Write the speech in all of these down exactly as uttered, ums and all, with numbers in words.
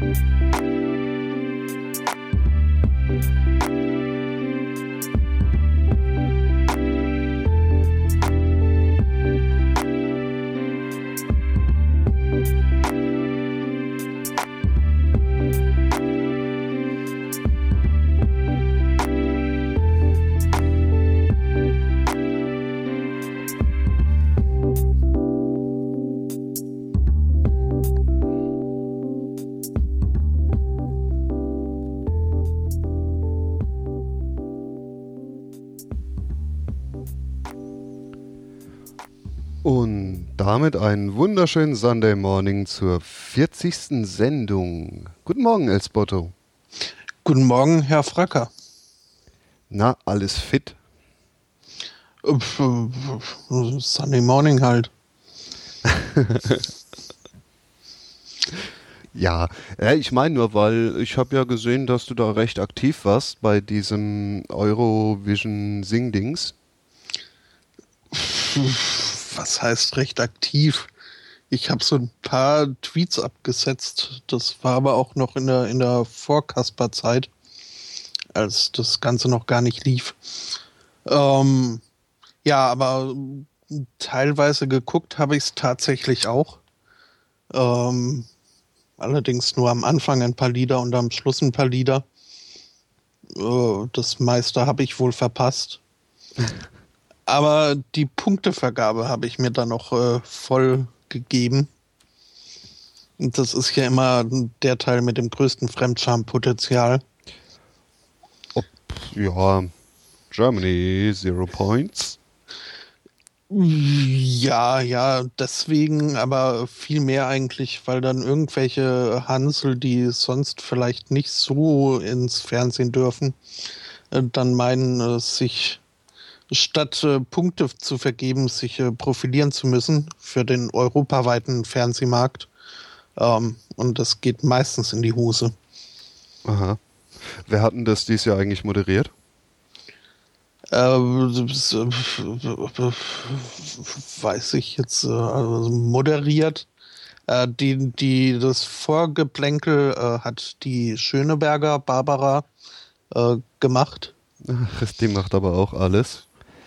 Und damit einen wunderschönen Sunday Morning zur vierzigsten Sendung. Guten Morgen, Elsbotto. Guten Morgen, Herr Fracker. Na, alles fit? Sunday Morning halt. Ja, äh, ich meine nur, weil ich habe ja gesehen, dass du da recht aktiv warst bei diesem Eurovision Sing-Dings. Was heißt recht aktiv? Ich habe so ein paar Tweets abgesetzt. Das war aber auch noch in der, in der Vor-Kasper-Zeit, als das Ganze noch gar nicht lief. Ähm, ja, aber teilweise geguckt habe ich es tatsächlich auch. Ähm, allerdings nur am Anfang ein paar Lieder und am Schluss ein paar Lieder. Äh, das meiste habe ich wohl verpasst. Aber die Punktevergabe habe ich mir dann noch äh, voll gegeben. Und das ist ja immer der Teil mit dem größten Fremdschampotenzial. Ob, ja, Germany, zero points. Ja, ja, deswegen, aber viel mehr eigentlich, weil dann irgendwelche Hansel, die sonst vielleicht nicht so ins Fernsehen dürfen, äh, dann meinen, äh, sich statt äh, Punkte zu vergeben, sich äh, profilieren zu müssen für den europaweiten Fernsehmarkt. Ähm, und das geht meistens in die Hose. Aha. Wer hat denn das dieses Jahr eigentlich moderiert? Äh, weiß ich jetzt, äh, also moderiert. Äh, die, die, das Vorgeplänkel äh, hat die Schöneberger Barbara äh, gemacht. Ach, die macht aber auch alles.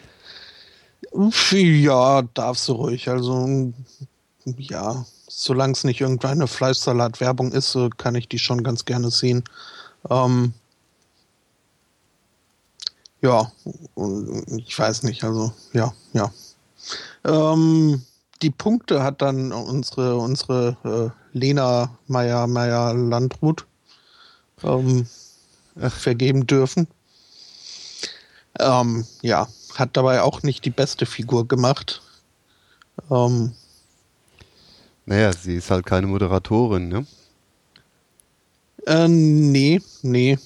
Ja, darfst du ruhig. Also, ja, solange es nicht irgendeine Fleischsalat-Werbung ist, kann ich die schon ganz gerne sehen. Ähm, ja, ich weiß nicht, also, ja, ja. Ähm, die Punkte hat dann unsere, unsere äh, Lena Meyer-Meyer-Landrut ähm, vergeben dürfen. Ähm, ja, hat dabei auch nicht die beste Figur gemacht. Ähm, naja, sie ist halt keine Moderatorin, ne? Äh, nee, nee.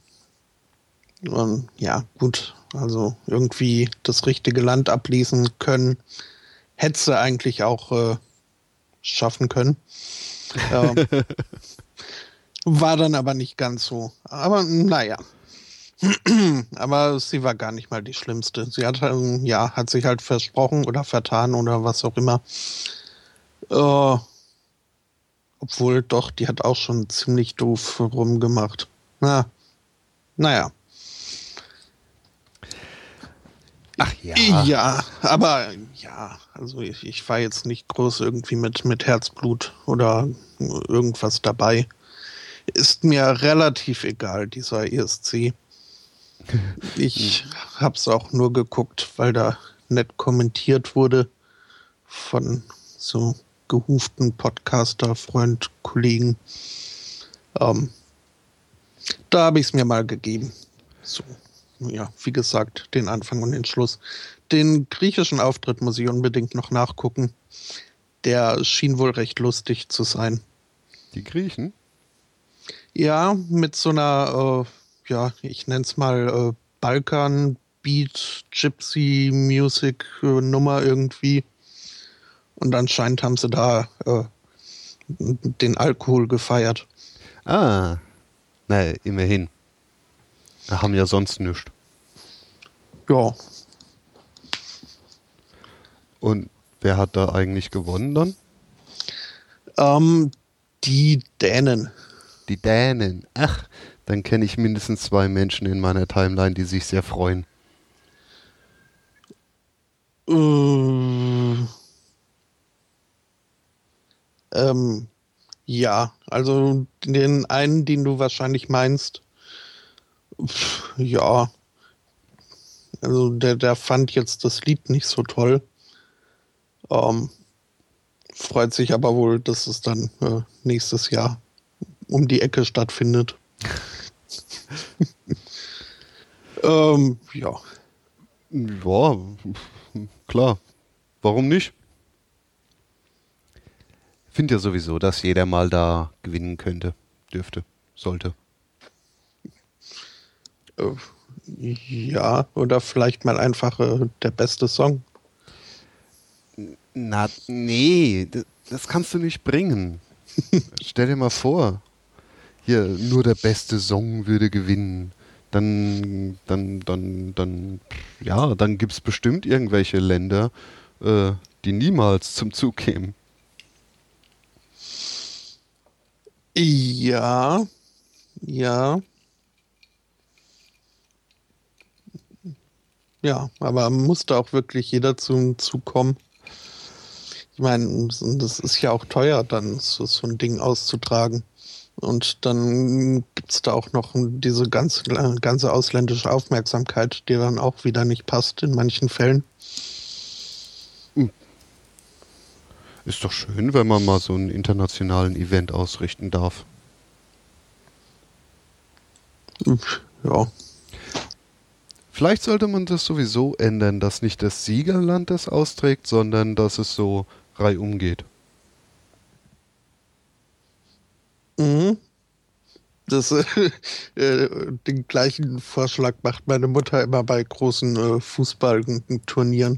Ähm, ja, gut. Also irgendwie das richtige Land ablesen können, hätte sie eigentlich auch äh, schaffen können. Ähm, war dann aber nicht ganz so. Aber naja. Aber sie war gar nicht mal die Schlimmste. Sie hat, ähm, ja, hat sich halt versprochen oder vertan oder was auch immer. Äh, obwohl doch, die hat auch schon ziemlich doof rumgemacht. Na, naja. Ach ja. Ja, aber ja, also ich, ich war jetzt nicht groß irgendwie mit, mit Herzblut oder irgendwas dabei. Ist mir relativ egal, dieser E S C. Ich hab's auch nur geguckt, weil da nett kommentiert wurde von so gehuften Podcaster, Freund, Kollegen. Ähm, da habe ich es mir mal gegeben. So, ja, wie gesagt, den Anfang und den Schluss. Den griechischen Auftritt muss ich unbedingt noch nachgucken. Der schien wohl recht lustig zu sein. Die Griechen? Ja, mit so einer, äh, ja, ich nenne es mal äh, Balkan Beat Gypsy Music äh, Nummer irgendwie. Und anscheinend haben sie da äh, den Alkohol gefeiert. Ah, naja, immerhin. Wir haben ja sonst nichts. Ja. Und wer hat da eigentlich gewonnen dann? Ähm, die Dänen. Die Dänen. Ach, dann kenne ich mindestens zwei Menschen in meiner Timeline, die sich sehr freuen. Äh, ähm, ja, also den einen, den du wahrscheinlich meinst, pf, ja, also der, der fand jetzt das Lied nicht so toll. Ähm, freut sich aber wohl, dass es dann äh, nächstes Jahr um die Ecke stattfindet. ähm, ja. Ja, klar. Warum nicht? Ich finde ja sowieso, dass jeder mal da gewinnen könnte, dürfte, sollte. Äh, ja, oder vielleicht mal einfach äh, der beste Song. Na, nee, das, das kannst du nicht bringen. Stell dir mal vor, hier nur der beste Song würde gewinnen. Dann, dann, dann, dann, ja, dann gibt es bestimmt irgendwelche Länder, äh, die niemals zum Zug kämen. Ja, ja, ja, aber muss da auch wirklich jeder zum Zug kommen? Ich meine, das ist ja auch teuer, dann so, so ein Ding auszutragen. Und dann gibt's da auch noch diese ganze, ganze ausländische Aufmerksamkeit, die dann auch wieder nicht passt in manchen Fällen. Ist doch schön, wenn man mal so einen internationalen Event ausrichten darf. Ja. Vielleicht sollte man das sowieso ändern, dass nicht das Siegerland das austrägt, sondern dass es so reihum geht. Mhm. Das, äh, äh, den gleichen Vorschlag macht meine Mutter immer bei großen äh, Fußballturnieren.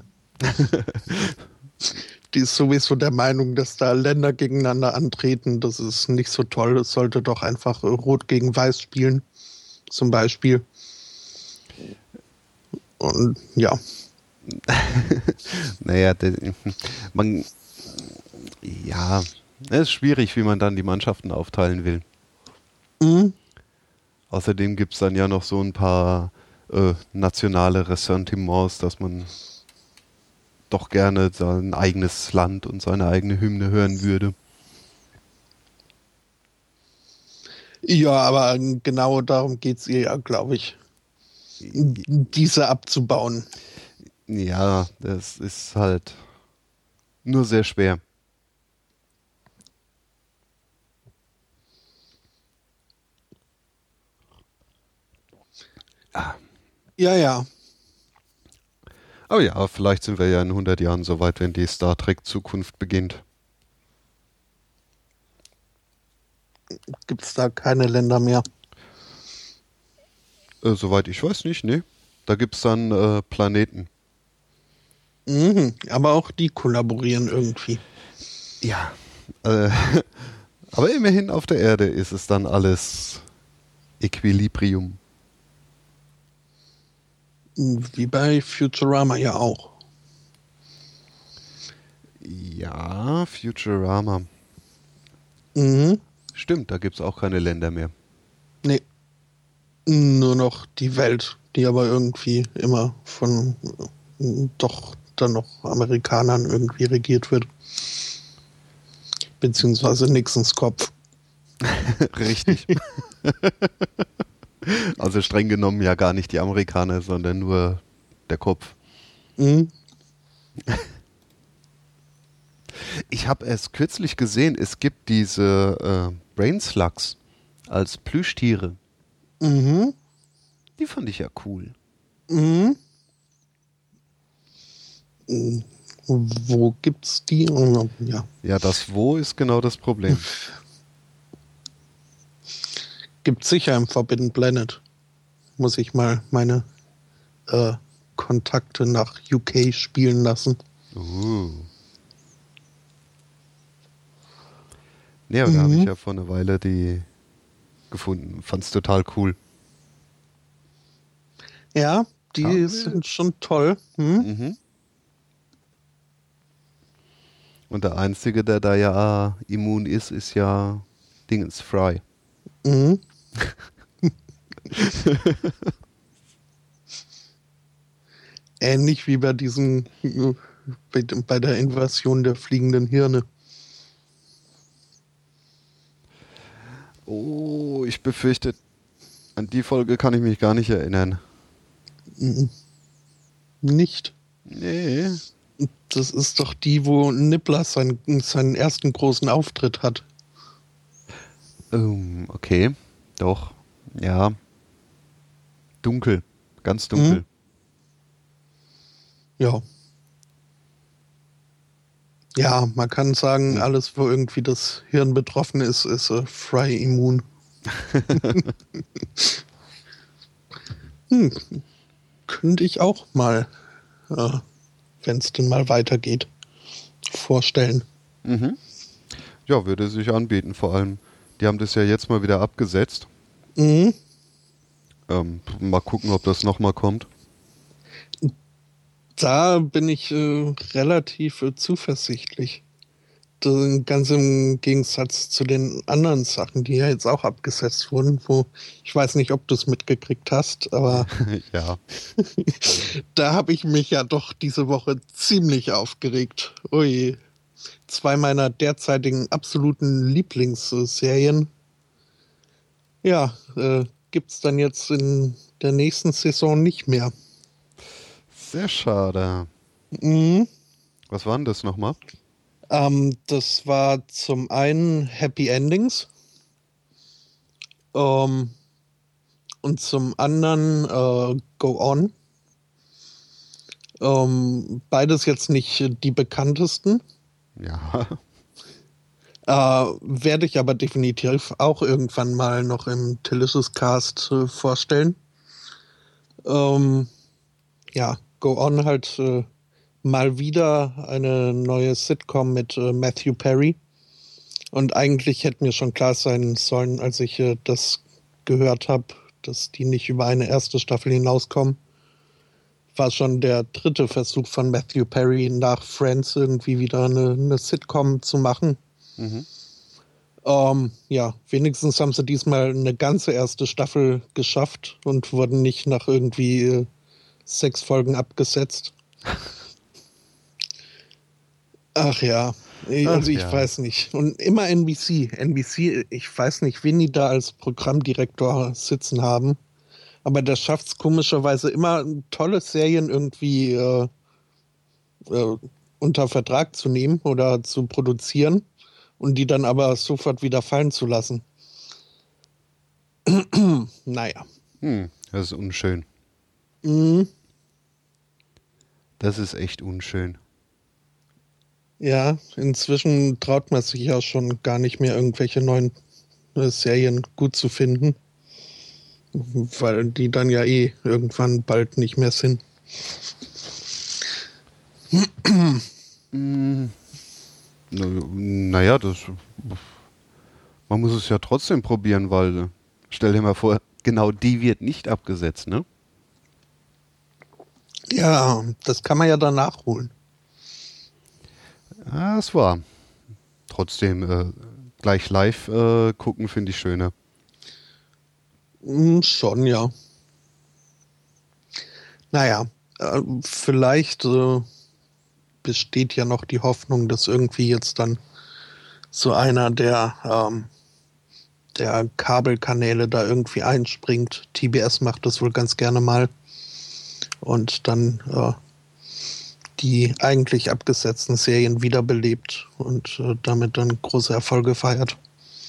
Die ist sowieso der Meinung, dass da Länder gegeneinander antreten. Das ist nicht so toll. Es sollte doch einfach äh, Rot gegen Weiß spielen, zum Beispiel. Und ja. Naja, de, man, ja, es ist schwierig, wie man dann die Mannschaften aufteilen will. Mhm. Außerdem gibt es dann ja noch so ein paar äh, nationale Ressentiments, dass man doch gerne sein eigenes Land und seine eigene Hymne hören würde. Ja, aber genau darum geht es ihr ja, glaube ich. Diese abzubauen. Ja, das ist halt nur sehr schwer. Ah. Ja, ja. Aber ja, vielleicht sind wir ja in hundert Jahren so weit, wenn die Star Trek Zukunft beginnt. Gibt es da keine Länder mehr? Äh, soweit ich weiß nicht, ne? Da gibt es dann äh, Planeten. Mhm. Aber auch die kollaborieren irgendwie. Ja. Äh, aber immerhin auf der Erde ist es dann alles Equilibrium. Wie bei Futurama ja auch. Ja, Futurama. Mhm. Stimmt, da gibt es auch keine Länder mehr. Nee. Nur noch die Welt, die aber irgendwie immer von äh, doch dann noch Amerikanern irgendwie regiert wird. Beziehungsweise Nixons Kopf. Richtig. Also streng genommen ja gar nicht die Amerikaner, sondern nur der Kopf. Mhm. Ich habe erst kürzlich gesehen, es gibt diese äh, Brain Slugs als Plüschtiere. Mhm. Die fand ich ja cool. Mhm. Mhm. Wo gibt's die? Ja. Ja, das Wo ist genau das Problem. Gibt's sicher im Forbidden Planet. Muss ich mal meine äh, Kontakte nach U K spielen lassen. Uh. Ja, aber da habe ich Mhm. ja vor einer Weile die gefunden. Fand's total cool. Ja, die Haben wir? sind schon toll. Hm? Mhm. Und der Einzige, der da ja immun ist, ist ja Dingens Fry. Mhm. Ähnlich wie bei diesen, bei, bei der Invasion der fliegenden Hirne. Oh, ich befürchte, an die Folge kann ich mich gar nicht erinnern. Mhm. Nicht. Nee. Das ist doch die, wo Nibbler seinen, seinen ersten großen Auftritt hat. Um, okay, doch, ja. Dunkel, ganz dunkel. Mhm. Ja. Ja, man kann sagen, Hm. alles, wo irgendwie das Hirn betroffen ist, ist äh, Fry immun. hm. Könnte ich auch mal, äh, wenn es denn mal weitergeht, vorstellen. Mhm. Ja, würde sich anbieten, vor allem. Die haben das ja jetzt mal wieder abgesetzt. Mhm. Ähm, mal gucken, ob das nochmal kommt. Da bin ich äh, relativ äh, zuversichtlich. Das, ganz im Gegensatz zu den anderen Sachen, die ja jetzt auch abgesetzt wurden, wo ich weiß nicht, ob du es mitgekriegt hast, aber Ja. da habe ich mich ja doch diese Woche ziemlich aufgeregt. Ui, zwei meiner derzeitigen absoluten Lieblingsserien. Ja, äh, gibt es dann jetzt in der nächsten Saison nicht mehr. Sehr schade. Mhm. Was war denn das nochmal? Ähm, das war zum einen Happy Endings ähm, und zum anderen äh, Go On. Ähm, beides jetzt nicht die bekanntesten. Ja. Äh, werde ich aber definitiv auch irgendwann mal noch im Delicious Cast äh, vorstellen. Ähm, ja, Go On halt äh, mal wieder eine neue Sitcom mit äh, Matthew Perry. Und eigentlich hätte mir schon klar sein sollen, als ich äh, das gehört habe, dass die nicht über eine erste Staffel hinauskommen. War schon der dritte Versuch von Matthew Perry nach Friends irgendwie wieder eine, eine Sitcom zu machen. Mhm. Ähm, ja, wenigstens haben sie diesmal eine ganze erste Staffel geschafft und wurden nicht nach irgendwie äh, sechs Folgen abgesetzt. Ach ja, ich- Ach also ich ja. weiß nicht. Und immer N B C. N B C, ich weiß nicht, wen die da als Programmdirektor sitzen haben. Aber der schafft es komischerweise immer, tolle Serien irgendwie äh, äh, unter Vertrag zu nehmen oder zu produzieren und die dann aber sofort wieder fallen zu lassen. Naja. Hm, das ist unschön. Mhm. Das ist echt unschön. Ja, inzwischen traut man sich ja schon gar nicht mehr, irgendwelche neuen äh, Serien gut zu finden, weil die dann ja eh irgendwann bald nicht mehr sind. Hm, na, naja, das. Man muss es ja trotzdem probieren, weil äh, stell dir mal vor, genau die wird nicht abgesetzt, ne? Ja, das kann man ja dann nachholen. Ja, es war. Trotzdem, äh, gleich live äh, gucken finde ich schöner. Hm, schon, ja. Naja, äh, vielleicht äh, besteht ja noch die Hoffnung, dass irgendwie jetzt dann so einer der, ähm, der Kabelkanäle da irgendwie einspringt. T B S macht das wohl ganz gerne mal. Und dann äh, die eigentlich abgesetzten Serien wiederbelebt und äh, damit dann große Erfolge feiert.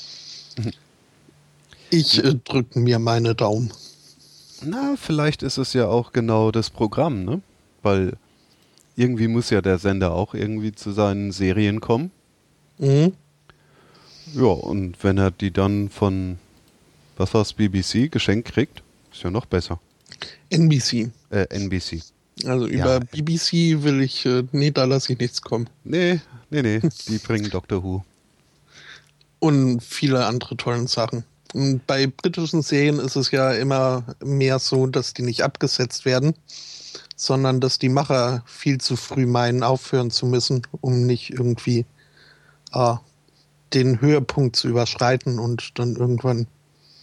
Ich äh, drücke mir meine Daumen. Na, vielleicht ist es ja auch genau das Programm, ne? Weil irgendwie muss ja der Sender auch irgendwie zu seinen Serien kommen. Mhm. Ja, und wenn er die dann von, was war's, B B C geschenkt kriegt, ist ja noch besser. N B C. Äh, N B C. Also über Ja. B B C will ich, äh, nee, da lasse ich nichts kommen. Nee, nee, nee, die bringen Doctor Who. Und viele andere tollen Sachen. Und bei britischen Serien ist es ja immer mehr so, dass die nicht abgesetzt werden, sondern dass die Macher viel zu früh meinen, aufhören zu müssen, um nicht irgendwie äh, den Höhepunkt zu überschreiten und dann irgendwann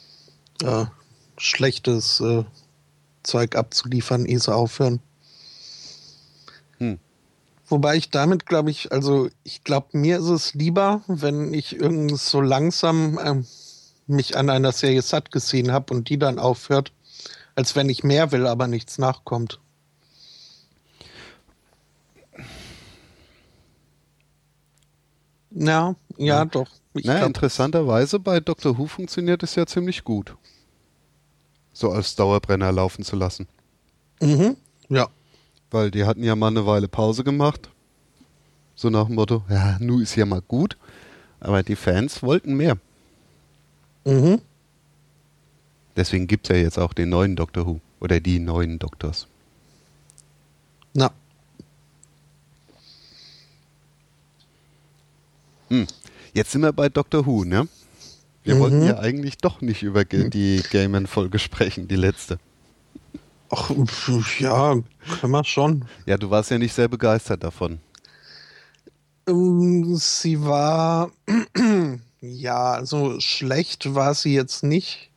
äh, schlechtes äh, Zeug abzuliefern, ehe sie aufhören. Hm. Wobei ich damit, glaube ich, also ich glaube, mir ist es lieber, wenn ich irgend so langsam ähm, mich an einer Serie satt gesehen habe und die dann aufhört, als wenn ich mehr will, aber nichts nachkommt. Ja, ja, Ja. doch. Ich Na, glaube, interessanterweise bei Doctor Who funktioniert es ja ziemlich gut, so als Dauerbrenner laufen zu lassen. mhm, ja, Weil die hatten ja mal eine Weile Pause gemacht. So nach dem Motto, ja, nu ist ja mal gut. Aber die Fans wollten mehr. mhm, Deswegen gibt es ja jetzt auch den neuen Doctor Who. Oder die neuen Doctors. na, Hm. Jetzt sind wir bei Doctor Who, ne? Wir wollten mhm. ja eigentlich doch nicht über ge- die Gaiman-Folge sprechen, die letzte. Ach, pf, ja, können wir schon. Ja, du warst ja nicht sehr begeistert davon. Ähm, sie war, ja, also schlecht war sie jetzt nicht,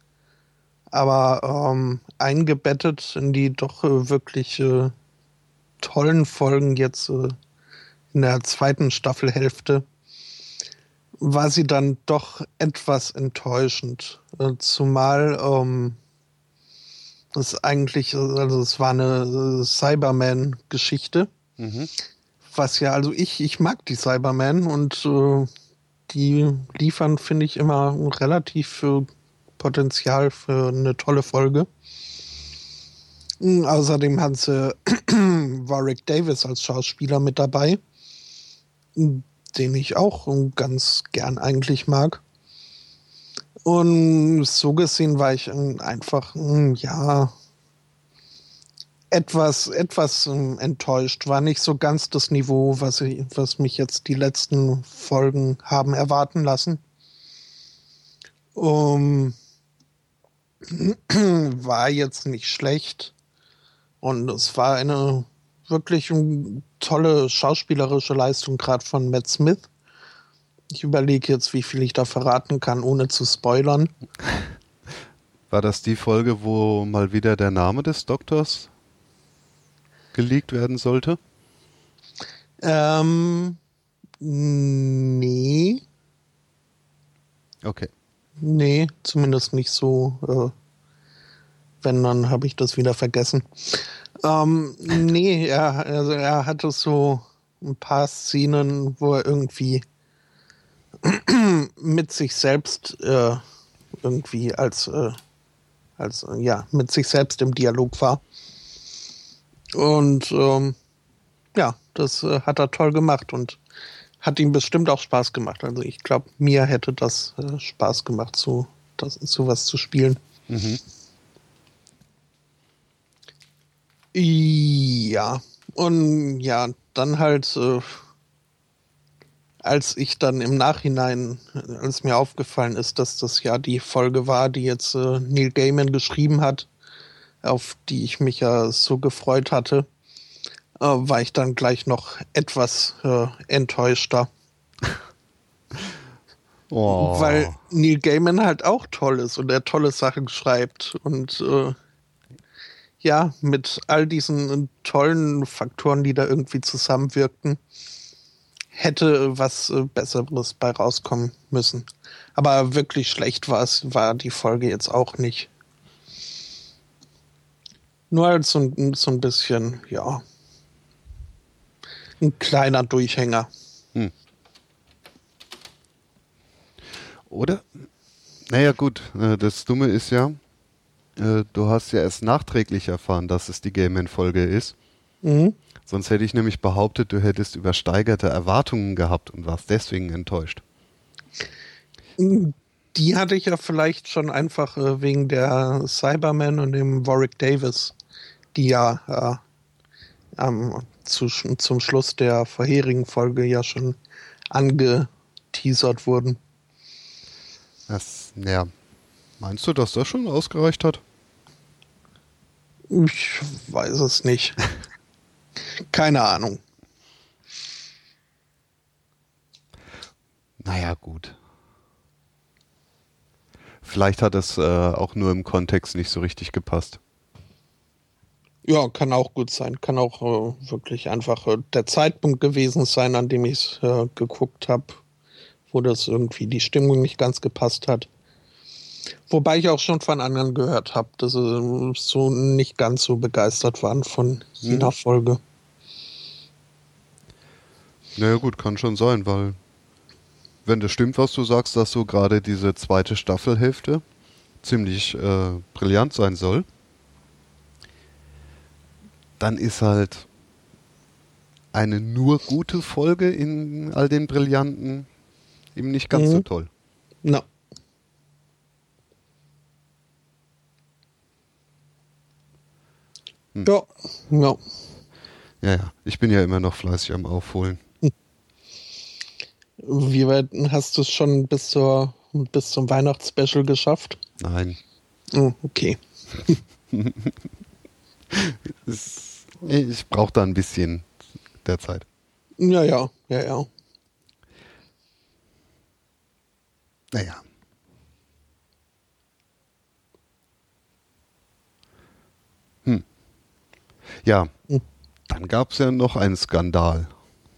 aber ähm, eingebettet in die doch äh, wirklich äh, tollen Folgen jetzt äh, in der zweiten Staffelhälfte war sie dann doch etwas enttäuschend. Äh, zumal ähm, es eigentlich, äh, also es war eine äh, Cyberman-Geschichte, Mhm. was ja, also ich, ich mag die Cybermen und äh, die liefern, finde ich, immer relativ äh, Potenzial für eine tolle Folge. Mm, Außerdem hat sie Warwick Davis als Schauspieler mit dabei, mm, den ich auch äh, ganz gern eigentlich mag. Und so gesehen war ich äh, einfach, mm, ja, etwas, etwas ähm, enttäuscht. War nicht so ganz das Niveau, was, ich, was mich jetzt die letzten Folgen haben erwarten lassen. Um, war jetzt nicht schlecht. Und es war eine wirklich ähm, tolle schauspielerische Leistung, gerade von Matt Smith. Ich überlege jetzt, wie viel ich da verraten kann, ohne zu spoilern. War das die Folge, wo mal wieder der Name des Doktors geleakt werden sollte? Ähm, nee, Okay. nee, zumindest nicht so. Äh, wenn, dann habe ich das wieder vergessen. Ähm, nee, er, also er hatte so ein paar Szenen, wo er irgendwie mit sich selbst äh, irgendwie als, äh, als äh, ja, mit sich selbst im Dialog war. Und ähm, ja, das äh, hat er toll gemacht und hat ihm bestimmt auch Spaß gemacht. Also ich glaube, mir hätte das äh, Spaß gemacht, so das, sowas zu spielen. Mhm. Ja, und ja, dann halt, äh, als ich dann im Nachhinein, als mir aufgefallen ist, dass das ja die Folge war, die jetzt äh, Neil Gaiman geschrieben hat, auf die ich mich ja so gefreut hatte, äh, war ich dann gleich noch etwas äh, enttäuschter. Weil Oh. Neil Gaiman halt auch toll ist und er tolle Sachen schreibt. Und äh, ja, mit all diesen tollen Faktoren, die da irgendwie zusammenwirkten, hätte was äh, Besseres bei rauskommen müssen. Aber wirklich schlecht war es, war die Folge jetzt auch nicht. Nur halt so, ein- so ein bisschen, ja, ein kleiner Durchhänger. Hm. Oder? Naja, gut. äh, Das Dumme ist ja, äh, du hast ja erst nachträglich erfahren, dass es die Gaiman-Folge ist. Mhm. Sonst hätte ich nämlich behauptet, du hättest übersteigerte Erwartungen gehabt und warst deswegen enttäuscht. Die hatte ich ja vielleicht schon einfach äh, wegen der Cyberman und dem Warwick Davis, die ja äh, ähm, zu, zum Schluss der vorherigen Folge ja schon angeteasert wurden. Das, ja. Meinst du, dass das schon ausgereicht hat? Ich weiß es nicht. Keine Ahnung. Naja, gut. Vielleicht hat es äh, auch nur im Kontext nicht so richtig gepasst. Ja, kann auch gut sein. Kann auch äh, wirklich einfach äh, der Zeitpunkt gewesen sein, an dem ich es äh, geguckt habe, wo das irgendwie die Stimmung nicht ganz gepasst hat. Wobei ich auch schon von anderen gehört habe, dass sie so nicht ganz so begeistert waren von jener Hm. Folge. Naja gut, kann schon sein, weil wenn das stimmt, was du sagst, dass so gerade diese zweite Staffelhälfte ziemlich äh, brillant sein soll, dann ist halt eine nur gute Folge in all den Brillanten eben nicht ganz Mhm. so toll. No. Hm. Ja, ja. Ja, ja, ich bin ja immer noch fleißig am Aufholen. Wie weit hast du es schon bis zur bis zum Weihnachtsspecial geschafft? Nein. Oh, okay. Es, ich brauche da ein bisschen der Zeit. Ja, ja, ja, ja. Naja. Hm. Ja, Hm. dann gab es ja noch einen Skandal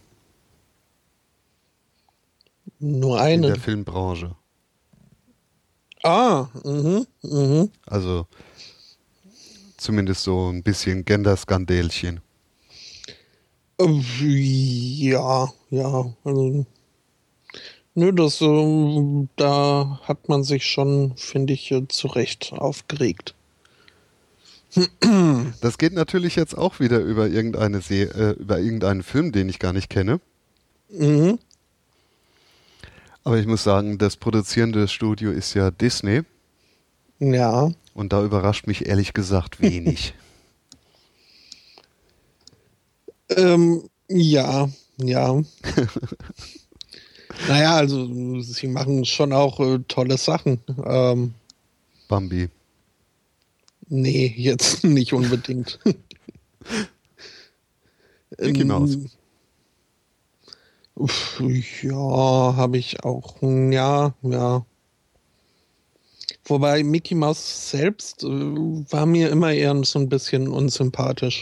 Nur in der einen. Filmbranche. Ah, mhm, mhm. Also zumindest so ein bisschen Gender-Skandälchen. Äh, Ja, ja. Also, nö, das, äh, da hat man sich schon, finde ich, äh, zu Recht aufgeregt. Das geht natürlich jetzt auch wieder über irgendeine Se äh, über irgendeinen Film, den ich gar nicht kenne. Mhm. Aber ich muss sagen, das produzierende Studio ist ja Disney Ja. und da überrascht mich ehrlich gesagt wenig. Ähm, ja, ja. Naja, also sie machen schon auch äh, tolle Sachen. Ähm, Bambi. nee, jetzt nicht unbedingt. Mickey Mouse. Ähm, uff, ja, habe ich auch. Ja, ja. Wobei Mickey Mouse selbst äh, war mir immer eher so ein bisschen unsympathisch.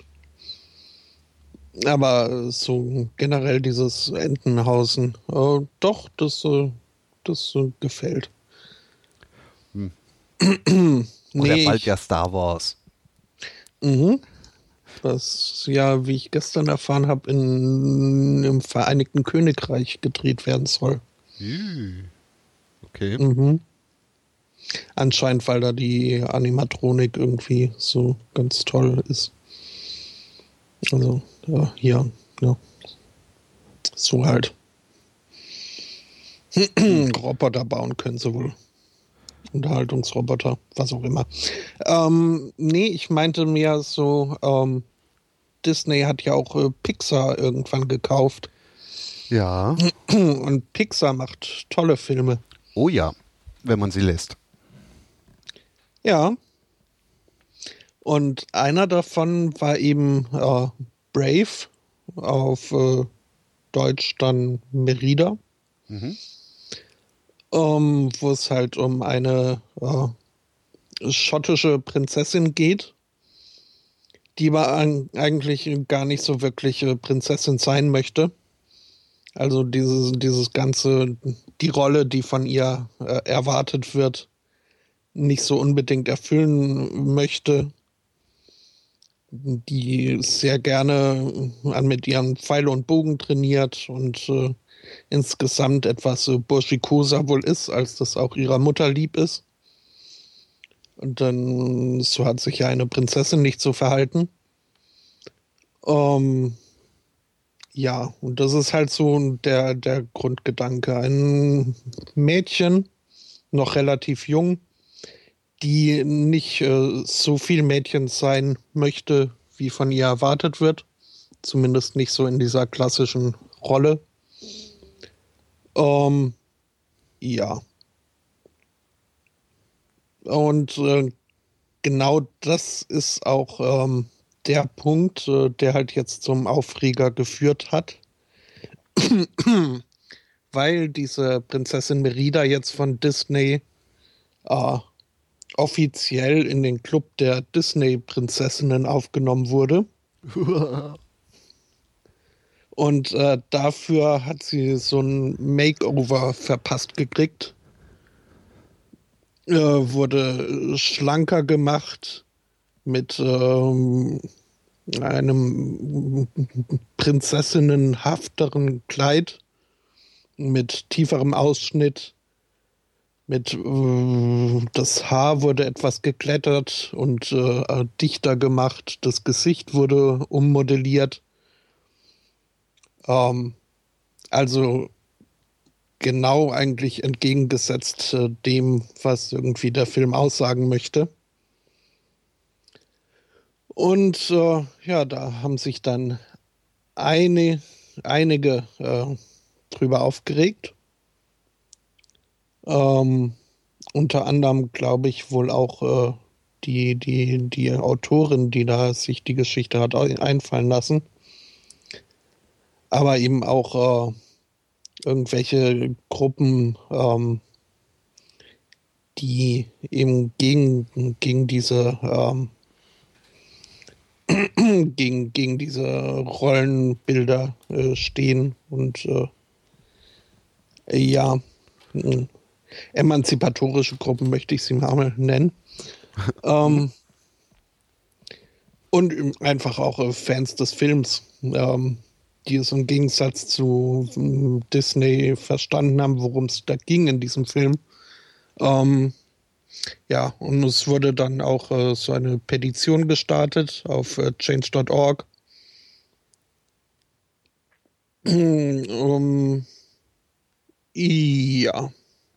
Aber äh, so generell dieses Entenhausen, äh, doch, das, äh, das äh, gefällt. Hm. Oder Nee, bald ich, ja Star Wars. mhm. Das ja, wie ich gestern erfahren habe, in, im Vereinigten Königreich gedreht werden soll. Ih, okay. Mhm. Anscheinend, weil da die Animatronik irgendwie so ganz toll ist. Also, ja, hier, ja, so halt. Hm. Roboter bauen können sie wohl. Unterhaltungsroboter, was auch immer. Ähm, nee, ich meinte mehr so, ähm, Disney hat ja auch äh, Pixar irgendwann gekauft. Ja. Und Pixar macht tolle Filme. Oh ja, wenn man sie lässt. Ja. Und einer davon war eben äh, Brave, auf äh, Deutsch dann Merida, Mhm. ähm, wo es halt um eine äh, schottische Prinzessin geht, die aber an, eigentlich gar nicht so wirklich äh, Prinzessin sein möchte. Also dieses, dieses ganze, die Rolle, die von ihr äh, erwartet wird, nicht so unbedingt erfüllen möchte, die sehr gerne an mit ihren Pfeil und Bogen trainiert und äh, insgesamt etwas äh, burschikoser wohl ist, als das auch ihrer Mutter lieb ist. Und dann so hat sich ja eine Prinzessin nicht zu verhalten. Ähm, ja, und das ist halt so der, der Grundgedanke. Ein Mädchen, noch relativ jung, die nicht äh, so viel Mädchen sein möchte, wie von ihr erwartet wird. Zumindest nicht so in dieser klassischen Rolle. Ähm, ja. Und äh, genau das ist auch ähm, der Punkt, äh, der halt jetzt zum Aufreger geführt hat. Weil diese Prinzessin Merida jetzt von Disney äh, offiziell in den Club der Disney-Prinzessinnen aufgenommen wurde. Und äh, dafür hat sie so ein Makeover verpasst gekriegt. Äh, wurde schlanker gemacht mit ähm, einem prinzessinnenhafteren Kleid, mit tieferem Ausschnitt, mit äh, das Haar wurde etwas geglättert und äh, dichter gemacht, das Gesicht wurde ummodelliert. Ähm, also genau eigentlich entgegengesetzt äh, dem, was irgendwie der Film aussagen möchte. Und äh, ja, da haben sich dann eine, einige äh, drüber aufgeregt. Ähm, unter anderem, glaube ich, wohl auch äh, die, die, die Autorin, die da sich die Geschichte hat einfallen lassen. Aber eben auch äh, irgendwelche Gruppen, ähm, die eben gegen, gegen diese ähm, gegen, gegen diese Rollenbilder äh, stehen und äh, ja, mh, emanzipatorische Gruppen möchte ich sie mal nennen. ähm, und einfach auch äh, Fans des Films, ähm, die es im Gegensatz zu mh, Disney verstanden haben, worum es da ging in diesem Film. Ähm, ja, und es wurde dann auch äh, so eine Petition gestartet auf äh, change Punkt org. um, ja.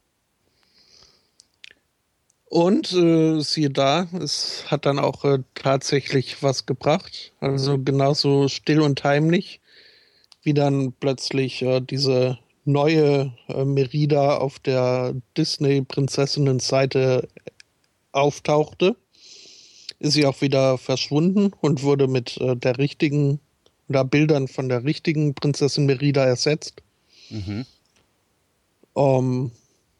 Und äh, siehe da, es hat dann auch äh, tatsächlich was gebracht. Also genauso still und heimlich, wie dann plötzlich äh, diese neue äh, Merida auf der Disney-Prinzessinnen-Seite auftauchte, ist sie auch wieder verschwunden und wurde mit äh, der richtigen oder Bildern von der richtigen Prinzessin Merida ersetzt. Mhm. Um,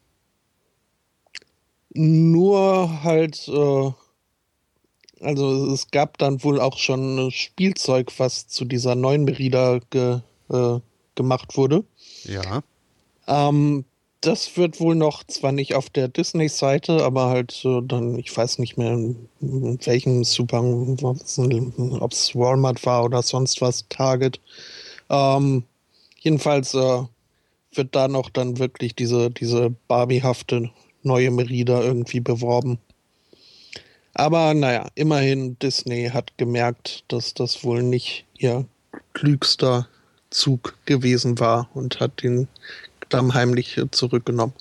nur halt, äh, also es gab dann wohl auch schon Spielzeug, was zu dieser neuen Merida ge, äh, gemacht wurde. Ja. Ähm, das wird wohl noch, zwar nicht auf der Disney-Seite, aber halt äh, dann, ich weiß nicht mehr, in, in welchem Super, ob es Walmart war oder sonst was, Target. Ähm, jedenfalls äh, wird da noch dann wirklich diese, diese Barbiehafte neue Merida irgendwie beworben. Aber naja, immerhin, Disney hat gemerkt, dass das wohl nicht ihr klügster Zug gewesen war und hat den dann heimlich zurückgenommen.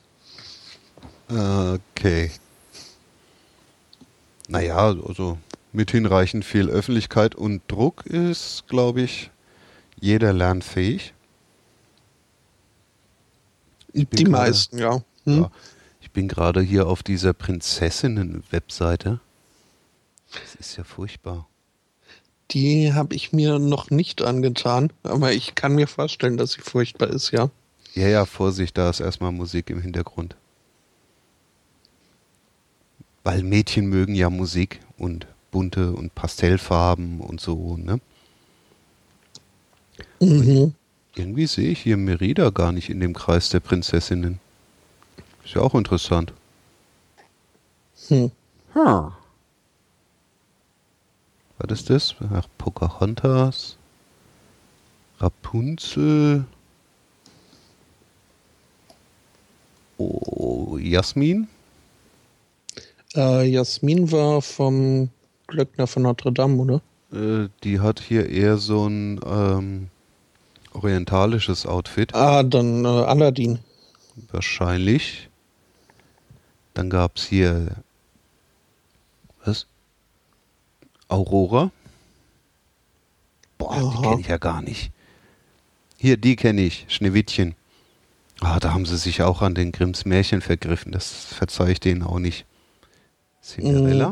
Okay. Naja, also mit hinreichend viel Öffentlichkeit und Druck ist, glaube ich, jeder lernfähig. Ich bin Die gerade, meisten, ja. Hm? ja, ich bin gerade hier auf dieser Prinzessinnen-Webseite. Das ist ja furchtbar. Die habe ich mir noch nicht angetan, aber ich kann mir vorstellen, dass sie furchtbar ist, ja. Ja, ja, Vorsicht, da ist erstmal Musik im Hintergrund. Weil Mädchen mögen ja Musik und bunte und Pastellfarben und so, ne? Mhm. Irgendwie sehe ich hier Merida gar nicht in dem Kreis der Prinzessinnen. Ist ja auch interessant. Hm. Hm. Was ist das? Ach, Pocahontas, Rapunzel, oh, Jasmin? Äh, Jasmin war vom Glöckner von Notre Dame, oder? Äh, die hat hier eher so ein ähm, orientalisches Outfit. Ah, dann äh, Aladdin. Wahrscheinlich. Dann gab es hier, was? Aurora? Boah, die Aha. kenne ich ja gar nicht. Hier, die kenne ich, Schneewittchen. Ah, da haben sie sich auch an den Grimms Märchen vergriffen. Das verzeihe ich denen auch nicht. Mhm. Cinderella?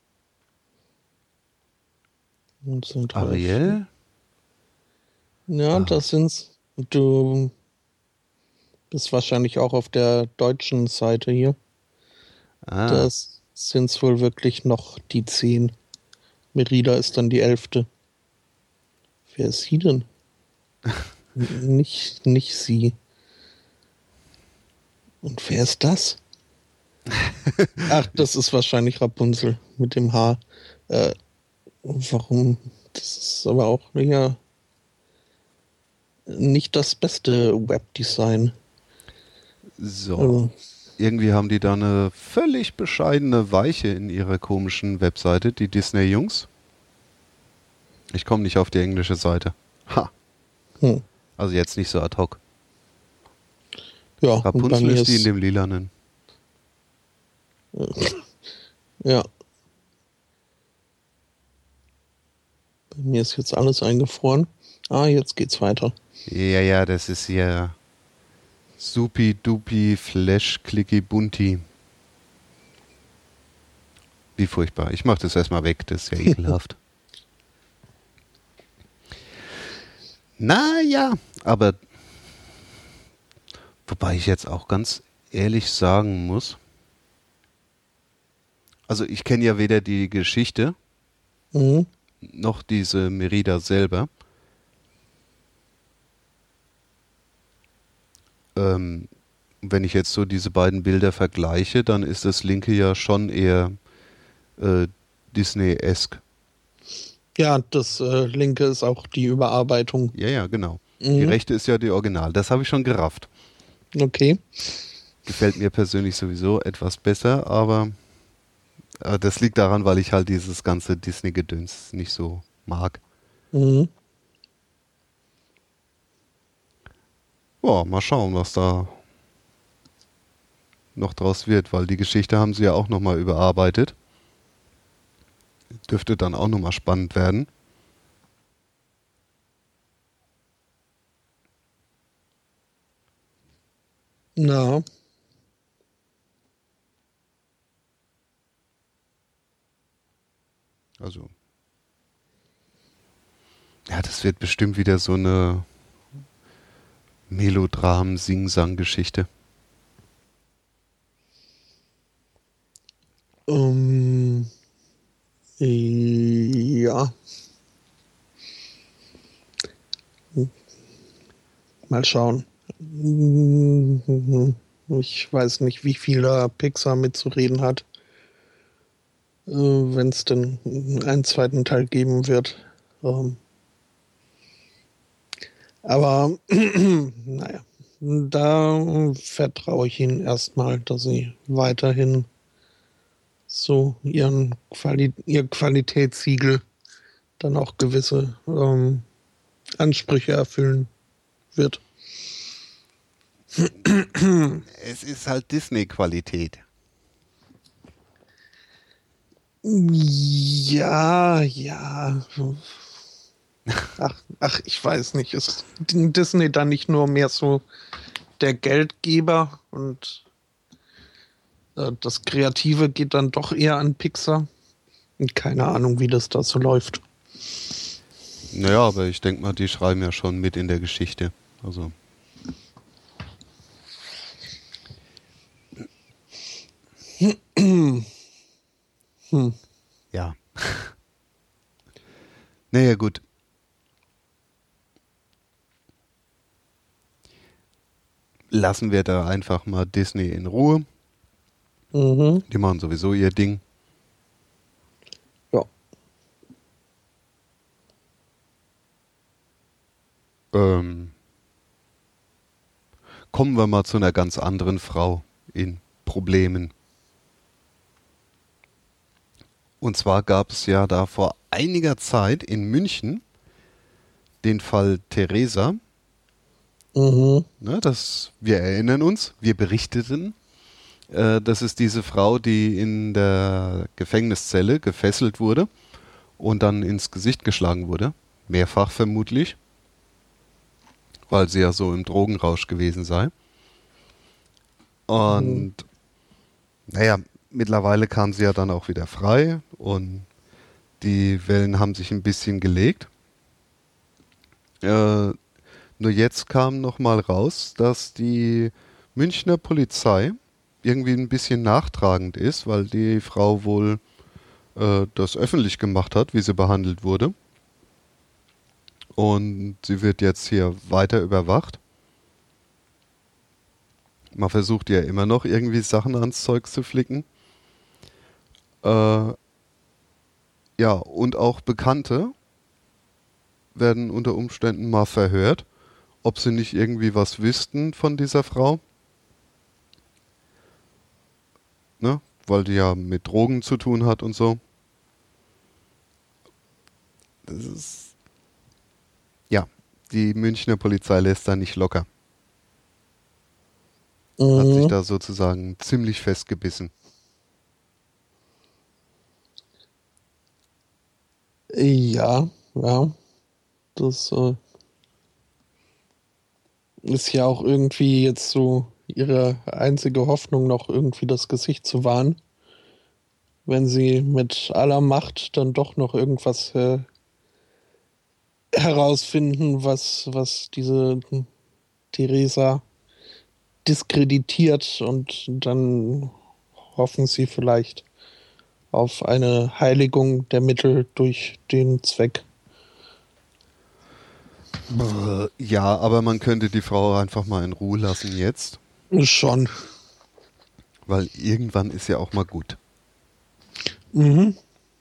neunzehnhundertdreißig. Ariel? Ja, Ah, das sind's. Du bist wahrscheinlich auch auf der deutschen Seite hier. Ah, Das sind wohl wirklich noch die zehn. Merida ist dann die elfte. Wer ist sie denn? N- Nicht, nicht sie. Und wer ist das? Ach, das ist wahrscheinlich Rapunzel mit dem Haar. Äh, warum? Das ist aber auch ja, nicht das beste Webdesign. so. Also, Irgendwie haben die da eine völlig bescheidene Weiche in ihrer komischen Webseite, die Disney-Jungs. Ich komme nicht auf die englische Seite. Ha, hm. also jetzt nicht so ad hoc. Ja, und bei Rapunzel mir ist die in ist, dem Lilanen. äh, ja, bei mir ist jetzt alles eingefroren. Ah, jetzt geht's weiter. Ja, ja, das ist ja supi dupi flash clicky bunti. Wie furchtbar. Ich mach das erstmal weg, das ist ja ekelhaft. Naja, aber wobei ich jetzt auch ganz ehrlich sagen muss, also ich kenne ja weder die Geschichte Mhm. noch diese Merida selber. Ähm, wenn ich jetzt so diese beiden Bilder vergleiche, dann ist das linke ja schon eher äh, Disney-esque. Ja, das äh, linke ist auch die Überarbeitung. Ja, ja, genau. Die Mhm. rechte ist ja die Original. Das habe ich schon gerafft. Okay. Gefällt mir persönlich sowieso etwas besser, aber äh, das liegt daran, weil ich halt dieses ganze Disney-Gedöns nicht so mag. Mhm. Boah, mal schauen, was da noch draus wird, weil die Geschichte haben sie ja auch nochmal überarbeitet. Dürfte dann auch nochmal spannend werden. Na, Also, ja, das wird bestimmt wieder so eine Melodram-Sing-Sang-Geschichte. ähm, ja, mal schauen. Mhm. Ich weiß nicht, wie viel da Pixar mitzureden hat, äh, wenn es denn einen zweiten Teil geben wird. Ähm, aber naja, da vertraue ich Ihnen erstmal, dass Sie weiterhin so ihren Quali ihr Qualitätssiegel dann auch gewisse ähm, Ansprüche erfüllen wird. Es ist halt Disney-Qualität. Ja, ja. Ach, ach, ich weiß nicht. Ist Disney dann nicht nur mehr so der Geldgeber und äh, das Kreative geht dann doch eher an Pixar? Keine Ahnung, wie das da so läuft. Naja, aber ich denke mal, die schreiben ja schon mit in der Geschichte. Also, Hm. ja. Naja, gut. Lassen wir da einfach mal Disney in Ruhe. Mhm. Die machen sowieso ihr Ding. Ja. Ähm, kommen wir mal zu einer ganz anderen Frau in Problemen. Und zwar gab es ja da vor einiger Zeit in München den Fall Theresa. Mhm. Ne, das, wir erinnern uns, wir berichteten, äh, das ist diese Frau, die in der Gefängniszelle gefesselt wurde und dann ins Gesicht geschlagen wurde. Mehrfach vermutlich, weil sie ja so im Drogenrausch gewesen sei. Mhm. Und naja, mittlerweile kam sie ja dann auch wieder frei und die Wellen haben sich ein bisschen gelegt. Äh, nur jetzt kam noch mal raus, dass die Münchner Polizei irgendwie ein bisschen nachtragend ist, weil die Frau wohl äh, das öffentlich gemacht hat, wie sie behandelt wurde. Und sie wird jetzt hier weiter überwacht. Man versucht ja immer noch irgendwie Sachen ans Zeug zu flicken. Äh, ja, und auch Bekannte werden unter Umständen mal verhört, ob sie nicht irgendwie was wüssten von dieser Frau. Ne? Weil die ja mit Drogen zu tun hat und so. Das ist, ja, die Münchner Polizei lässt da nicht locker. Hat sich Mhm. da sozusagen ziemlich festgebissen. Ja, ja. Das äh, ist ja auch irgendwie jetzt so ihre einzige Hoffnung, noch irgendwie das Gesicht zu wahren, wenn sie mit aller Macht dann doch noch irgendwas äh, herausfinden, was, was diese Theresa diskreditiert, und dann hoffen sie vielleicht auf eine Heiligung der Mittel durch den Zweck. Ja, aber man könnte die Frau einfach mal in Ruhe lassen jetzt, Schon. weil irgendwann ist ja auch mal gut. Mhm.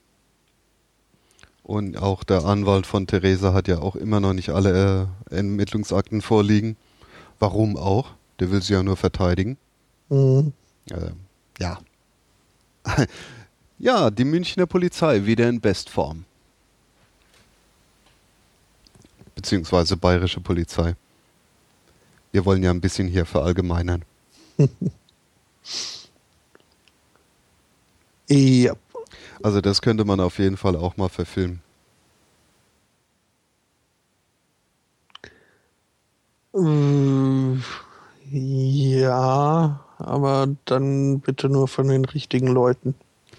Und auch der Anwalt von Theresa hat ja auch immer noch nicht alle äh, Ermittlungsakten vorliegen. Warum auch? Der will sie ja nur verteidigen. Mhm. Äh, ja. Ja, die Münchner Polizei wieder in Bestform. Beziehungsweise bayerische Polizei. Wir wollen ja ein bisschen hier verallgemeinern. Ja. Also das könnte man auf jeden Fall auch mal verfilmen. Äh, Ja, aber dann bitte nur von den richtigen Leuten.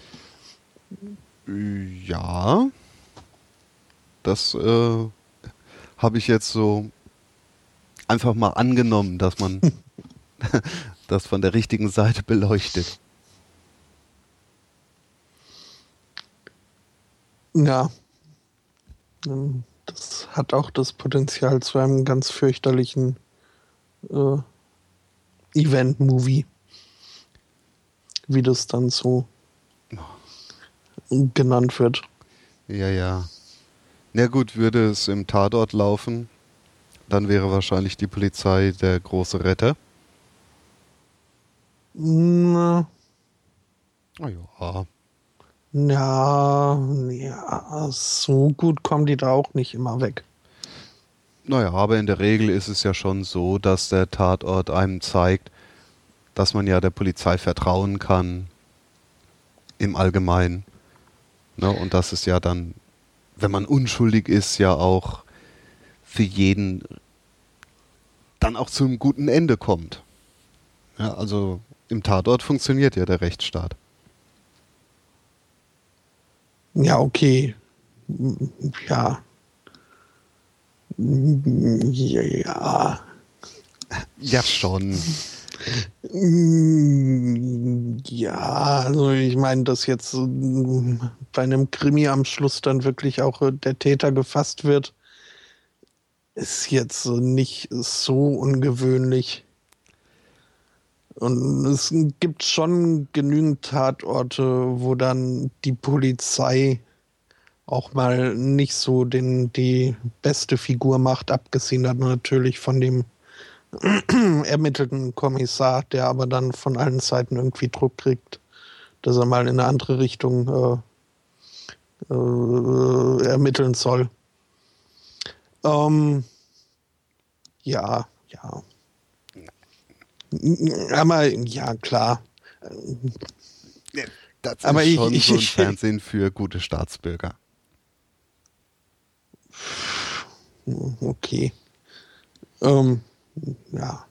Ja, das äh, habe ich jetzt so einfach mal angenommen, dass man das von der richtigen Seite beleuchtet. Ja, ähm, das hat auch das Potenzial zu einem ganz fürchterlichen äh, Event-Movie, wie das dann so genannt wird. Ja, ja. Na gut, würde es im Tatort laufen, dann wäre wahrscheinlich die Polizei der große Retter. Na, Ah ja. ja, ja, so gut kommen die da auch nicht immer weg. Naja, aber in der Regel ist es ja schon so, dass der Tatort einem zeigt, dass man ja der Polizei vertrauen kann im Allgemeinen. Ne? Und dass es ja dann, wenn man unschuldig ist, ja auch für jeden dann auch zu einem guten Ende kommt. Ja, also im Tatort funktioniert ja der Rechtsstaat. Ja, okay. Ja. Ja. Ja, schon. Ja, also ich meine, dass jetzt ähm, bei einem Krimi am Schluss dann wirklich auch äh, der Täter gefasst wird, ist jetzt äh, nicht so ungewöhnlich. Und es gibt schon genügend Tatorte, wo dann die Polizei auch mal nicht so den, die beste Figur macht, abgesehen dann natürlich von dem ermittelten Kommissar, der aber dann von allen Seiten irgendwie Druck kriegt, dass er mal in eine andere Richtung äh, äh, ermitteln soll. Ähm, ja, ja. Aber ja, klar. Das Aber ist ich, schon ich, so ein ich Fernsehen für gute Staatsbürger. okay. Ähm, ja.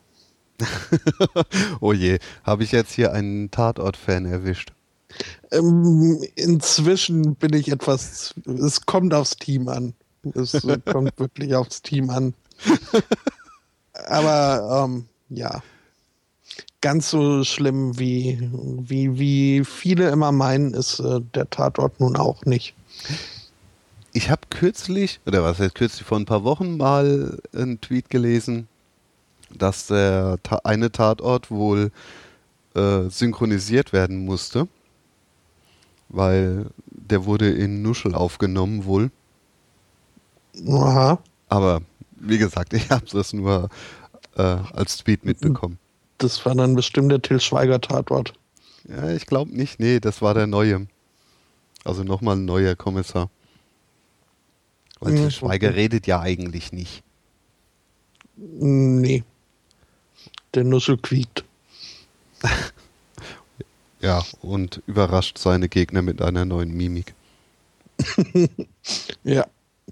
Oh je, habe ich jetzt hier einen Tatort-Fan erwischt. Ähm, inzwischen bin ich etwas, es kommt aufs Team an. Es äh, kommt wirklich aufs Team an. Aber ähm, ja, ganz so schlimm, wie, wie, wie viele immer meinen, ist äh, der Tatort nun auch nicht. Ich habe kürzlich, oder was heißt kürzlich, vor ein paar Wochen mal einen Tweet gelesen, dass der Ta- eine Tatort wohl äh, synchronisiert werden musste, weil der wurde in Nuschel aufgenommen wohl. Aha. Aber wie gesagt, ich habe das nur äh, als Tweet mitbekommen. Das war dann bestimmt der Til Schweiger-Tatort. Ja, ich glaube nicht. Nee, das war der neue. Also nochmal ein neuer Kommissar. Weil Til Mhm. Schweiger redet ja eigentlich nicht. Nee. Der Nuschel quiekt. Ja, und überrascht seine Gegner mit einer neuen Mimik. Ja.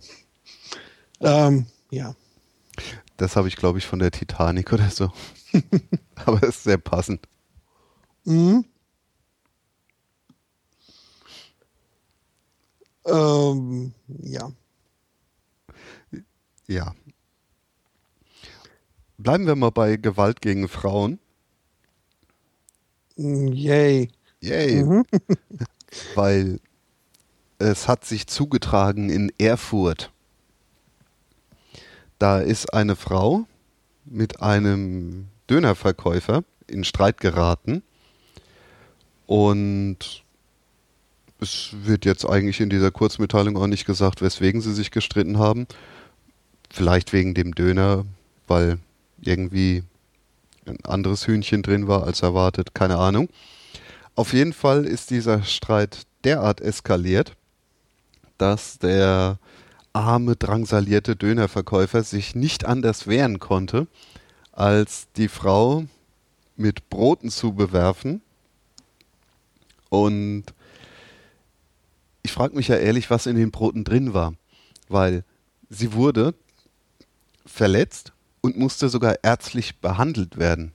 Ähm, ja. Das habe ich, glaube ich, von der Titanic oder so. Aber ist sehr passend. Mhm. Ähm, ja. Ja. Bleiben wir mal bei Gewalt gegen Frauen. Yay. Yay. Mhm. Weil es hat sich zugetragen in Erfurt. Da ist eine Frau mit einem Dönerverkäufer in Streit geraten. Und es wird jetzt eigentlich in dieser Kurzmitteilung auch nicht gesagt, weswegen sie sich gestritten haben. Vielleicht wegen dem Döner, weil irgendwie ein anderes Hühnchen drin war als erwartet. Keine Ahnung. Auf jeden Fall ist dieser Streit derart eskaliert, dass der arme, drangsalierte Dönerverkäufer sich nicht anders wehren konnte, als die Frau mit Broten zu bewerfen. Und ich frage mich ja ehrlich, was in den Broten drin war, weil sie wurde verletzt und musste sogar ärztlich behandelt werden.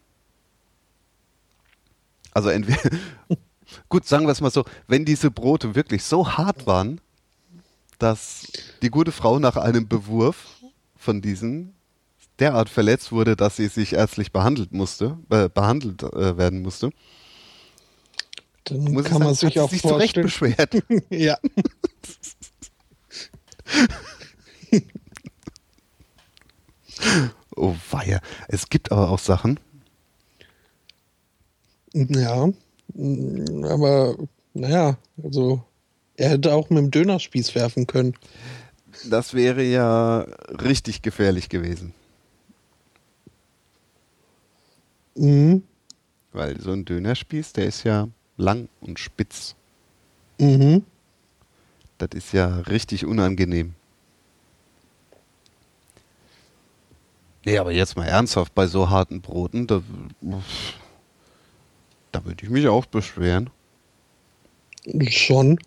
Also entweder, gut, sagen wir es mal so, wenn diese Brote wirklich so hart waren, dass die gute Frau nach einem Bewurf von diesen derart verletzt wurde, dass sie sich ärztlich behandelt musste, äh, behandelt äh, werden musste, Dann muss kann ich man sagen, sich hat auch sie sich zu Recht vorstellen. beschwert. Ja. Oh weia. Es gibt aber auch Sachen, Ja. Mm, Aber, naja, also, er hätte auch mit dem Dönerspieß werfen können. das wäre ja richtig gefährlich gewesen. Mhm. Weil so ein Dönerspieß, der ist ja lang und spitz. Mhm. Das ist ja richtig unangenehm. Nee, aber jetzt mal ernsthaft, bei so harten Broten, da, da würde ich mich auch beschweren. Schon.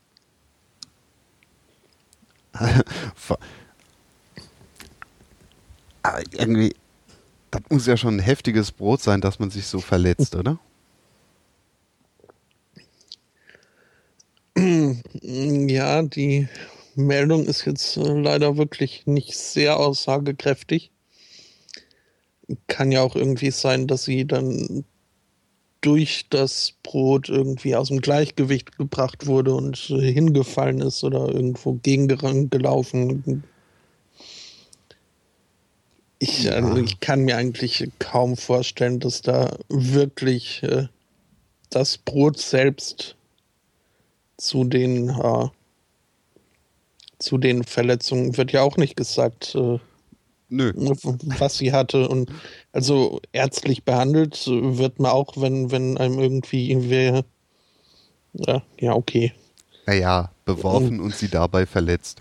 Ver- Aber irgendwie, das muss ja schon ein heftiges Brot sein, dass man sich so verletzt, oder? Ja, die Meldung ist jetzt äh, leider wirklich nicht sehr aussagekräftig. Kann ja auch irgendwie sein, dass sie dann durch das Brot irgendwie aus dem Gleichgewicht gebracht wurde und äh, hingefallen ist oder irgendwo gegengelaufen. Ich, also Ja, ich kann mir eigentlich kaum vorstellen, dass da wirklich äh, das Brot selbst zu den, äh, zu den Verletzungen wird ja auch nicht gesagt, äh, nö. was sie hatte. Und also ärztlich behandelt wird man auch, wenn, wenn einem irgendwie wer, ja, ja, okay. Naja, beworfen und sie dabei verletzt.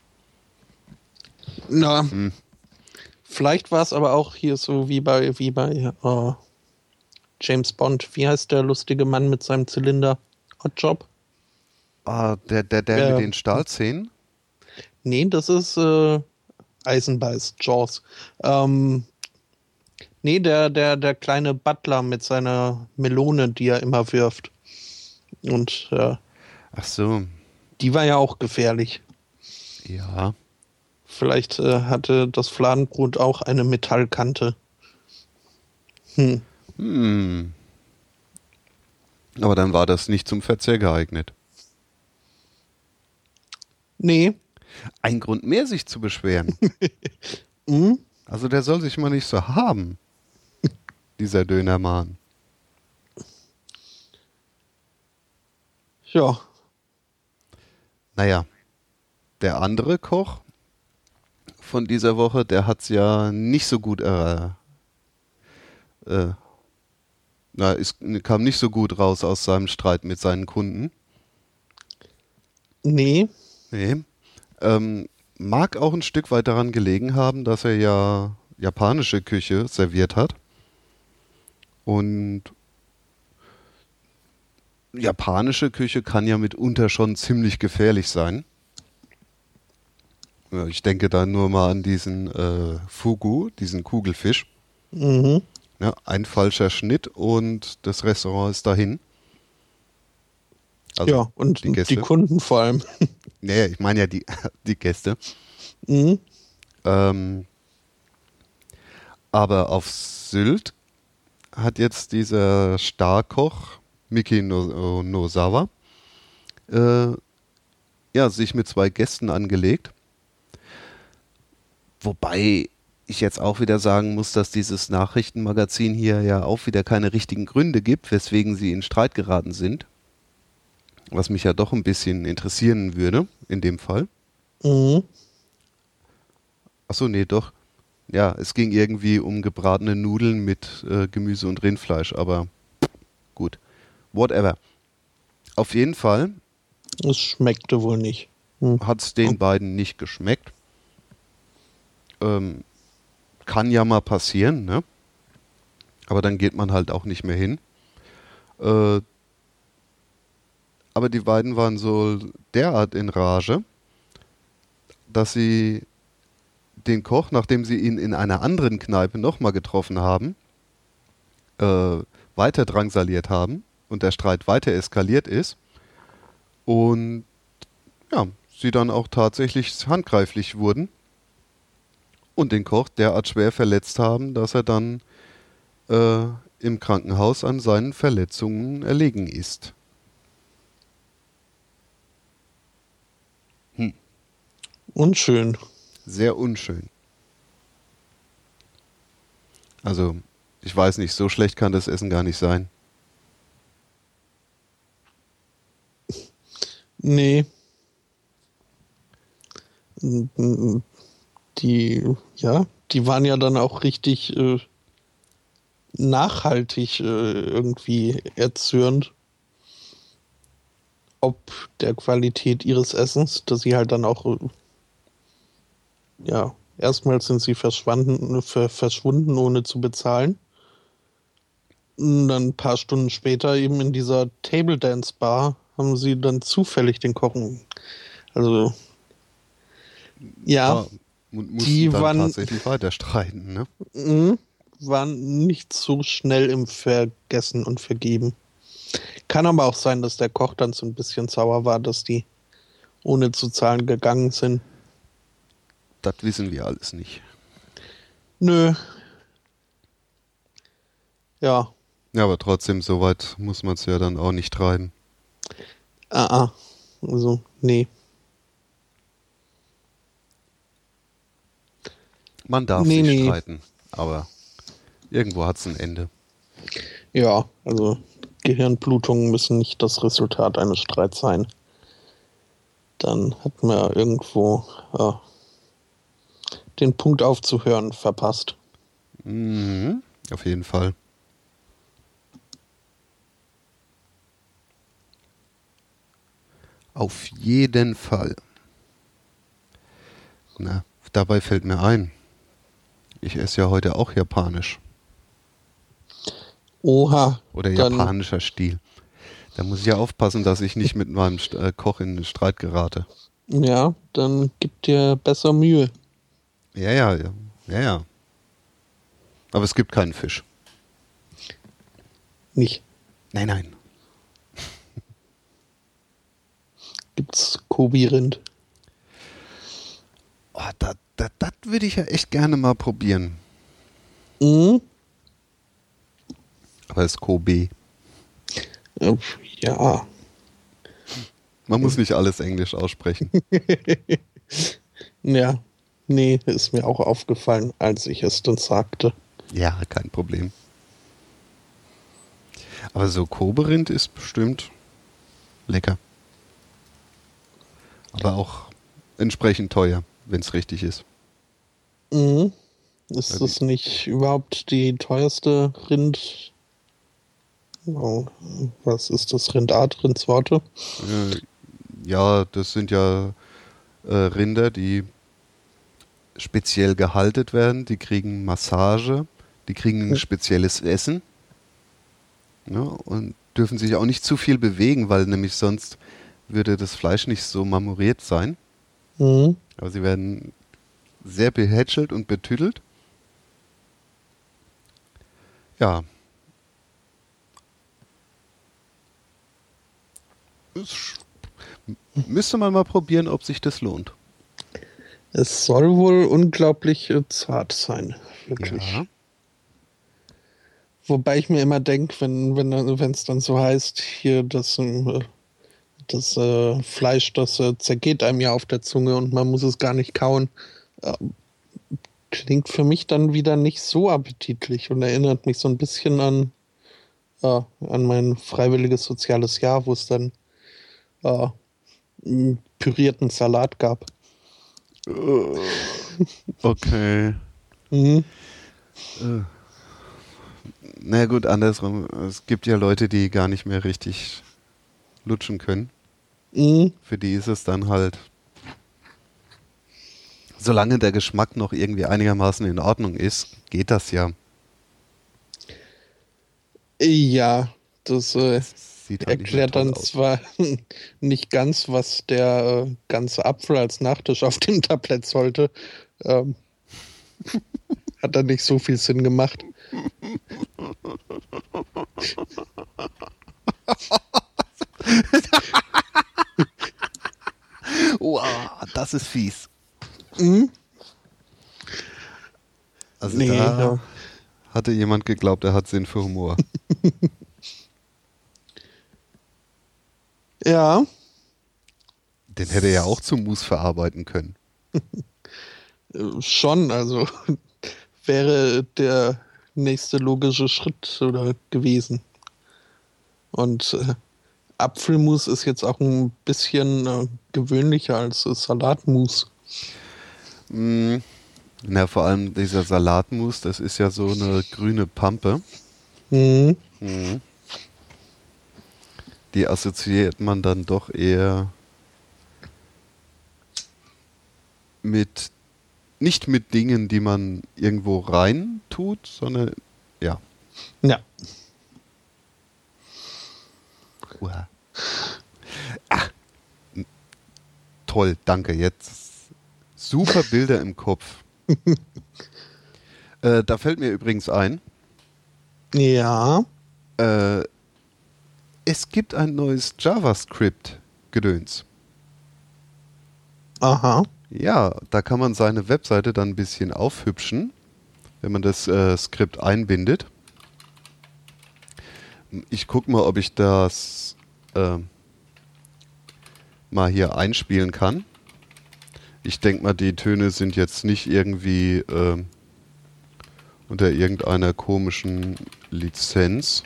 Na, Hm. vielleicht war es aber auch hier so wie bei, wie bei äh, James Bond. Wie heißt der lustige Mann mit seinem Zylinder? Hotjob? Ah, der, der, der mit Äh, den Stahlzähnen? nee, das ist äh, Eisenbeiß, Jaws. Ähm, nee, der, der, der kleine Butler mit seiner Melone, die er immer wirft. Und äh, Ach so, die war ja auch gefährlich. ja. Vielleicht äh, hatte das Fladenbrot auch eine Metallkante. Hm. Hm. Aber dann war das nicht zum Verzehr geeignet. Nee. Ein Grund mehr, sich zu beschweren. Mhm. Also der soll sich mal nicht so haben, dieser Dönermann. Ja. Naja, der andere Koch von dieser Woche, der hat es ja nicht so gut, äh, äh, na, ist, kam nicht so gut raus aus seinem Streit mit seinen Kunden. Nee. Nee. Ähm, mag auch ein Stück weit daran gelegen haben, dass er ja japanische Küche serviert hat. Und japanische Küche kann ja mitunter schon ziemlich gefährlich sein. Ja, ich denke da nur mal an diesen äh, Fugu, diesen Kugelfisch. Mhm. Ja, ein falscher Schnitt und das Restaurant ist dahin. Also ja, und die Gäste. die Kunden vor allem. Nee, ich meine ja die, die Gäste. Mhm. Ähm, aber auf Sylt hat jetzt dieser Starkoch Miki no, Nozawa äh, ja, sich mit zwei Gästen angelegt. Wobei ich jetzt auch wieder sagen muss, dass dieses Nachrichtenmagazin hier ja auch wieder keine richtigen Gründe gibt, weswegen sie in Streit geraten sind. Was mich ja doch ein bisschen interessieren würde, in dem Fall. Mhm. Achso, nee, doch. Ja, es ging irgendwie um gebratene Nudeln mit äh, Gemüse und Rindfleisch, aber gut. Whatever. Auf jeden Fall Es schmeckte wohl nicht. Hm. hat es den beiden nicht geschmeckt. Ähm, kann ja mal passieren, ne? Aber dann geht man halt auch nicht mehr hin. Äh, aber die beiden waren so derart in Rage, dass sie den Koch, nachdem sie ihn in einer anderen Kneipe nochmal getroffen haben, äh, weiter drangsaliert haben und der Streit weiter eskaliert ist und ja, sie dann auch tatsächlich handgreiflich wurden und den Koch derart schwer verletzt haben, dass er dann äh, im Krankenhaus an seinen Verletzungen erlegen ist. Hm. Unschön. Sehr unschön. Also, ich weiß nicht, so schlecht kann das Essen gar nicht sein. Nee. Die, ja, die waren ja dann auch richtig äh, nachhaltig äh, irgendwie erzürnt. Ob der Qualität ihres Essens, dass sie halt dann auch, äh, ja, erstmal sind sie verschwunden, ver, verschwunden, ohne zu bezahlen. Und dann ein paar Stunden später eben in dieser Table Dance Bar haben sie dann zufällig den Kochen. Also, ja, Ja, mu mussten die dann waren, tatsächlich weiter streiten, ne? mh, waren nicht so schnell im Vergessen und Vergeben. Kann aber auch sein, dass der Koch dann so ein bisschen sauer war, dass die ohne zu zahlen gegangen sind. Das wissen wir alles nicht. Nö. Ja. Ja, aber trotzdem, so weit muss man es ja dann auch nicht treiben. Ah, ah. Also, nee. Man darf Nee, sich nee. streiten, aber irgendwo hat es ein Ende. Ja, also Gehirnblutungen müssen nicht das Resultat eines Streits sein. Dann hat man ja irgendwo ja, den Punkt aufzuhören verpasst. Mhm, auf jeden Fall. Auf jeden Fall. Na, dabei fällt mir ein, ich esse ja heute auch japanisch. Oha. Oder dann, japanischer Stil. Da muss ich ja aufpassen, dass ich nicht mit meinem St- äh, Koch in den Streit gerate. Ja, dann gib dir besser Mühe. Ja, ja, ja. Ja, ja. Aber es gibt keinen Fisch. Nicht. Nein, nein. Gibt's Kobe-Rind? Oh, das das- das würde ich ja echt gerne mal probieren. Mhm. heißt Kobe. Ja. Man muss nicht alles Englisch aussprechen. Ja, nee, ist mir auch aufgefallen, als ich es dann sagte. Ja, kein Problem. Aber so Kobe-Rind ist bestimmt lecker. Aber auch entsprechend teuer, wenn es richtig ist. Mhm. Ist das nicht überhaupt die teuerste Rind? Oh, was ist das? Rindart, Rindsorte? Äh, ja, das sind ja äh, Rinder, die speziell gehalten werden. Die kriegen Massage, die kriegen ein spezielles Essen, ja, und dürfen sich auch nicht zu viel bewegen, weil nämlich sonst würde das Fleisch nicht so marmoriert sein. Mhm. Aber sie werden sehr behätschelt und betüdelt. Ja. Es müsste man mal probieren, ob sich das lohnt. Es soll wohl unglaublich äh, zart sein, wirklich. Ja. Wobei ich mir immer denke, wenn wenn wenn es dann so heißt, hier das, äh, das äh, Fleisch, das äh, zergeht einem ja auf der Zunge und man muss es gar nicht kauen, äh, klingt für mich dann wieder nicht so appetitlich und erinnert mich so ein bisschen an, äh, an mein freiwilliges soziales Jahr, wo es dann äh, einen pürierten Salat gab. Okay. Mhm. Äh. Na gut, andersrum. Es gibt ja Leute, die gar nicht mehr richtig lutschen können. Mhm. Für die ist es dann halt, solange der Geschmack noch irgendwie einigermaßen in Ordnung ist, geht das ja. Ja, das äh, Sieht halt nicht mehr erklärt toll dann aus. zwar nicht ganz, was der äh, ganze Apfel als Nachtisch auf dem Tablett sollte. Ähm, hat dann nicht so viel Sinn gemacht. Wow, das ist fies. Mhm. Also Nee, da ja. hatte jemand geglaubt, er hat Sinn für Humor. Ja, Den hätte er ja auch zum Mousse verarbeiten können. äh, schon. Also wäre der nächste logische Schritt oder gewesen. Und äh, Apfelmus ist jetzt auch ein bisschen äh, gewöhnlicher als äh, Salatmus. Mm, na, vor allem dieser Salatmus, das ist ja so eine grüne Pampe. Mhm. Mhm. Die assoziiert man dann doch eher mit, nicht mit Dingen, die man irgendwo rein tut, sondern, ja. Ja. Uah. Ah, n- toll, danke. Jetzt super Bilder im Kopf. äh, da fällt mir übrigens ein, Ja. äh, es gibt ein neues JavaScript-Gedöns. Aha. Ja, da kann man seine Webseite dann ein bisschen aufhübschen, wenn man das äh, Skript einbindet. Ich gucke mal, ob ich das äh, mal hier einspielen kann. Ich denke mal, die Töne sind jetzt nicht irgendwie äh, unter irgendeiner komischen Lizenz.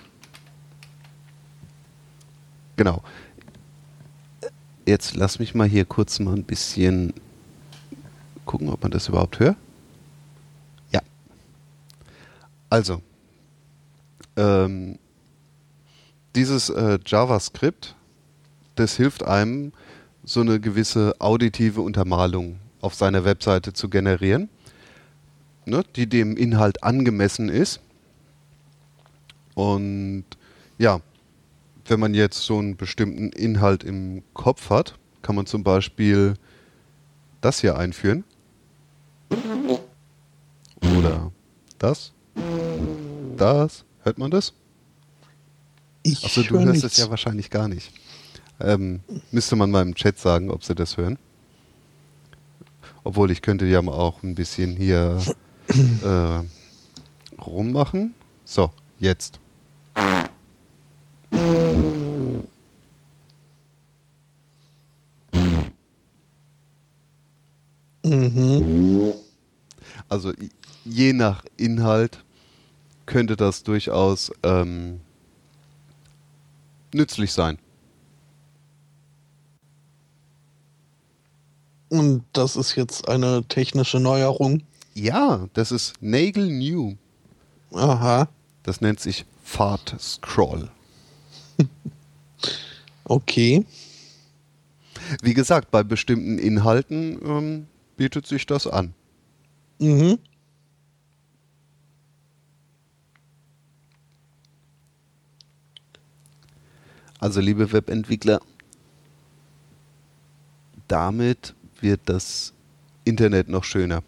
Genau. Jetzt lass mich mal hier kurz mal ein bisschen gucken, ob man das überhaupt hört. Ja. Also, ähm, dieses äh, JavaScript, das hilft einem, so eine gewisse auditive Untermalung auf seiner Webseite zu generieren, ne, die dem Inhalt angemessen ist. Und ja, wenn man jetzt so einen bestimmten Inhalt im Kopf hat, kann man zum Beispiel das hier einführen. Oder das. Das. Hört man das? Ich Achso, du höre hörst nichts. es ja wahrscheinlich gar nicht. Ähm, müsste man mal im Chat sagen, ob sie das hören. Obwohl, ich könnte ja mal auch ein bisschen hier äh, rummachen. So, jetzt. Also je nach Inhalt könnte das durchaus ähm, nützlich sein. Und das ist jetzt eine technische Neuerung. Ja, das ist nagelnew. Aha, Das nennt sich Fart Scroll. okay. Wie gesagt, bei bestimmten Inhalten ähm, bietet sich das an. Mhm. Also liebe Webentwickler, damit wird das Internet noch schöner.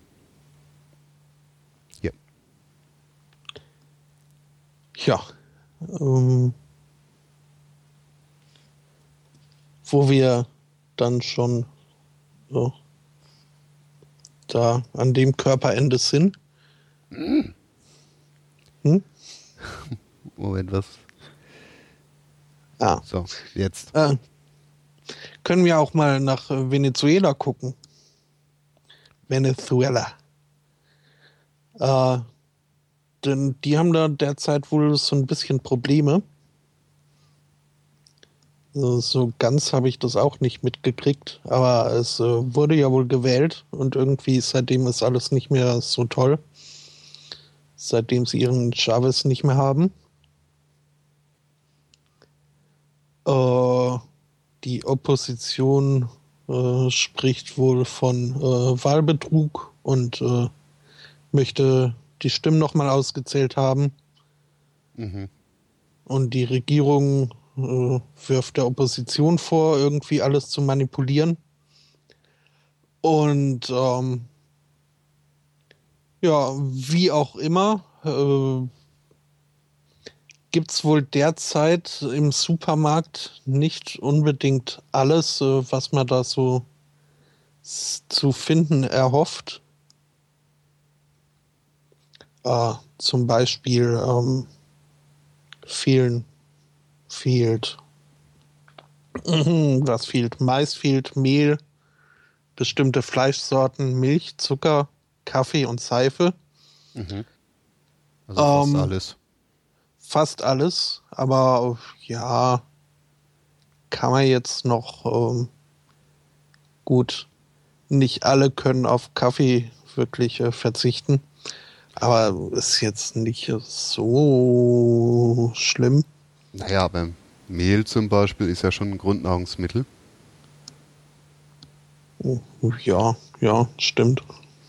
Ja. Ja. Ähm, wo wir dann schon so da an dem Körperende sind. Mm. Hm? Moment, was? Ah. So, jetzt. Äh, können wir auch mal nach äh, Venezuela gucken. Venezuela. Äh, denn die haben da derzeit wohl so ein bisschen Probleme. So so ganz habe ich das auch nicht mitgekriegt, aber es äh, wurde ja wohl gewählt und irgendwie seitdem ist alles nicht mehr so toll. Seitdem sie ihren Chavez nicht mehr haben. Äh, die Opposition äh, spricht wohl von äh, Wahlbetrug und äh, möchte die Stimmen nochmal ausgezählt haben. Mhm. Und die Regierung äh, wirft der Opposition vor, irgendwie alles zu manipulieren. Und ähm, ja, wie auch immer, äh, gibt es wohl derzeit im Supermarkt nicht unbedingt alles, äh, was man da so s- zu finden erhofft. Äh, zum Beispiel ähm, fehlen, fehlt, was fehlt? Mais fehlt, Mehl, bestimmte Fleischsorten, Milch, Zucker, Kaffee und Seife. Mhm. Also fast Ähm, alles. fast alles, aber ja, kann man jetzt noch ähm, gut. Nicht alle können auf Kaffee wirklich äh, verzichten, aber ist jetzt nicht so schlimm. Naja, aber Mehl zum Beispiel ist ja schon ein Grundnahrungsmittel. Ja, ja, stimmt.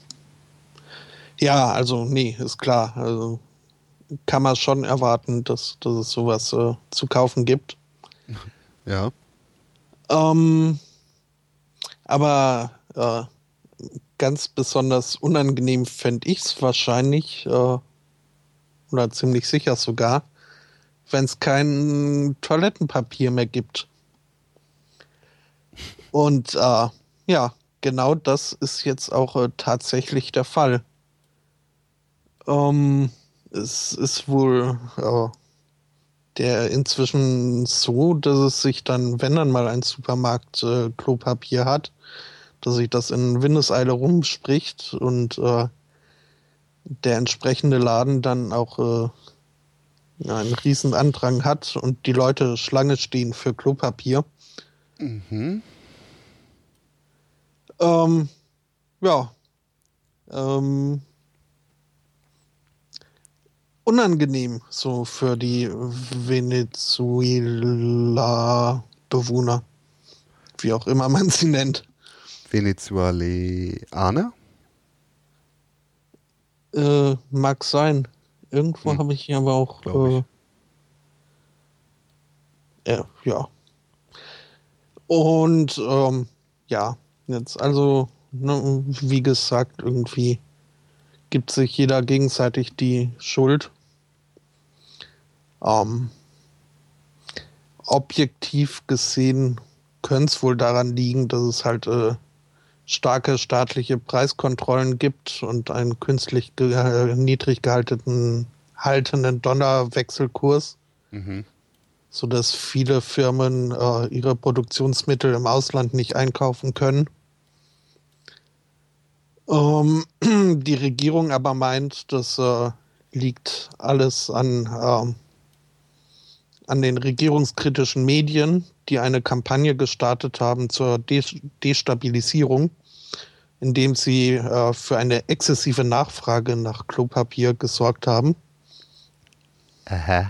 Ja, also nee, ist klar. Also kann man schon erwarten, dass, dass es sowas äh, zu kaufen gibt. Ja. Ähm, aber äh, ganz besonders unangenehm fände ich es wahrscheinlich, äh, oder ziemlich sicher sogar, wenn es kein Toilettenpapier mehr gibt. Und äh, ja, genau das ist jetzt auch äh, tatsächlich der Fall. Ähm, es ist wohl äh, der inzwischen so, dass es sich dann, wenn dann mal ein Supermarkt äh, Klopapier hat, dass sich das in Windeseile rumspricht und äh, der entsprechende Laden dann auch äh, ja, einen riesen Andrang hat und die Leute Schlange stehen für Klopapier. Mhm. Ähm, ja, ähm, unangenehm so für die Venezuela-Bewohner, wie auch immer man sie nennt. Venezuelaner? Äh, mag sein. Irgendwo Hm, habe ich aber glaube auch, ich. äh, äh, ja. Und ähm, ja, jetzt also, ne, wie gesagt, irgendwie gibt sich jeder gegenseitig die Schuld. Ähm, objektiv gesehen könnte es wohl daran liegen, dass es halt äh, starke staatliche Preiskontrollen gibt und einen künstlich ge äh, niedrig gehaltenen haltenden Dollarwechselkurs, Mhm. sodass viele Firmen äh, ihre Produktionsmittel im Ausland nicht einkaufen können. Ähm, die Regierung aber meint, das äh, liegt alles an, ähm, an den regierungskritischen Medien, die eine Kampagne gestartet haben zur Des- Destabilisierung, indem sie äh, für eine exzessive Nachfrage nach Klopapier gesorgt haben. Aha.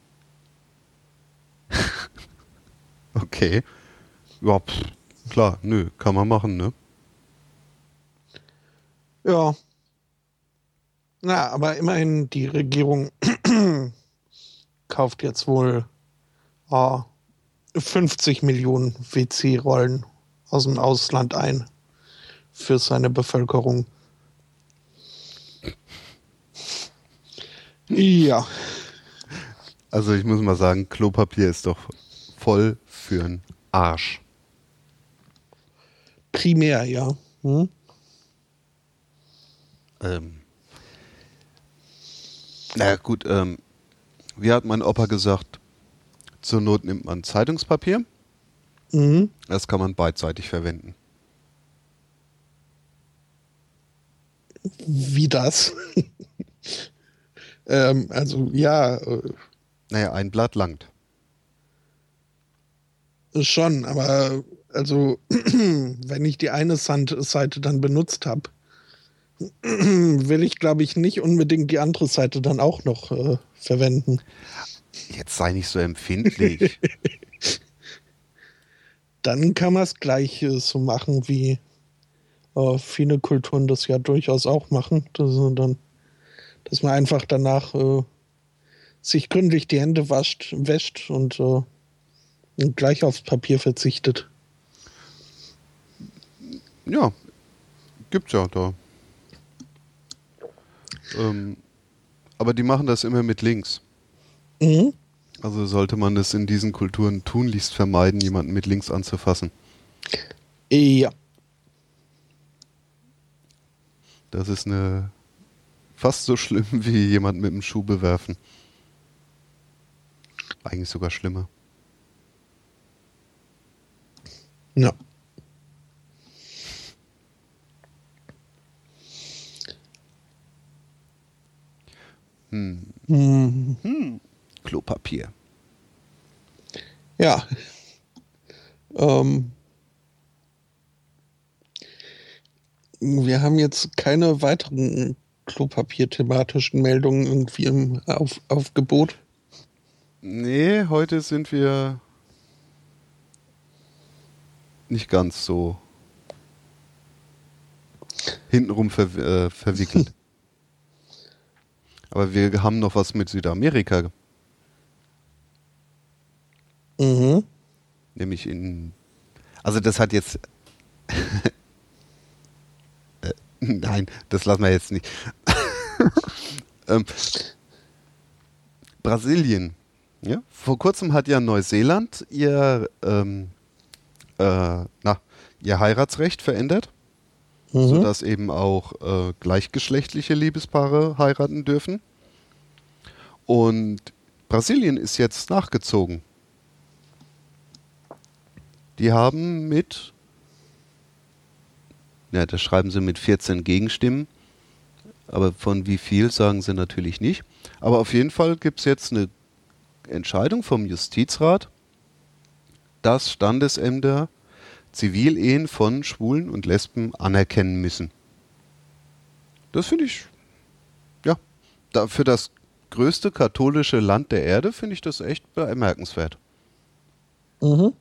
Okay. Ja, pff, klar, nö, kann man machen, ne? Ja, na, aber immerhin die Regierung kauft jetzt wohl äh, fünfzig Millionen W C-Rollen aus dem Ausland ein für seine Bevölkerung. Ja, Also ich muss mal sagen, Klopapier ist doch voll für'n Arsch. primär, ja. Hm? Ähm, na gut, ähm, wie hat mein Opa gesagt, zur Not nimmt man Zeitungspapier. Mhm. Das kann man beidseitig verwenden. Wie das? ähm, also ja, äh, Naja, ein Blatt langt. schon, aber also wenn ich die eine Sand- Seite dann benutzt habe, will ich, glaube ich, nicht unbedingt die andere Seite dann auch noch äh, verwenden. Jetzt sei nicht so empfindlich. Dann kann man es gleich äh, so machen, wie äh, viele Kulturen das ja durchaus auch machen, dass, äh, dann, dass man einfach danach äh, sich gründlich die Hände wascht, wäscht und, äh, und gleich aufs Papier verzichtet. Ja, gibt's ja da. Ähm, aber die machen das immer mit Links. Mhm. Also sollte man es in diesen Kulturen tunlichst vermeiden, jemanden mit Links anzufassen. Ja. Das ist eine fast so schlimm wie jemand mit dem Schuh bewerfen. Eigentlich sogar schlimmer. Ja. Hm. Mhm. Hm. Klopapier. Ja. Ähm, wir haben jetzt keine weiteren Klopapier-thematischen Meldungen irgendwie im Auf Aufgebot. Nee, heute sind wir nicht ganz so hintenrum ver äh, verwickelt. Aber wir haben noch was mit Südamerika. Mhm. Nämlich in. Also, das hat jetzt. äh, nein, das lassen wir jetzt nicht. ähm, Brasilien. Ja? Vor kurzem hat ja Neuseeland ihr, ähm, äh, na, ihr Heiratsrecht verändert, Mhm. sodass eben auch äh, gleichgeschlechtliche Liebespaare heiraten dürfen. Und Brasilien ist jetzt nachgezogen. Die haben mit, ja, das schreiben sie mit vierzehn Gegenstimmen, aber von wie viel sagen sie natürlich nicht. Aber auf jeden Fall gibt es jetzt eine Entscheidung vom Justizrat, dass Standesämter Zivilehen von Schwulen und Lesben anerkennen müssen. Das finde ich, ja, da, für das größte katholische Land der Erde finde ich das echt bemerkenswert. Mhm.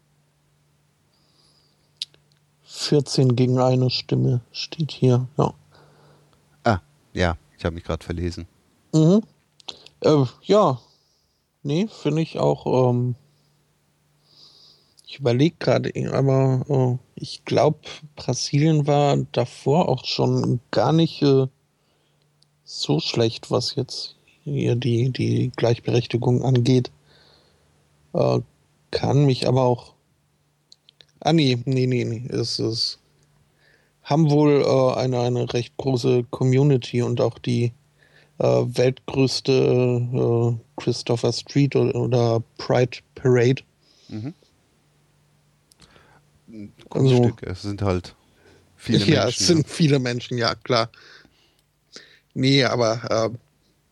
vierzehn gegen eine Stimme steht hier. Ja. Ah, ja, ich habe mich gerade verlesen. Mhm. Äh, ja, nee, finde ich auch. Ähm, ich überlege gerade, aber äh, ich glaube, Brasilien war davor auch schon gar nicht äh, so schlecht, was jetzt hier die, die Gleichberechtigung angeht. Äh, kann mich aber auch. Ah, nee, nee, nee, nee. Es ist. Haben wohl äh, eine, eine recht große Community und auch die äh, weltgrößte äh, Christopher Street oder, oder Pride Parade. Mhm. Also, Kunststück, es sind halt viele ja, Menschen. es sind Ne? viele Menschen, ja, klar. Nee, aber äh,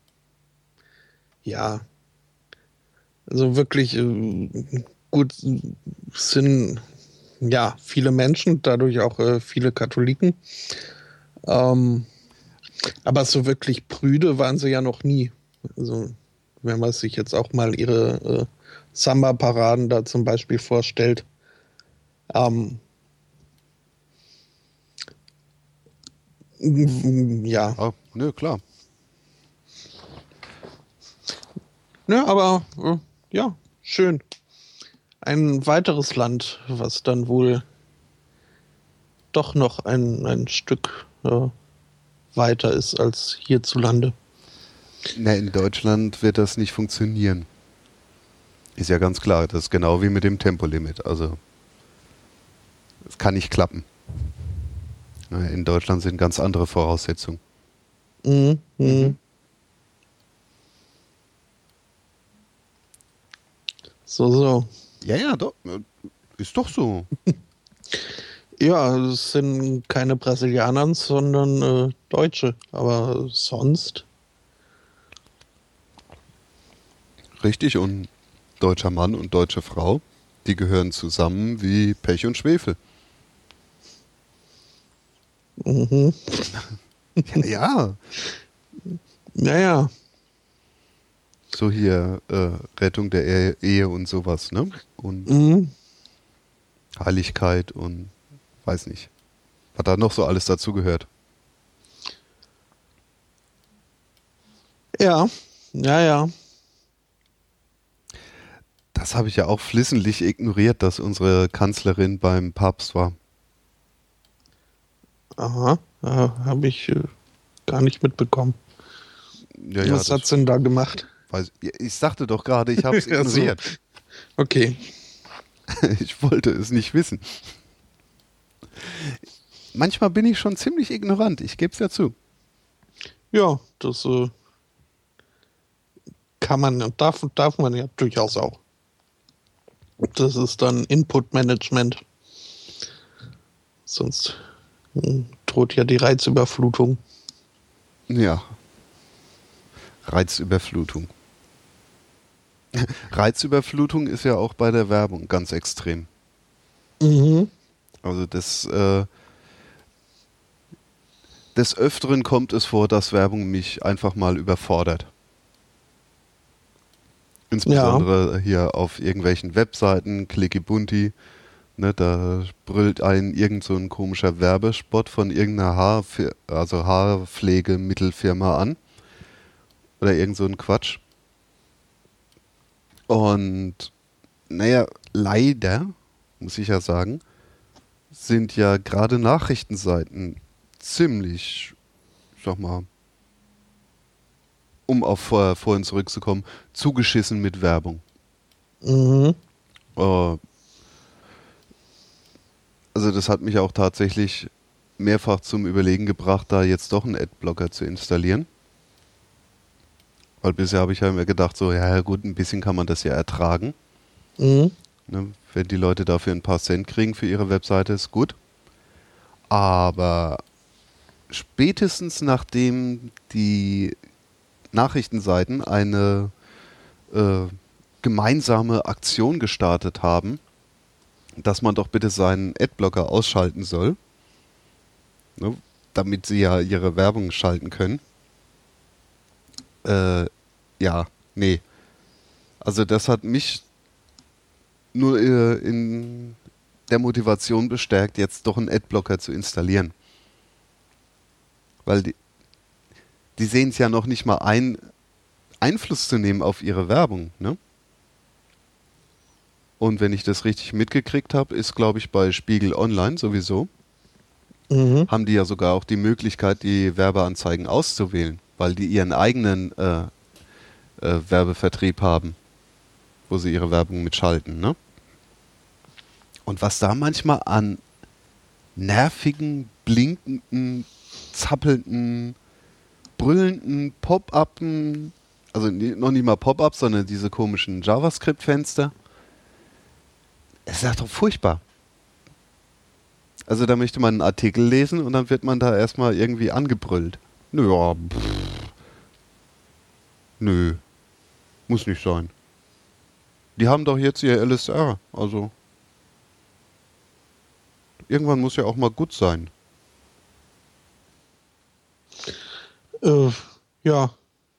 ja, also wirklich äh, gut sind ja viele Menschen, dadurch auch äh, viele Katholiken. Ähm, aber so wirklich prüde waren sie ja noch nie. Also wenn man sich jetzt auch mal ihre äh, Samba-Paraden da zum Beispiel vorstellt. Ähm, ja, Ah, nö, klar. ne, aber äh, ja, schön. Ein weiteres Land, was dann wohl doch noch ein, ein Stück äh, weiter ist als hierzulande. Na, in Deutschland wird das nicht funktionieren. Ist ja ganz klar. Das ist genau wie mit dem Tempolimit. Also, es kann nicht klappen. Na, in Deutschland sind ganz andere Voraussetzungen. Mhm, mhm. So, so. Ja, ja, doch. Ist doch so. Ja, es sind keine Brasilianer, sondern äh, Deutsche. Aber sonst. Richtig. Und deutscher Mann und deutsche Frau, die gehören zusammen wie Pech und Schwefel. Mhm. Ja, ja. Naja. So hier äh, Rettung der Ehe, Ehe und sowas, ne? Und Mhm. Heiligkeit und weiß nicht, was da noch so alles dazu gehört. Ja. Ja, ja. Das habe ich ja auch flissentlich ignoriert, dass unsere Kanzlerin beim Papst war. Aha. Äh, Habe ich äh, gar nicht mitbekommen. Ja, ja, Was das hat's denn da gemacht? weiß ich. Ich sagte doch gerade, ich habe es Ja, so. ignoriert. Okay. Ich wollte es nicht wissen. Manchmal bin ich schon ziemlich ignorant, ich gebe es ja zu. Ja, das äh, kann man, darf, darf man ja durchaus auch. Das ist dann Input-Management. Sonst hm, droht ja die Reizüberflutung. Ja. Reizüberflutung. Reizüberflutung ist ja auch bei der Werbung ganz extrem. Mhm. Also das äh, des Öfteren kommt es vor, dass Werbung mich einfach mal überfordert. Insbesondere ja. hier auf irgendwelchen Webseiten, Clicky-Bunti, ne, da brüllt einen irgend so ein komischer Werbespot von irgendeiner Haar, also Haarpflegemittelfirma an. Oder irgend so ein Quatsch. Und naja, leider, muss ich ja sagen, sind ja gerade Nachrichtenseiten ziemlich, ich sag mal, um auf vor, vorhin zurückzukommen, zugeschissen mit Werbung. Mhm. Äh, also das hat mich auch tatsächlich mehrfach zum Überlegen gebracht, da jetzt doch einen Adblocker zu installieren. Weil bisher habe ich ja immer gedacht, so, ja gut, ein bisschen kann man das ja ertragen. Mhm. Ne, wenn die Leute dafür ein paar Cent kriegen für ihre Webseite, ist gut. Aber spätestens nachdem die Nachrichtenseiten eine äh, gemeinsame Aktion gestartet haben, dass man doch bitte seinen Adblocker ausschalten soll, ne, damit sie ja ihre Werbung schalten können. Äh, ja, nee. Also das hat mich nur äh, in der Motivation bestärkt, jetzt doch einen Adblocker zu installieren. Weil die, die sehen es ja noch nicht mal ein, Einfluss zu nehmen auf ihre Werbung, ne? Und wenn ich das richtig mitgekriegt habe, ist, glaube ich, bei Spiegel Online sowieso, Mhm. haben die ja sogar auch die Möglichkeit, die Werbeanzeigen auszuwählen, weil die ihren eigenen äh, äh, Werbevertrieb haben, wo sie ihre Werbung mitschalten, ne? Und was da manchmal an nervigen, blinkenden, zappelnden, brüllenden Pop-Upen, also noch nicht mal Pop-Ups, sondern diese komischen JavaScript-Fenster. Es ist doch furchtbar. Also da möchte man einen Artikel lesen und dann wird man da erstmal irgendwie angebrüllt. Nö, ja, pff, nö, muss nicht sein. Die haben doch jetzt ihr L S R, also irgendwann muss ja auch mal gut sein. Äh, ja.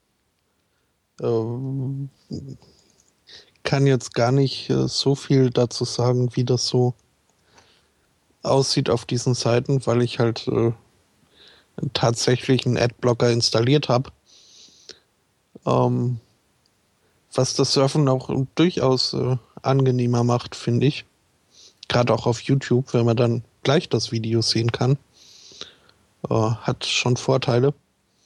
Ähm, kann jetzt gar nicht äh, so viel dazu sagen, wie das so aussieht auf diesen Seiten, weil ich halt äh, tatsächlich einen Adblocker installiert habe. Ähm, was das Surfen auch durchaus äh, angenehmer macht, finde ich. Gerade auch auf YouTube, wenn man dann gleich das Video sehen kann. Äh, hat schon Vorteile.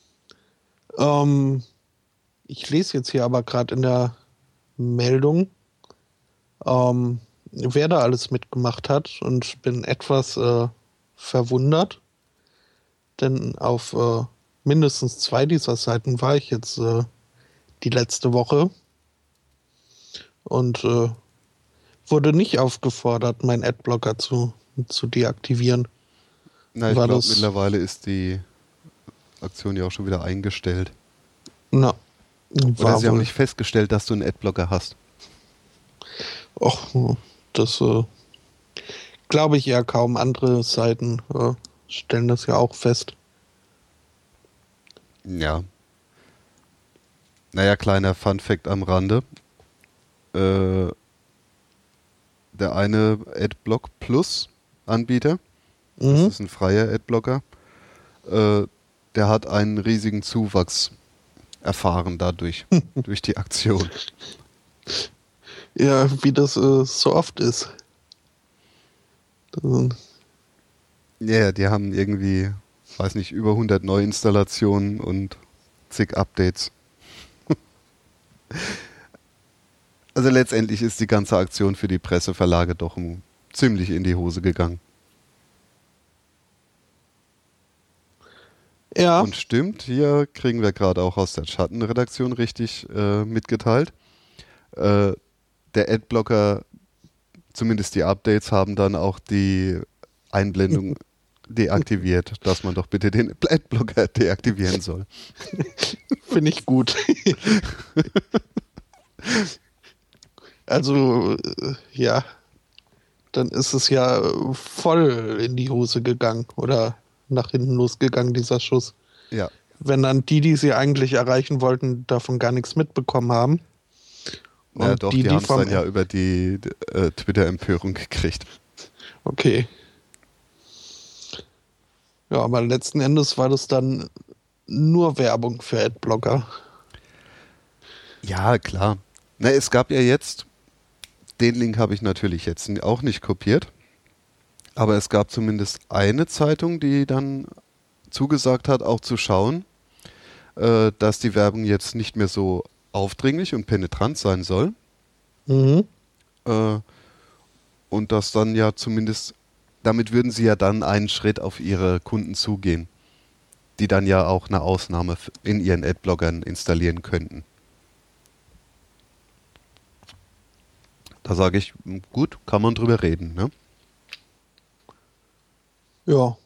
Ähm, ich lese jetzt hier aber gerade in der Meldung, ähm, wer da alles mitgemacht hat und bin etwas äh, verwundert, denn auf äh, mindestens zwei dieser Seiten war ich jetzt äh, die letzte Woche und äh, wurde nicht aufgefordert, meinen Adblocker zu, zu deaktivieren. Na, ich War glaube, das, mittlerweile ist die Aktion ja auch schon wieder eingestellt. na, Oder war sie haben wohl. nicht festgestellt, dass du einen Adblocker hast. Och, das äh, glaube ich eher kaum. Andere Seiten äh, stellen das ja auch fest. Ja. Naja, kleiner Funfact am Rande. Äh, der eine Adblock Plus Anbieter, das Mhm. ist ein freier Adblocker, äh, der hat einen riesigen Zuwachs erfahren dadurch, durch die Aktion. Ja, wie das äh, so oft ist. Das, Ja, die haben irgendwie, weiß nicht, über hundert Neuinstallationen und zig Updates. Also letztendlich ist die ganze Aktion für die Presseverlage doch um, ziemlich in die Hose gegangen. ja, Und stimmt, hier kriegen wir gerade auch aus der Schattenredaktion richtig äh, mitgeteilt. Äh, der Adblocker, zumindest die Updates, haben dann auch die Einblendung deaktiviert, dass man doch bitte den Adblocker deaktivieren soll. finde ich gut. Also, äh, ja, dann ist es ja äh, voll in die Hose gegangen oder nach hinten losgegangen, dieser Schuss. Ja, Wenn dann die, die sie eigentlich erreichen wollten, davon gar nichts mitbekommen haben. naja Und doch, die, die die haben es vom... dann ja über die äh, Twitter-Empörung gekriegt. Okay. Ja, aber letzten Endes war das dann nur Werbung für Adblocker. Ja, klar. Na, es gab ja jetzt, den Link habe ich natürlich jetzt auch nicht kopiert, aber es gab zumindest eine Zeitung, die dann zugesagt hat, auch zu schauen, äh, dass die Werbung jetzt nicht mehr so aufdringlich und penetrant sein soll. Mhm. Äh, und dass dann ja zumindest, damit würden sie ja dann einen Schritt auf ihre Kunden zugehen, die dann ja auch eine Ausnahme f- in ihren Adblockern installieren könnten. Da sage ich, m, gut, kann man drüber reden, ne? Ja.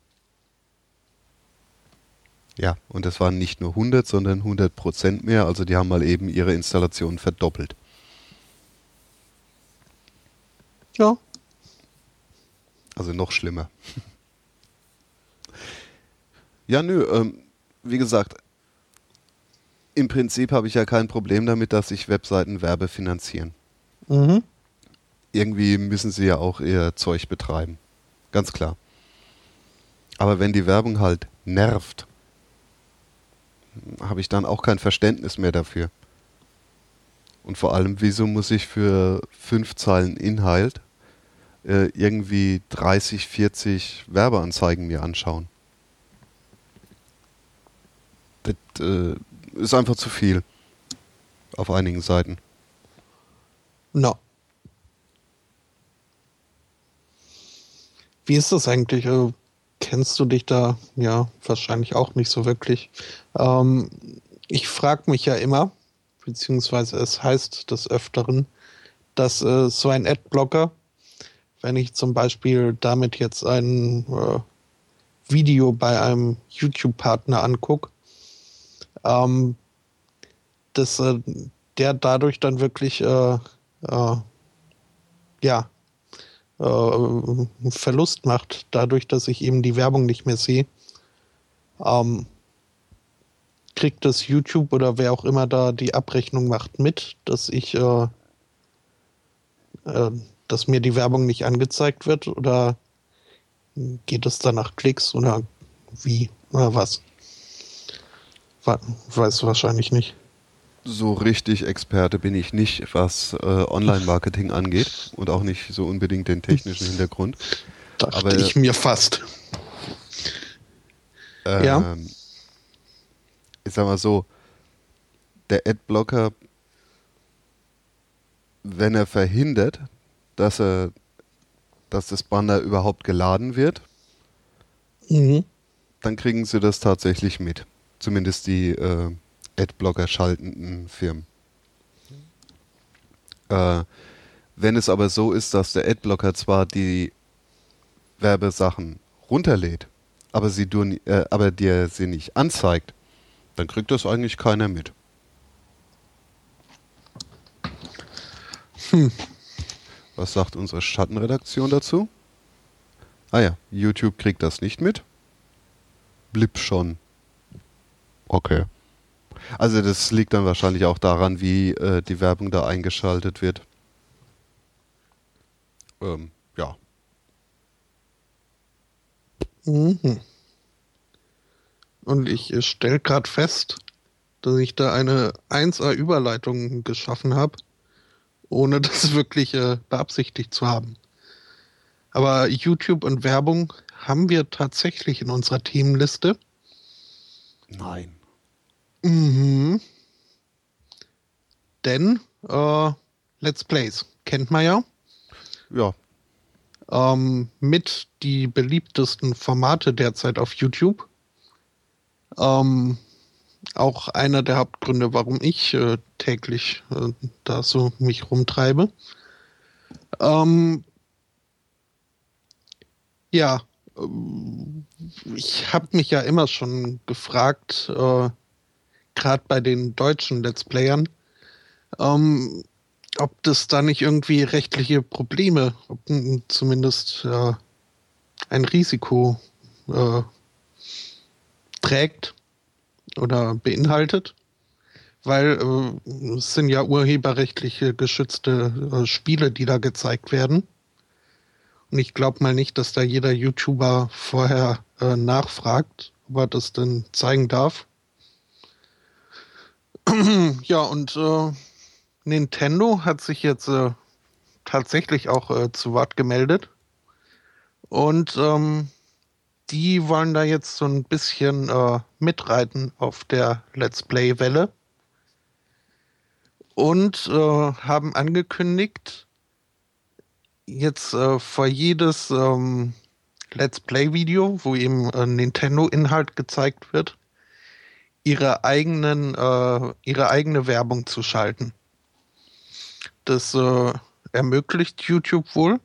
Ja, und es waren nicht nur hundert, sondern hundert Prozent mehr, also die haben mal eben ihre Installation verdoppelt. Ja. Also noch schlimmer. Ja, nö, ähm, wie gesagt, im Prinzip habe ich ja kein Problem damit, dass sich Webseiten Werbe finanzieren. Mhm. Irgendwie müssen sie ja auch ihr Zeug betreiben. Ganz klar. Aber wenn die Werbung halt nervt, habe ich dann auch kein Verständnis mehr dafür. Und vor allem, wieso muss ich für fünf Zeilen Inhalt äh, irgendwie dreißig, vierzig Werbeanzeigen mir anschauen? Das äh, ist einfach zu viel. Auf einigen Seiten. No. Wie ist das eigentlich? Äh, kennst du dich da? Ja, wahrscheinlich auch nicht so wirklich. Ähm, ich frage mich ja immer, beziehungsweise es heißt des Öfteren, dass äh, so ein Adblocker wenn ich zum Beispiel damit jetzt ein äh, Video bei einem YouTube-Partner angucke, ähm, dass äh, der dadurch dann wirklich äh, äh, ja, äh, einen Verlust macht, dadurch, dass ich eben die Werbung nicht mehr sehe. Ähm, kriegt das YouTube oder wer auch immer da die Abrechnung macht mit, dass ich äh, äh, dass mir die Werbung nicht angezeigt wird, oder geht es dann nach Klicks oder wie oder was? Weiß wahrscheinlich nicht. So richtig Experte bin ich nicht, was äh, Online-Marketing angeht und auch nicht so unbedingt den technischen Hintergrund. Dachte Aber, ich mir fast. Ähm, ja. Ich sag mal so, der Adblocker, wenn er verhindert, dass er, dass das Banner überhaupt geladen wird, Mhm. dann kriegen sie das tatsächlich mit. Zumindest die äh, Adblocker schaltenden Firmen. Äh, wenn es aber so ist, dass der Adblocker zwar die Werbesachen runterlädt, aber, sie du, äh, aber dir sie nicht anzeigt, dann kriegt das eigentlich keiner mit. Hm. Was sagt unsere Schattenredaktion dazu? Ah ja, YouTube kriegt das nicht mit. Blip schon. Okay. Also das liegt dann wahrscheinlich auch daran, wie äh, die Werbung da eingeschaltet wird. Ähm, ja. Mhm. Und ich äh, stelle gerade fest, dass ich da eine eins A-Überleitung geschaffen habe, ohne das wirklich äh, beabsichtigt zu haben. Aber YouTube und Werbung haben wir tatsächlich in unserer Themenliste. Nein. Mhm. Denn äh, Let's Plays kennt man ja. Ja. Ähm, mit die beliebtesten Formate derzeit auf YouTube. Ähm, auch einer der Hauptgründe, warum ich äh, täglich äh, da so mich rumtreibe. Ähm, ja, ähm, ich habe mich ja immer schon gefragt, äh, gerade bei den deutschen Let's Playern, ähm, ob das da nicht irgendwie rechtliche Probleme, ob m- zumindest äh, ein Risiko äh, trägt oder beinhaltet, weil äh, es sind ja urheberrechtliche geschützte äh, Spiele, die da gezeigt werden. Und ich glaube mal nicht, dass da jeder YouTuber vorher äh, nachfragt, ob er das denn zeigen darf. Ja, und äh, Nintendo hat sich jetzt äh, tatsächlich auch äh, zu Wort gemeldet. Und ähm, die wollen da jetzt so ein bisschen äh, mitreiten auf der Let's Play-Welle und äh, haben angekündigt, jetzt äh, vor jedes ähm, Let's Play-Video, wo eben äh, Nintendo-Inhalt gezeigt wird, ihre eigenen, äh, ihre eigene Werbung zu schalten. Das äh, ermöglicht YouTube wohl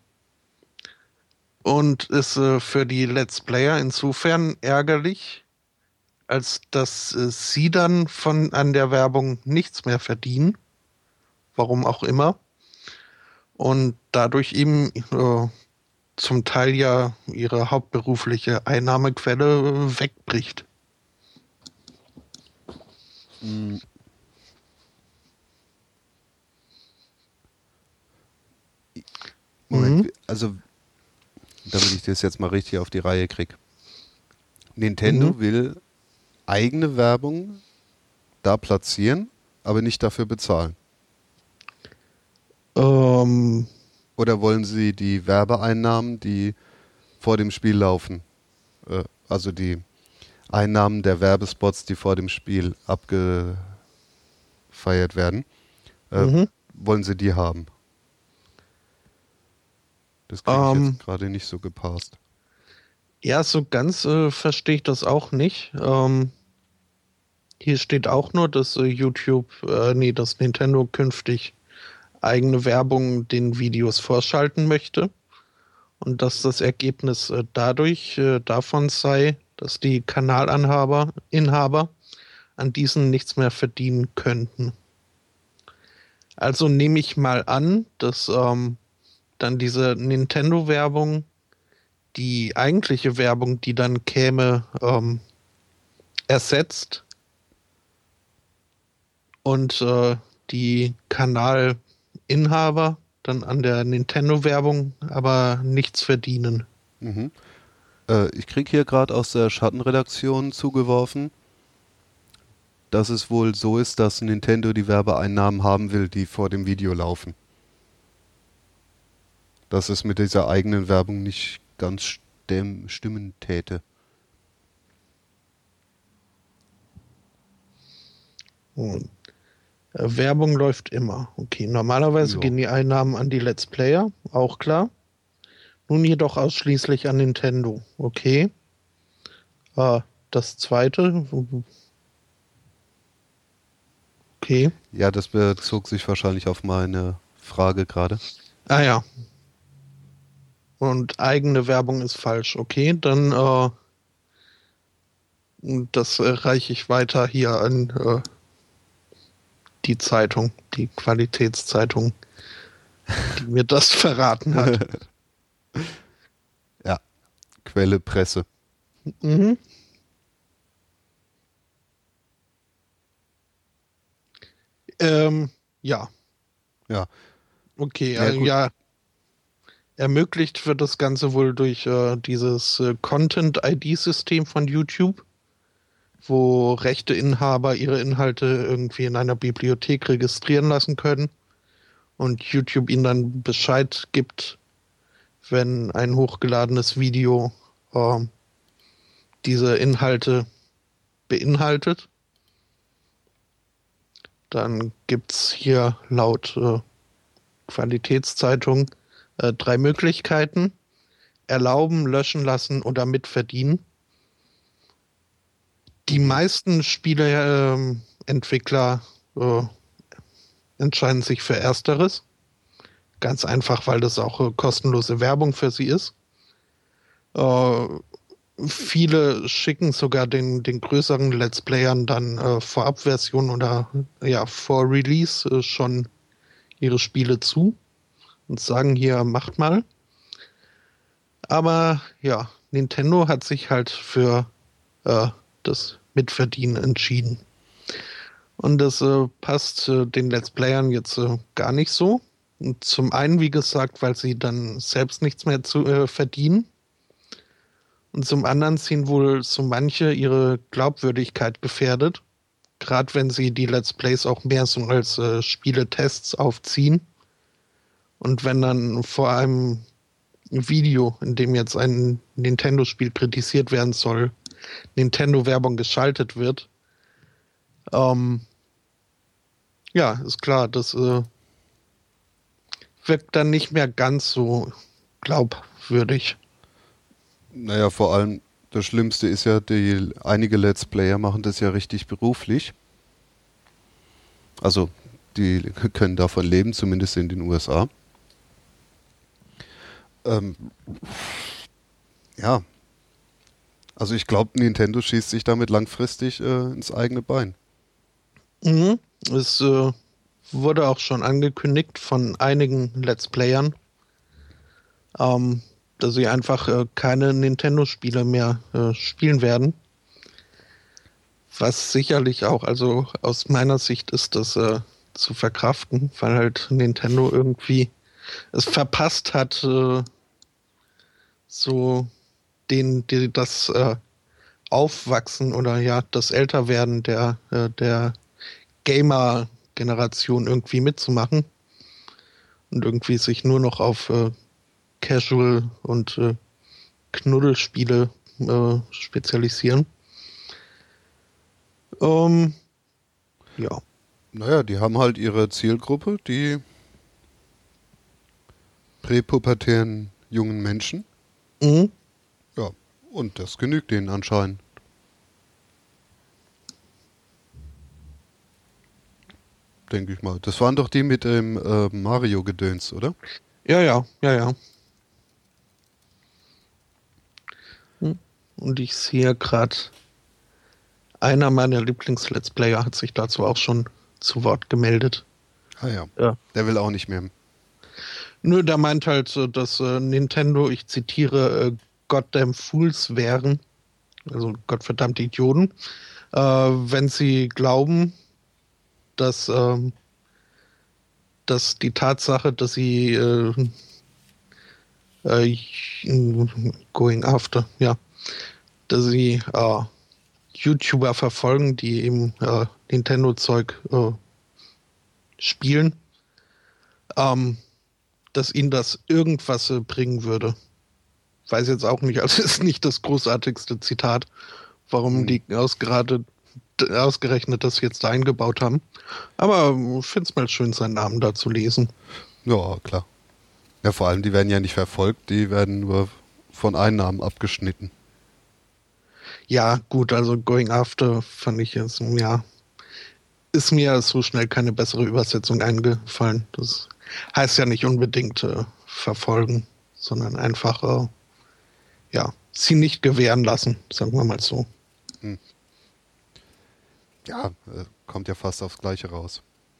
und ist äh, für die Let's Player insofern ärgerlich, als dass äh, sie dann von an der Werbung nichts mehr verdienen, warum auch immer, und dadurch eben äh, zum Teil ja ihre hauptberufliche Einnahmequelle äh, wegbricht. Hm. Moment, Mhm. also damit ich das jetzt mal richtig auf die Reihe kriege. Nintendo Mhm. will eigene Werbung da platzieren, aber nicht dafür bezahlen. Ähm, Oder wollen sie die Werbeeinnahmen, die vor dem Spiel laufen, äh, also die Einnahmen der Werbespots, die vor dem Spiel abgefeiert werden, äh, mhm. wollen sie die haben? Das kriege ich Ähm, jetzt gerade nicht so gepasst. ja, so ganz äh, verstehe ich das auch nicht. Ähm, hier steht auch nur, dass äh, YouTube, äh, nee, dass Nintendo künftig eigene Werbung den Videos vorschalten möchte. und dass das Ergebnis äh, dadurch äh, davon sei, dass die Kanalinhaber Inhaber an diesen nichts mehr verdienen könnten. Also nehme ich mal an, dass ähm, dann diese Nintendo-Werbung die eigentliche Werbung, die dann käme, ähm, ersetzt und äh, die Kanalinhaber dann an der Nintendo-Werbung aber nichts verdienen. Mhm. Äh, ich krieg hier gerade aus der Schattenredaktion zugeworfen, dass es wohl so ist, dass Nintendo die Werbeeinnahmen haben will, die vor dem Video laufen. Dass es mit dieser eigenen Werbung nicht ganz stimm stimmen täte. Und, äh, Werbung läuft immer. Okay, normalerweise Ja. gehen die Einnahmen an die Let's Player, auch klar. Nun jedoch ausschließlich an Nintendo. Okay. Äh, das zweite. Okay. Ja, das bezog sich wahrscheinlich auf meine Frage gerade. Ah ja. Und eigene Werbung ist falsch. Okay, dann äh, das äh, reiche ich weiter hier an äh, die Zeitung, die Qualitätszeitung, die mir das verraten hat. Ja, Quelle Presse. Mhm. Ähm, ja. Ja. Okay, Ja, äh, gut. ja. Ermöglicht wird das Ganze wohl durch äh, dieses äh, Content-I D-System von YouTube, wo Rechteinhaber ihre Inhalte irgendwie in einer Bibliothek registrieren lassen können und YouTube ihnen dann Bescheid gibt, wenn ein hochgeladenes Video äh, diese Inhalte beinhaltet. Dann gibt es hier laut äh, Qualitätszeitung äh, drei Möglichkeiten. Erlauben, löschen lassen oder mitverdienen. Die Mhm. meisten Spieleentwickler äh, entscheiden sich für Ersteres. Ganz einfach, weil das auch äh, kostenlose Werbung für sie ist. Äh, viele schicken sogar den, den größeren Let's Playern dann äh, Vorabversion oder ja, vor Release äh, schon ihre Spiele zu und sagen hier, macht mal. Aber ja, Nintendo hat sich halt für äh, das Mitverdienen entschieden. Und das äh, passt äh, den Let's Playern jetzt äh, gar nicht so. Und zum einen, wie gesagt, weil sie dann selbst nichts mehr zu äh, verdienen. Und zum anderen sind wohl so manche ihre Glaubwürdigkeit gefährdet. Gerade wenn sie die Let's Plays auch mehr so als äh, Spieletests aufziehen. Und wenn dann vor einem Video, in dem jetzt ein Nintendo-Spiel kritisiert werden soll, Nintendo-Werbung geschaltet wird, ähm, ja, ist klar, das äh, wirkt dann nicht mehr ganz so glaubwürdig. Naja, vor allem das Schlimmste ist ja, die einige Let's Player machen das ja richtig beruflich. Also die können davon leben, zumindest in den U S A. Ähm, ja, also ich glaube, Nintendo schießt sich damit langfristig äh, ins eigene Bein. Mhm. Es äh, wurde auch schon angekündigt von einigen Let's Playern, ähm, dass sie einfach äh, keine Nintendo-Spiele mehr äh, spielen werden. Was sicherlich auch, also aus meiner Sicht ist das äh, zu verkraften, weil halt Nintendo irgendwie es verpasst hat, äh, so den, die, das äh, Aufwachsen oder ja, das Älterwerden der, äh, der Gamer-Generation irgendwie mitzumachen und irgendwie sich nur noch auf äh, Casual und äh, Knuddelspiele äh, spezialisieren. Ähm, ja. Naja, die haben halt ihre Zielgruppe, die präpubertären jungen Menschen. Mhm. Ja, und das genügt denen anscheinend. Denke ich mal. Das waren doch die mit dem äh, Mario-Gedöns, oder? Ja, ja, ja, ja. und ich sehe gerade, einer meiner Lieblings-Let's Player hat sich dazu auch schon zu Wort gemeldet. Ah ja. Ja. Der will auch nicht mehr. Nö, der meint halt, äh, dass äh, Nintendo, ich zitiere, äh, Goddamn Fools wären, also gottverdammte Idioten, äh, wenn sie glauben, dass, ähm, dass die Tatsache, dass sie äh, äh, going after, ja, dass sie äh, YouTuber verfolgen, die eben äh, Nintendo-Zeug äh, spielen, ähm, dass ihnen das irgendwas äh, bringen würde. Weiß jetzt auch nicht, also ist nicht das großartigste Zitat, warum hm. die ausgerade, ausgerechnet das jetzt da eingebaut haben. Aber ich finde es mal schön, seinen Namen da zu lesen. Ja, klar. Ja, vor allem, die werden ja nicht verfolgt, die werden nur von Einnahmen abgeschnitten. Ja, gut, also Going After fand ich jetzt, ja, ist mir so schnell keine bessere Übersetzung eingefallen. Das heißt ja nicht unbedingt äh, verfolgen, sondern einfach, äh, ja, sie nicht gewähren lassen, sagen wir mal so. Hm. Ja, äh, kommt ja fast aufs Gleiche raus.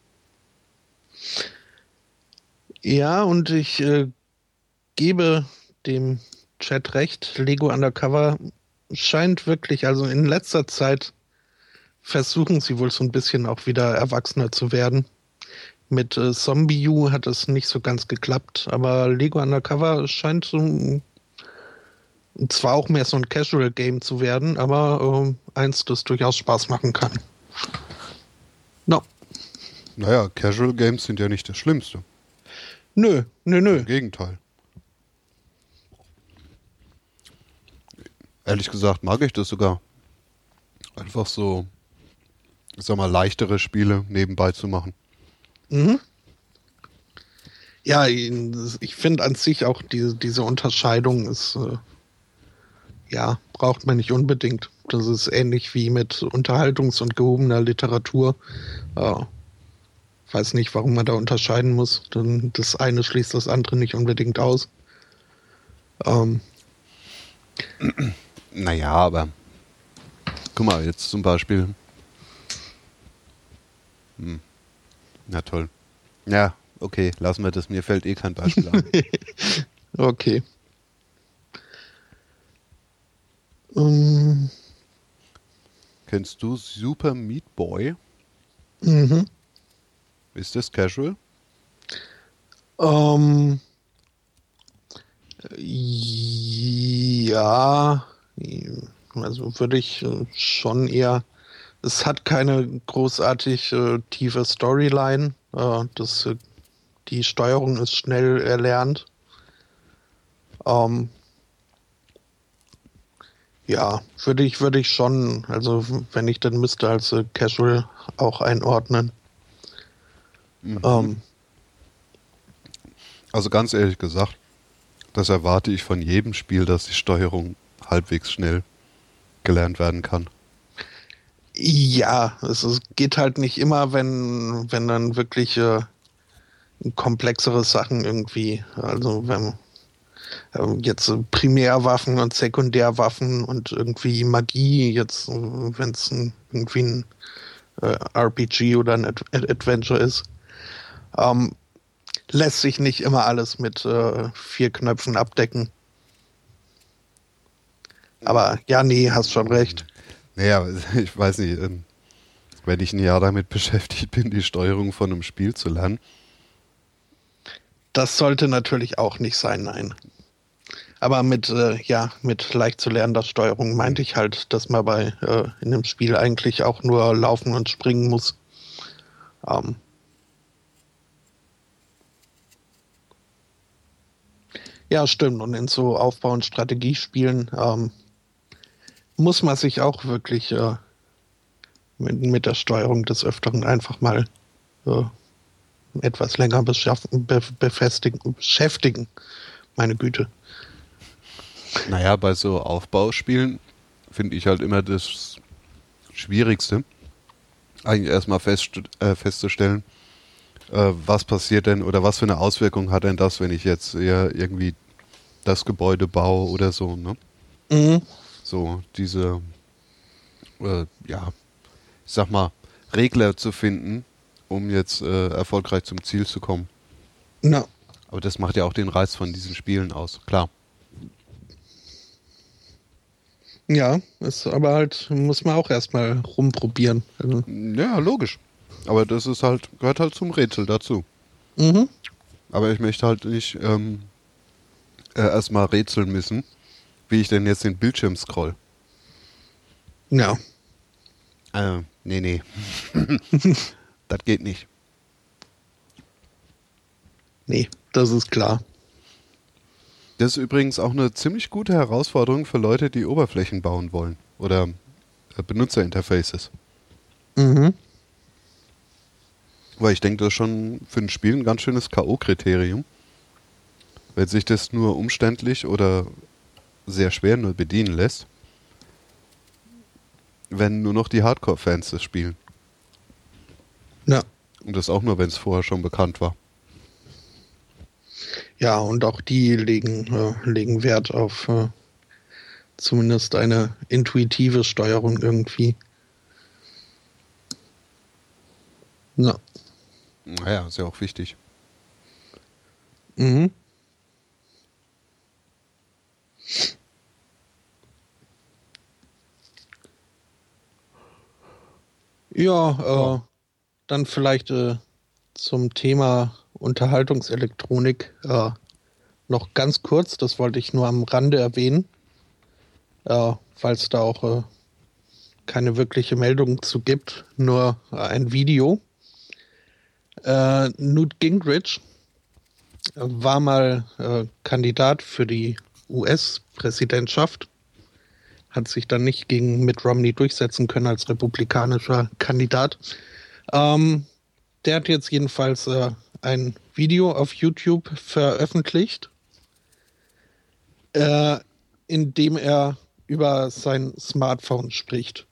Ja, und ich äh, gebe dem Chat recht, Lego Undercover scheint wirklich, also in letzter Zeit versuchen sie wohl so ein bisschen auch wieder erwachsener zu werden. Mit äh, Zombie U hat es nicht so ganz geklappt, aber Lego Undercover scheint so zwar auch mehr so ein Casual-Game zu werden, aber äh, eins, das durchaus Spaß machen kann. No. Naja, Casual-Games sind ja nicht das Schlimmste. Nö, nö, nö. Im Gegenteil. Ehrlich gesagt mag ich das sogar. Einfach so, ich sag mal, leichtere Spiele nebenbei zu machen. Mhm. Ja, ich finde an sich auch diese, diese Unterscheidung ist, äh, ja, braucht man nicht unbedingt. Das ist ähnlich wie mit Unterhaltungs- und gehobener Literatur. Äh, weiß nicht, warum man da unterscheiden muss. Denn das eine schließt das andere nicht unbedingt aus. Ähm. Naja, aber guck mal, jetzt zum Beispiel. Hm. Na toll. Ja, okay, lassen wir das. Mir fällt eh kein Beispiel ein. Okay. Um. Kennst du Super Meat Boy? Mhm. Ist das Casual? Um. Ja. Also würde ich schon eher. Es hat keine großartig äh, tiefe Storyline. Äh, das, äh, die Steuerung ist schnell erlernt. Ähm, ja, würde ich, würde ich schon, also wenn ich dann müsste, als äh, Casual auch einordnen. Mhm. Ähm, also ganz ehrlich gesagt, das erwarte ich von jedem Spiel, dass die Steuerung halbwegs schnell gelernt werden kann. Ja, es, es geht halt nicht immer, wenn, wenn dann wirklich äh, komplexere Sachen irgendwie, also wenn äh, jetzt äh, Primärwaffen und Sekundärwaffen und irgendwie Magie, jetzt, äh, wenn es irgendwie ein äh, R P G oder ein Ad Adventure ist, ähm, lässt sich nicht immer alles mit äh, vier Knöpfen abdecken. Aber ja, nee, hast schon recht. Naja, ich weiß nicht, wenn ich ein Jahr damit beschäftigt bin, die Steuerung von einem Spiel zu lernen. Das sollte natürlich auch nicht sein, nein. Aber mit, äh, ja, mit leicht zu lernender Steuerung meinte ich halt, dass man bei äh, in einem Spiel eigentlich auch nur laufen und springen muss. Ähm, ja, stimmt. Und in so Aufbau- und Strategiespielen ähm, muss man sich auch wirklich äh, mit, mit der Steuerung des Öfteren einfach mal äh, etwas länger be befestigen, beschäftigen. Meine Güte. Naja, bei so Aufbauspielen finde ich halt immer das Schwierigste, eigentlich erstmal fest, äh, festzustellen, äh, was passiert denn oder was für eine Auswirkung hat denn das, wenn ich jetzt eher irgendwie das Gebäude baue oder so, ne? Mhm. So so diese, äh, ja, ich sag mal, Regler zu finden, um jetzt äh, erfolgreich zum Ziel zu kommen. Na. Aber das macht ja auch den Reiz von diesen Spielen aus, klar. Ja, ist aber halt, muss man auch erstmal rumprobieren. Also, Ja, logisch. Aber das ist halt, gehört halt zum Rätsel dazu. mhm. Aber ich möchte halt nicht ähm, äh, erstmal rätseln müssen, wie ich denn jetzt den Bildschirm scroll. Ja. Äh, nee, nee. Das geht nicht. Nee, das ist klar. Das ist übrigens auch eine ziemlich gute Herausforderung für Leute, die Oberflächen bauen wollen. Oder äh, Benutzerinterfaces. Mhm. Weil ich denke, das ist schon für ein Spiel ein ganz schönes K O-Kriterium. Wenn sich das nur umständlich oder sehr schwer nur bedienen lässt. Wenn nur noch die Hardcore-Fans das spielen. Ja. Und das auch nur, wenn es vorher schon bekannt war. Ja, und auch die legen, äh, legen Wert auf äh, zumindest eine intuitive Steuerung irgendwie. Ja. Naja, ist ja auch wichtig. Mhm. Ja, äh, Ja. dann vielleicht äh, zum Thema Unterhaltungselektronik äh, noch ganz kurz, das wollte ich nur am Rande erwähnen, äh, weil es da auch äh, keine wirkliche Meldung zu gibt, nur äh, ein Video. Äh, Newt Gingrich war mal äh, Kandidat für die U S-Präsidentschaft, hat sich dann nicht gegen Mitt Romney durchsetzen können als republikanischer Kandidat. Ähm, der hat jetzt jedenfalls äh, ein Video auf YouTube veröffentlicht, äh, in dem er über sein Smartphone spricht.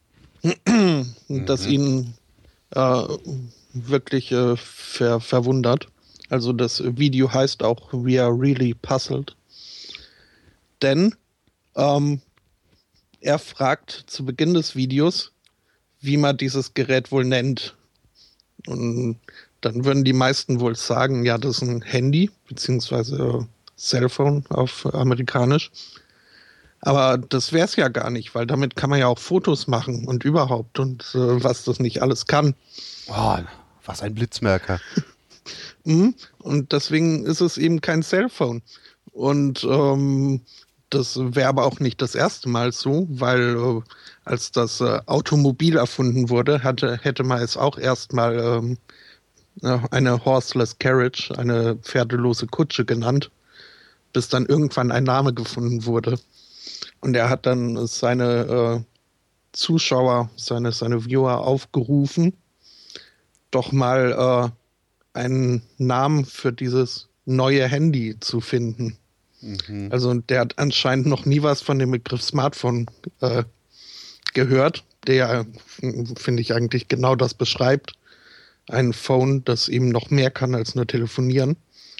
Das ihn äh, wirklich äh, ver verwundert. Also das Video heißt auch We are really puzzled. Denn ähm, er fragt zu Beginn des Videos, wie man dieses Gerät wohl nennt. Und dann würden die meisten wohl sagen, ja, das ist ein Handy, beziehungsweise Cellphone auf amerikanisch. Aber das wäre es ja gar nicht, weil damit kann man ja auch Fotos machen und überhaupt und äh, was das nicht alles kann. Oh, was ein Blitzmerker. Mhm. Und deswegen ist es eben kein Cellphone. Und ähm, das wäre aber auch nicht das erste Mal so, weil äh, als das äh, Automobil erfunden wurde, hatte, hätte man es auch erstmal ähm, eine Horseless Carriage, eine pferdelose Kutsche genannt, bis dann irgendwann ein Name gefunden wurde. Und er hat dann seine äh, Zuschauer, seine, seine Viewer aufgerufen, doch mal äh, einen Namen für dieses neue Handy zu finden. Mhm. Also der hat anscheinend noch nie was von dem Begriff Smartphone äh, gehört, der, finde ich, eigentlich genau das beschreibt. Ein Phone, das eben noch mehr kann als nur telefonieren.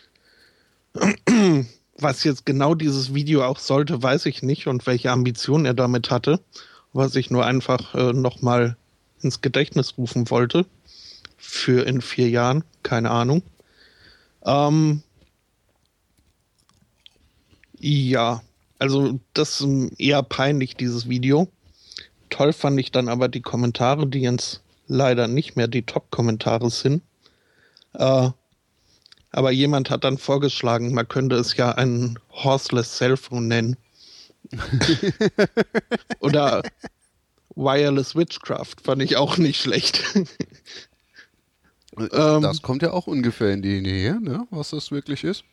Was jetzt genau dieses Video auch sollte, weiß ich nicht und welche Ambitionen er damit hatte. Was ich nur einfach äh, nochmal ins Gedächtnis rufen wollte. Für in vier Jahren, keine Ahnung. Ähm, ja, also das ist eher peinlich, dieses Video. Toll fand ich dann aber die Kommentare, die jetzt leider nicht mehr die Top-Kommentare sind. Äh, aber jemand hat dann vorgeschlagen, man könnte es ja ein Horseless Cellphone nennen. Oder Wireless Witchcraft fand ich auch nicht schlecht. ähm, Das kommt ja auch ungefähr in die Nähe, ne? Was das wirklich ist.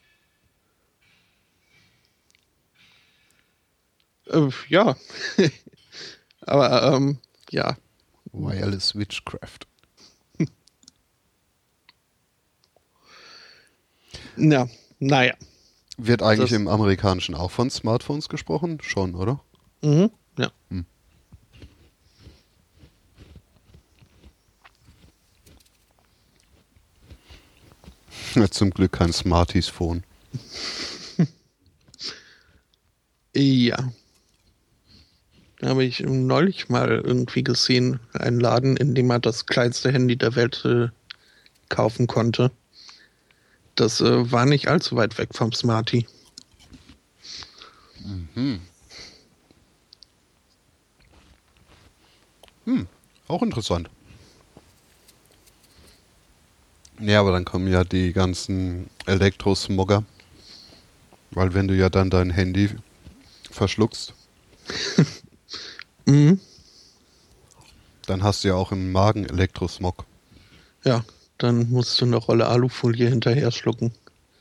äh, ja. Aber ähm, ja. Wireless Witchcraft. Ja, naja. Wird eigentlich Das- im Amerikanischen auch von Smartphones gesprochen? Schon, oder? Mhm, ja. Hm. Ja, zum Glück kein Smarties-Phone. Ja. Da habe ich neulich mal irgendwie gesehen, einen Laden, in dem man das kleinste Handy der Welt äh, kaufen konnte. Das äh, war nicht allzu weit weg vom Smarty. Mhm. Hm, auch interessant. Ja, aber dann kommen ja die ganzen Elektrosmogger. Weil wenn du ja dann dein Handy verschluckst, Mhm. dann hast du ja auch im Magen Elektrosmog. Ja, dann musst du eine Rolle Alufolie hinterher schlucken.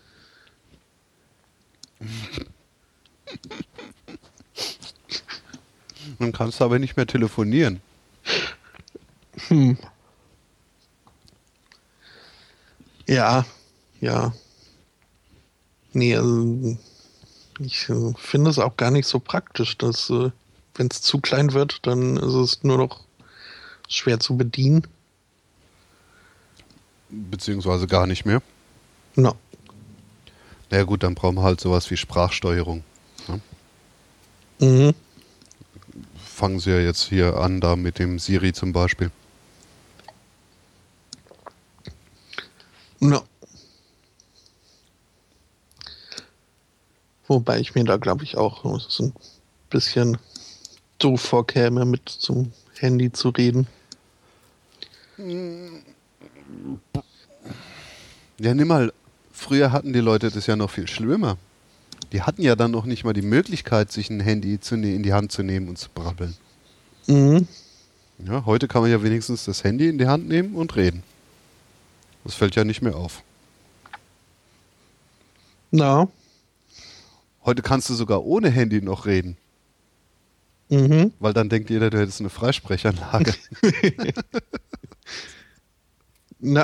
Dann kannst du aber nicht mehr telefonieren. Hm. Ja, ja. Nee, also ich äh, finde es auch gar nicht so praktisch, dass äh, wenn es zu klein wird, dann ist es nur noch schwer zu bedienen. Beziehungsweise gar nicht mehr. No. Na ja, gut, dann brauchen wir halt sowas wie Sprachsteuerung. Ne? Mhm. Fangen sie ja jetzt hier an, da mit dem Siri zum Beispiel. No. Wobei ich mir da, glaube ich, auch so ein bisschen doof vorkäme, mit zum Handy zu reden. Ja, nimm mal, früher hatten die Leute das ja noch viel schlimmer. Die hatten ja dann noch nicht mal die Möglichkeit, sich ein Handy zu ne- in die Hand zu nehmen und zu brabbeln. Mhm. Ja, heute kann man ja wenigstens das Handy in die Hand nehmen und reden. Das fällt ja nicht mehr auf. Na. Heute kannst du sogar ohne Handy noch reden, Mhm. weil dann denkt jeder, du hättest eine Freisprechanlage. Na.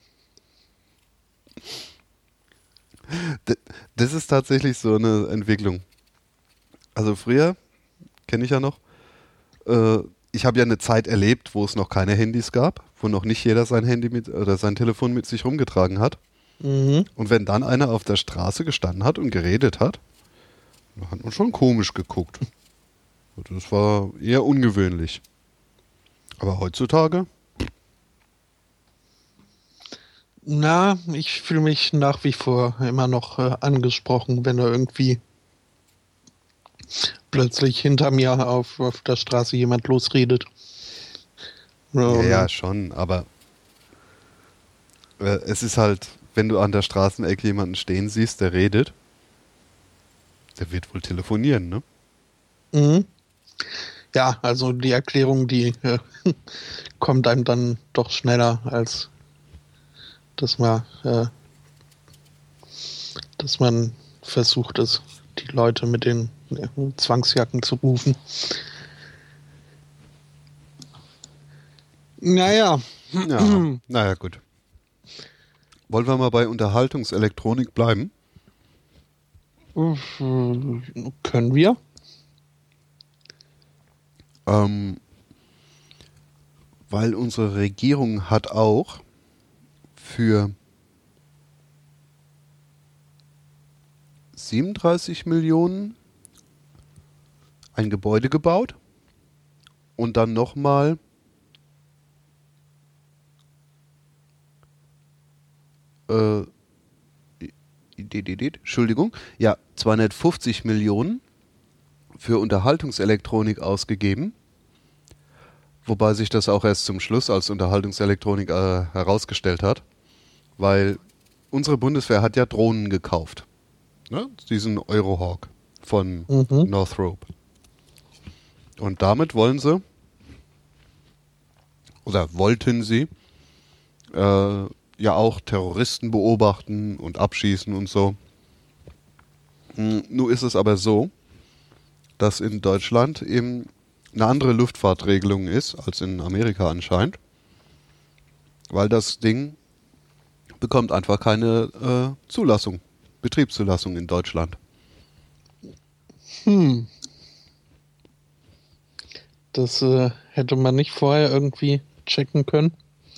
D- Das ist tatsächlich so eine Entwicklung. Also früher, kenne ich ja noch, äh, ich habe ja eine Zeit erlebt, wo es noch keine Handys gab, wo noch nicht jeder sein Handy mit oder sein Telefon mit sich rumgetragen hat. Mhm. Und wenn dann einer auf der Straße gestanden hat und geredet hat, da hat man schon komisch geguckt. Das war eher ungewöhnlich. Aber heutzutage, Na, ich fühle mich nach wie vor immer noch äh, angesprochen, wenn da irgendwie plötzlich hinter mir auf, auf der Straße jemand losredet. ja, ja, Ähm, schon, aber äh, es ist halt, wenn du an der Straßenecke jemanden stehen siehst, der redet, der wird wohl telefonieren, ne? mhm. Ja, also die Erklärung, die äh, kommt einem dann doch schneller, als dass man, äh, dass man versucht, es, die Leute mit den äh, Zwangsjacken zu rufen. Naja, Ja, naja, gut. Wollen wir mal bei Unterhaltungselektronik bleiben? können wir? Ähm, weil unsere Regierung hat auch für siebenunddreißig Millionen ein Gebäude gebaut und dann nochmal äh, Entschuldigung, ja, zweihundertfünfzig Millionen für Unterhaltungselektronik ausgegeben, wobei sich das auch erst zum Schluss als Unterhaltungselektronik äh, herausgestellt hat, weil unsere Bundeswehr hat ja Drohnen gekauft. Ne? Diesen Eurohawk von Mhm. Northrop. Und damit wollen sie, oder wollten sie, äh, ja auch Terroristen beobachten und abschießen und so. Hm, nun ist es aber so, dass in Deutschland eben eine andere Luftfahrtregelung ist als in Amerika anscheinend, weil das Ding bekommt einfach keine äh, Zulassung, Betriebszulassung in Deutschland. Hm. Das äh, hätte man nicht vorher irgendwie checken können.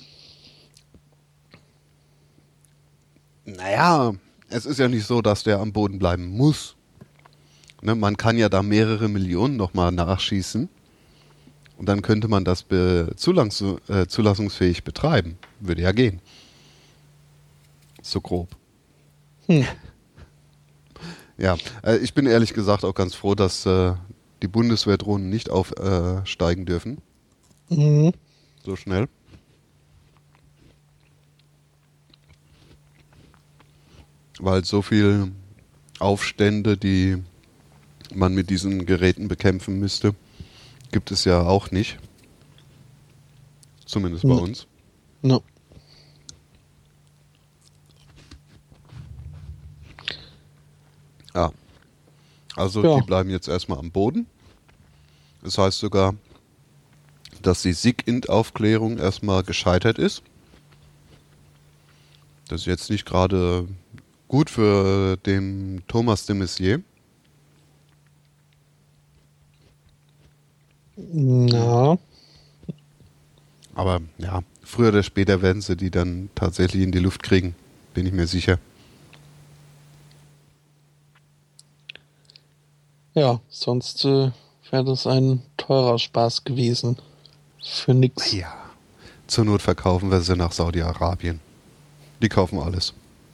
Naja, es ist ja nicht so, dass der am Boden bleiben muss. Ne, man kann ja da mehrere Millionen nochmal nachschießen Und dann könnte man das be- zulangs- äh, zulassungsfähig betreiben. Würde ja gehen. So grob. Hm. Ja, äh, ich bin ehrlich gesagt auch ganz froh, dass äh, die Bundeswehrdrohnen nicht aufsteigen äh, dürfen. Mhm. So schnell. Weil so viel Aufstände, die man mit diesen Geräten bekämpfen müsste, gibt es ja auch nicht. Zumindest bei No. uns. No. Ja. Also Ja. die bleiben jetzt erstmal am Boden. Das heißt sogar, dass die SIG-Int-Aufklärung erstmal gescheitert ist. Das ist jetzt nicht gerade gut für den Thomas de Maizière. Na. Aber ja, früher oder später werden sie die dann tatsächlich in die Luft kriegen. Bin ich mir sicher. Ja, sonst äh, wäre das ein teurer Spaß gewesen. Für nix. Ja. Zur Not verkaufen wir sie nach Saudi-Arabien. Die kaufen alles.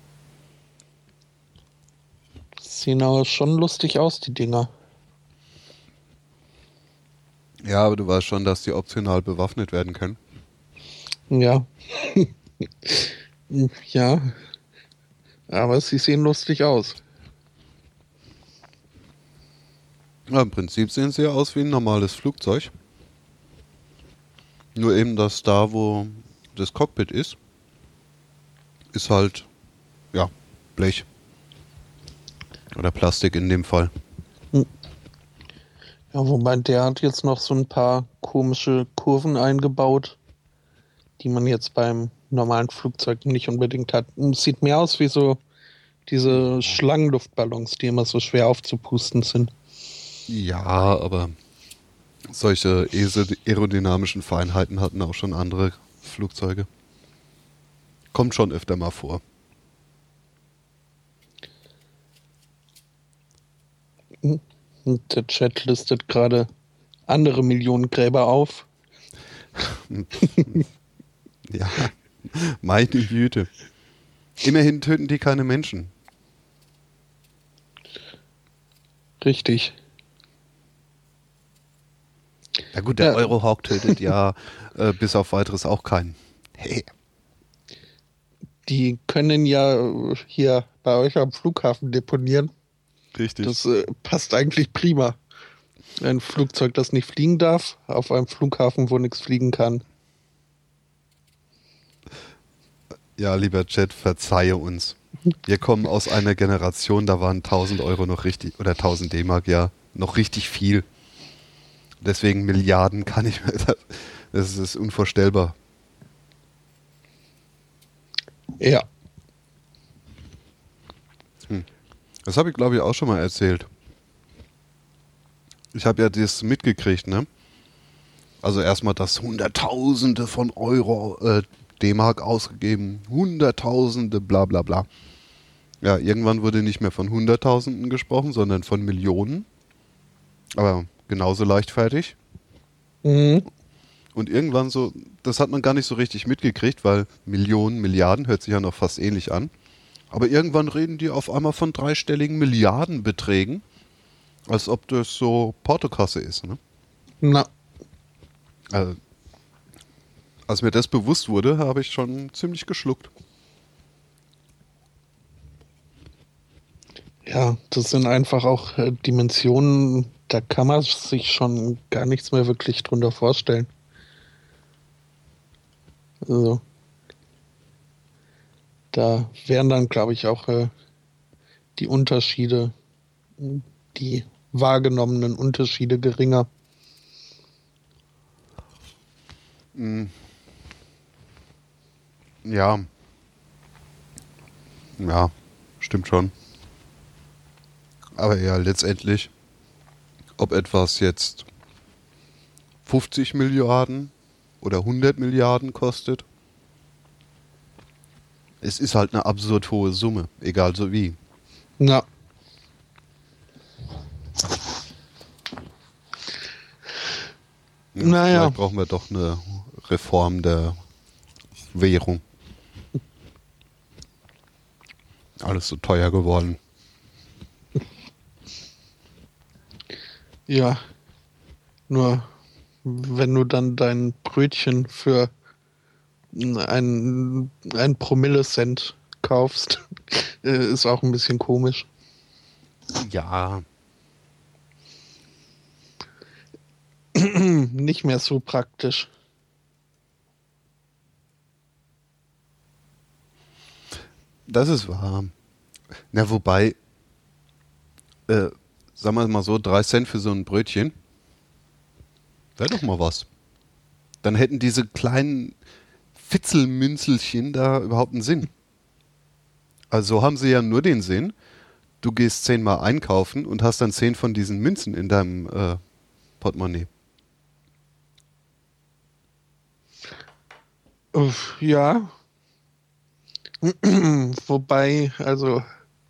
Sehen aber schon lustig aus, die Dinger. Ja, aber du weißt schon, dass die optional bewaffnet werden können. Ja. Ja. Aber sie sehen lustig aus. Ja, im Prinzip sehen sie ja aus wie ein normales Flugzeug. Nur eben, dass da, wo das Cockpit ist, ist halt, ja, Blech. Oder Plastik in dem Fall. Ja, wobei der hat jetzt noch so ein paar komische Kurven eingebaut, die man jetzt beim normalen Flugzeug nicht unbedingt hat. Sieht mehr aus wie so diese Schlangenluftballons, die immer so schwer aufzupusten sind. Ja, aber solche aerodynamischen Feinheiten hatten auch schon andere Flugzeuge. Kommt schon öfter mal vor. Und der Chat listet gerade andere Millionengräber auf. Ja, meine Güte. Immerhin töten die keine Menschen. Richtig. Na gut, der Ja. Eurohawk tötet ja äh, bis auf weiteres auch keinen. Hey. Die können ja äh, hier bei euch am Flughafen deponieren. Richtig. Das äh, passt eigentlich prima. Ein Flugzeug, das nicht fliegen darf, auf einem Flughafen, wo nichts fliegen kann. Ja, lieber Chat, verzeihe uns. Wir kommen aus einer Generation, da waren tausend Euro noch richtig, oder tausend D-Mark, ja, noch richtig viel. Deswegen Milliarden kann ich mir, das ist unvorstellbar. Ja. Hm. Das habe ich, glaube ich, auch schon mal erzählt. Ich habe ja das mitgekriegt, ne? Also erstmal, dass Hunderttausende von Euro äh, D-Mark ausgegeben, Hunderttausende, bla bla bla. Ja, irgendwann wurde nicht mehr von Hunderttausenden gesprochen, sondern von Millionen. Aber genauso leichtfertig. Mhm. Und irgendwann so, das hat man gar nicht so richtig mitgekriegt, weil Millionen, Milliarden hört sich ja noch fast ähnlich an. Aber irgendwann reden die auf einmal von dreistelligen Milliardenbeträgen, als ob das so Portokasse ist, ne? Na. Also, als mir das bewusst wurde, habe ich schon ziemlich geschluckt. Ja, das sind einfach auch äh, Dimensionen, da kann man sich schon gar nichts mehr wirklich drunter vorstellen. Also, da wären dann, glaube ich, auch äh, die Unterschiede, die wahrgenommenen Unterschiede geringer. Mm. Ja. Ja, stimmt schon. Aber ja, letztendlich, ob etwas jetzt fünfzig Milliarden oder hundert Milliarden kostet, es ist halt eine absurd hohe Summe, egal so wie. Na. Ja, Naja. Vielleicht brauchen wir doch eine Reform der Währung. Alles so teuer geworden. Ja, nur wenn du dann dein Brötchen für ein, ein Promille-Cent kaufst, äh, ist auch ein bisschen komisch. Ja, Nicht mehr so praktisch. das ist wahr. Na, wobei, äh, sagen wir mal so, drei Cent für so ein Brötchen, wäre doch mal was. Dann hätten diese kleinen Fitzelmünzelchen da überhaupt einen Sinn. Also haben sie ja nur den Sinn, du gehst zehnmal einkaufen und hast dann zehn von diesen Münzen in deinem äh, Portemonnaie. Uff, ja. Wobei, also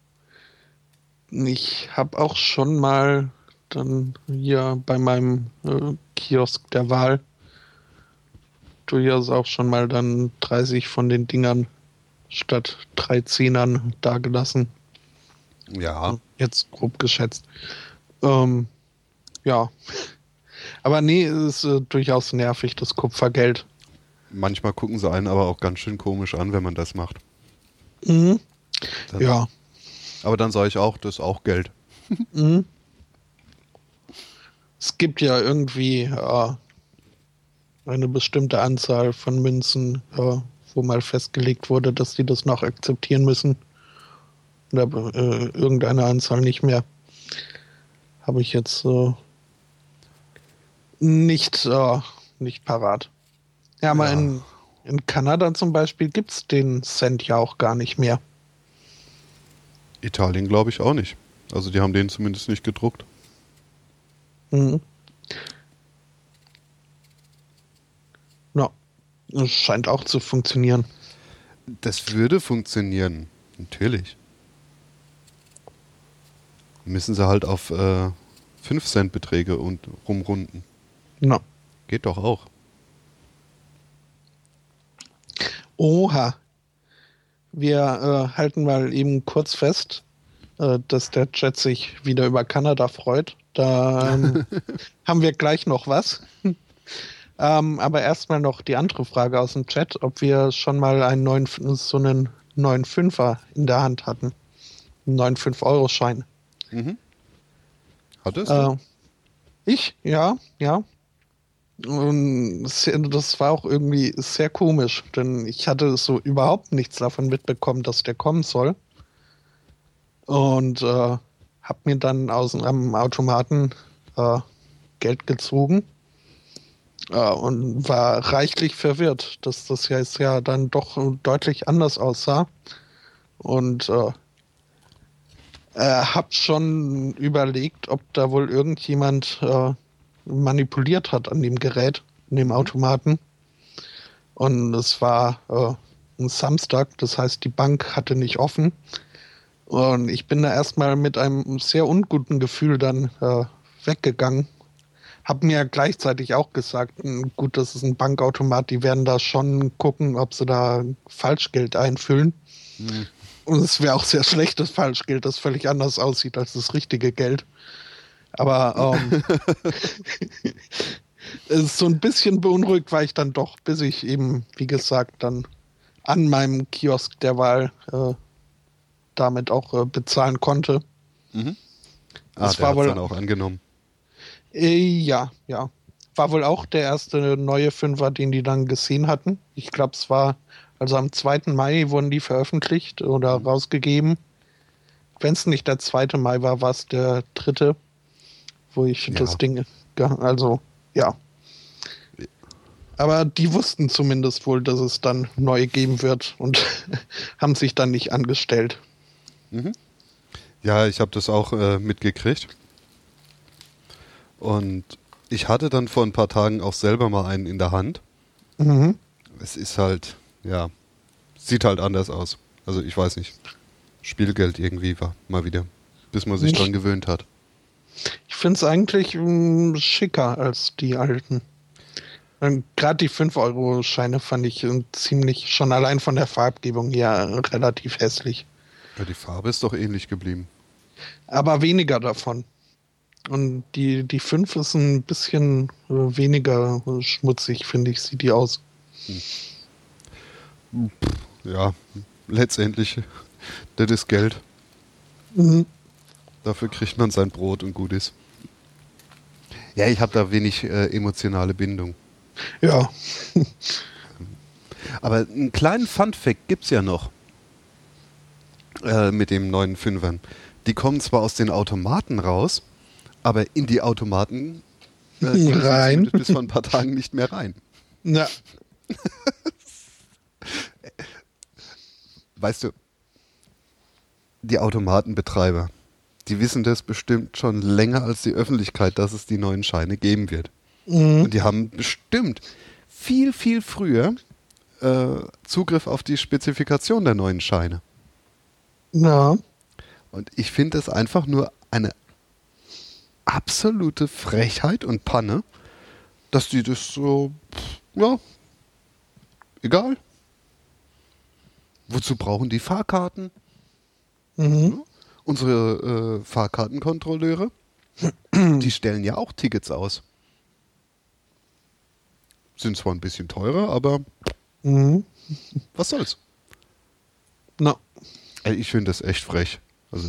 ich habe auch schon mal dann hier bei meinem äh, Kiosk der Wahl durchaus auch schon mal dann dreißig von den Dingern statt drei Zehnern dagelassen. Ja, Jetzt grob geschätzt. Ähm, ja. Aber nee, es ist äh, durchaus nervig, das Kupfergeld. manchmal gucken sie einen aber auch ganz schön komisch an, wenn man das macht. Mhm. Dann, Ja. Aber dann sage ich auch, das ist auch Geld. Mhm. Es gibt ja irgendwie äh, eine bestimmte Anzahl von Münzen, äh, wo mal festgelegt wurde, dass die das noch akzeptieren müssen. Oder äh, irgendeine Anzahl nicht mehr. Habe ich jetzt äh, nicht, äh, nicht parat. Ja, aber Ja. in, in Kanada zum Beispiel gibt es den Cent ja auch gar nicht mehr. Italien glaube ich auch nicht. Also die haben den zumindest nicht gedruckt. Mhm. Ja, es scheint auch zu funktionieren. Das würde funktionieren. Natürlich. Müssen sie halt auf äh, fünf Cent Beträge und rumrunden. Ja. Geht doch auch. Oha. Wir äh, halten mal eben kurz fest, äh, dass der Chat sich wieder über Kanada freut. Da ähm, haben wir gleich noch was. ähm, aber erstmal noch die andere Frage aus dem Chat, ob wir schon mal einen neuen, so einen neuen Fünfer in der Hand hatten. Einen neuen fünf-Euro-Schein. Mhm. Hattest Äh, du? ich? Ja, ja. Und das war auch irgendwie sehr komisch, denn ich hatte so überhaupt nichts davon mitbekommen, dass der kommen soll. Und äh, habe mir dann aus einem Automaten äh, Geld gezogen äh, und war reichlich verwirrt, dass das jetzt ja dann doch deutlich anders aussah. Und äh, äh, habe schon überlegt, ob da wohl irgendjemand äh, manipuliert hat an dem Gerät, an dem Automaten. Und es war äh, ein Samstag, das heißt, die Bank hatte nicht offen. Und ich bin da erstmal mit einem sehr unguten Gefühl dann äh, weggegangen. Hab mir gleichzeitig auch gesagt, gut, das ist ein Bankautomat, die werden da schon gucken, ob sie da Falschgeld einfüllen. Hm. Und es wäre auch sehr schlechtes Falschgeld, das völlig anders aussieht als das richtige Geld. Aber ähm, es ist so ein bisschen beunruhigt war ich dann doch, bis ich eben, wie gesagt, dann an meinem Kiosk der Wahl äh, damit auch äh, bezahlen konnte. Mhm. Ah, Das der war hat's wohl, dann auch angenommen. Äh, ja, ja. War wohl auch der erste neue Fünfer, den die dann gesehen hatten. Ich glaube, es war, also am zweiten Mai wurden die veröffentlicht oder Mhm. rausgegeben. Wenn es nicht der zweite Mai war, war es der dritte, wo ich Ja. das Ding, ge- also, ja. Aber die wussten zumindest wohl, dass es dann neu geben wird und haben sich dann nicht angestellt. Mhm. Ja, ich habe das auch äh, mitgekriegt. Und ich hatte dann vor ein paar Tagen auch selber mal einen in der Hand. Mhm. Es ist halt, ja, sieht halt anders aus. Also ich weiß nicht. Spielgeld irgendwie war mal wieder, bis man sich Nicht- dran gewöhnt hat. Ich finde es eigentlich mh, schicker als die alten. Gerade die fünf-Euro-Scheine fand ich äh, ziemlich, schon allein von der Farbgebung her, äh, relativ hässlich. Ja, die Farbe ist doch ähnlich geblieben. Aber weniger davon. Und die, die fünf ist ein bisschen äh, weniger äh, schmutzig, finde ich, sieht die aus. Ja, letztendlich, das ist Geld. Mhm. Dafür kriegt man sein Brot und gut ist. Ja, ich habe da wenig äh, emotionale Bindung. Ja. Aber einen kleinen Fun-Fact gibt es ja noch äh, mit dem neuen Fünfern. Die kommen zwar aus den Automaten raus, aber in die Automaten äh, rein. bis vor ein paar Tagen nicht mehr rein. Ja. Weißt du, die Automatenbetreiber, die wissen das bestimmt schon länger als die Öffentlichkeit, dass es die neuen Scheine geben wird. Mhm. Und die haben bestimmt viel, viel früher äh, Zugriff auf die Spezifikation der neuen Scheine. Ja. Und ich finde es einfach nur eine absolute Frechheit und Panne, dass die das so, ja, egal. Wozu brauchen die Fahrkarten? Mhm. Unsere äh, Fahrkartenkontrolleure, die stellen ja auch Tickets aus. Sind zwar ein bisschen teurer, aber Mhm. was soll's? No. Ey, ich finde das echt frech. Also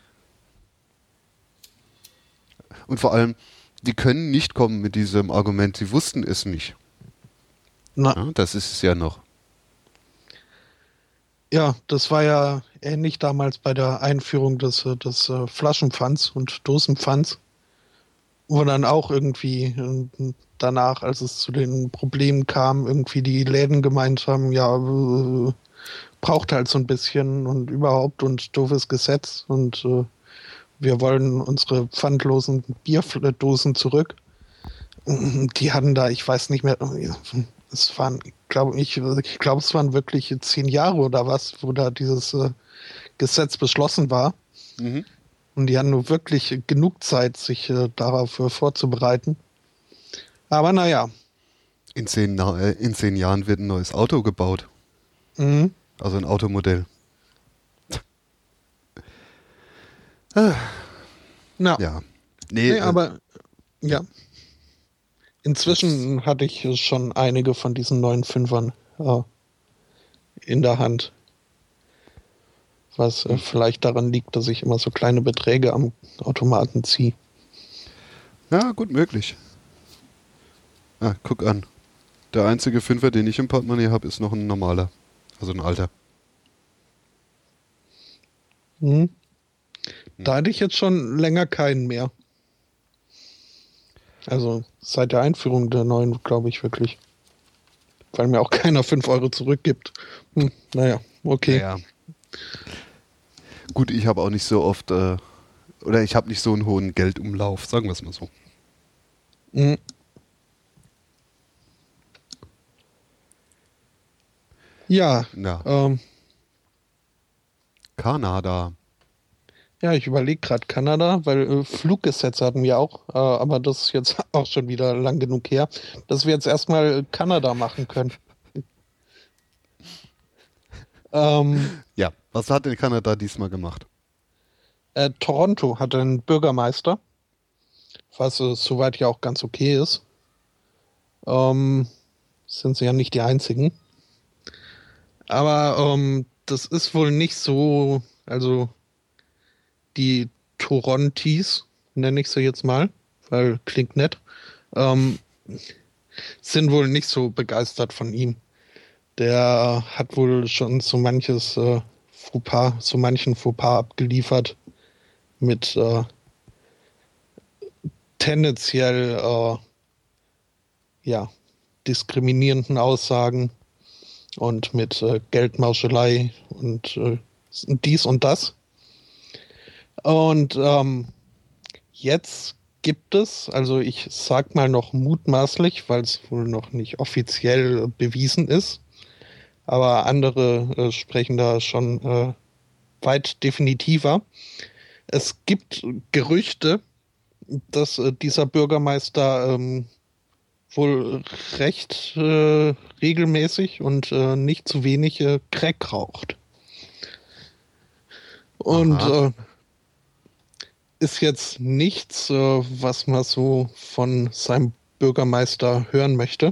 und vor allem, die können nicht kommen mit diesem Argument, sie wussten es nicht. Na. Ja, das ist es ja noch. Ja, das war ja ähnlich damals bei der Einführung des, äh, des äh, Flaschenpfands und Dosenpfands, wo dann auch irgendwie äh, danach, als es zu den Problemen kam, irgendwie die Läden gemeint haben, ja, äh, braucht halt so ein bisschen und überhaupt und doofes Gesetz und äh, wir wollen unsere pfandlosen Bierdosen zurück. Die hatten da, ich weiß nicht mehr, es waren, glaube ich, ich glaube, es waren wirklich zehn Jahre oder was, wo da dieses äh, Gesetz beschlossen war. Mhm. Und die hatten nur wirklich genug Zeit, sich äh, darauf äh, vorzubereiten. Aber naja. In zehn, äh, in zehn Jahren wird ein neues Auto gebaut. Mhm. Also ein Automodell. ah. Ja. Ja. Nee, Nee, äh, aber ja. Inzwischen hatte ich schon einige von diesen neuen Fünfern äh, in der Hand. Was äh, Hm. vielleicht daran liegt, dass ich immer so kleine Beträge am Automaten ziehe. Ja, gut möglich. Ah, guck an. Der einzige Fünfer, den ich im Portemonnaie habe, ist noch ein normaler. Also ein alter. Mhm. Da hatte ich jetzt schon länger keinen mehr. Also seit der Einführung der neuen, glaube ich wirklich. Weil mir auch keiner fünf Euro zurückgibt. Hm, naja, okay. Naja. Gut, ich habe auch nicht so oft, äh, oder ich habe nicht so einen hohen Geldumlauf, sagen wir es mal so. Mhm. Ja, Ja. ähm, Kanada. ja, ich überlege gerade Kanada, weil äh, Fluggesetze hatten wir auch, äh, aber das ist jetzt auch schon wieder lang genug her, dass wir jetzt erstmal Kanada machen können. ähm, Ja, was hat denn Kanada diesmal gemacht? äh, Toronto hatte einen Bürgermeister, was äh, soweit ja auch ganz okay ist. Ähm, sind sie ja nicht die einzigen. Aber ähm, das ist wohl nicht so, also die Torontis, nenne ich sie jetzt mal, weil klingt nett, ähm, sind wohl nicht so begeistert von ihm. Der hat wohl schon so manches äh, Fauxpas, so manchen Fauxpas abgeliefert mit äh, tendenziell äh, ja, diskriminierenden Aussagen und mit äh, Geldmauschelei und äh, dies und das. Und ähm, jetzt gibt es, also ich sag mal noch mutmaßlich, weil es wohl noch nicht offiziell bewiesen ist, aber andere äh, sprechen da schon äh, weit definitiver. Es gibt Gerüchte, dass äh, dieser Bürgermeister ähm, wohl recht äh, regelmäßig und äh, nicht zu wenig äh, Crack raucht. Und äh, ist jetzt nichts, äh, was man so von seinem Bürgermeister hören möchte.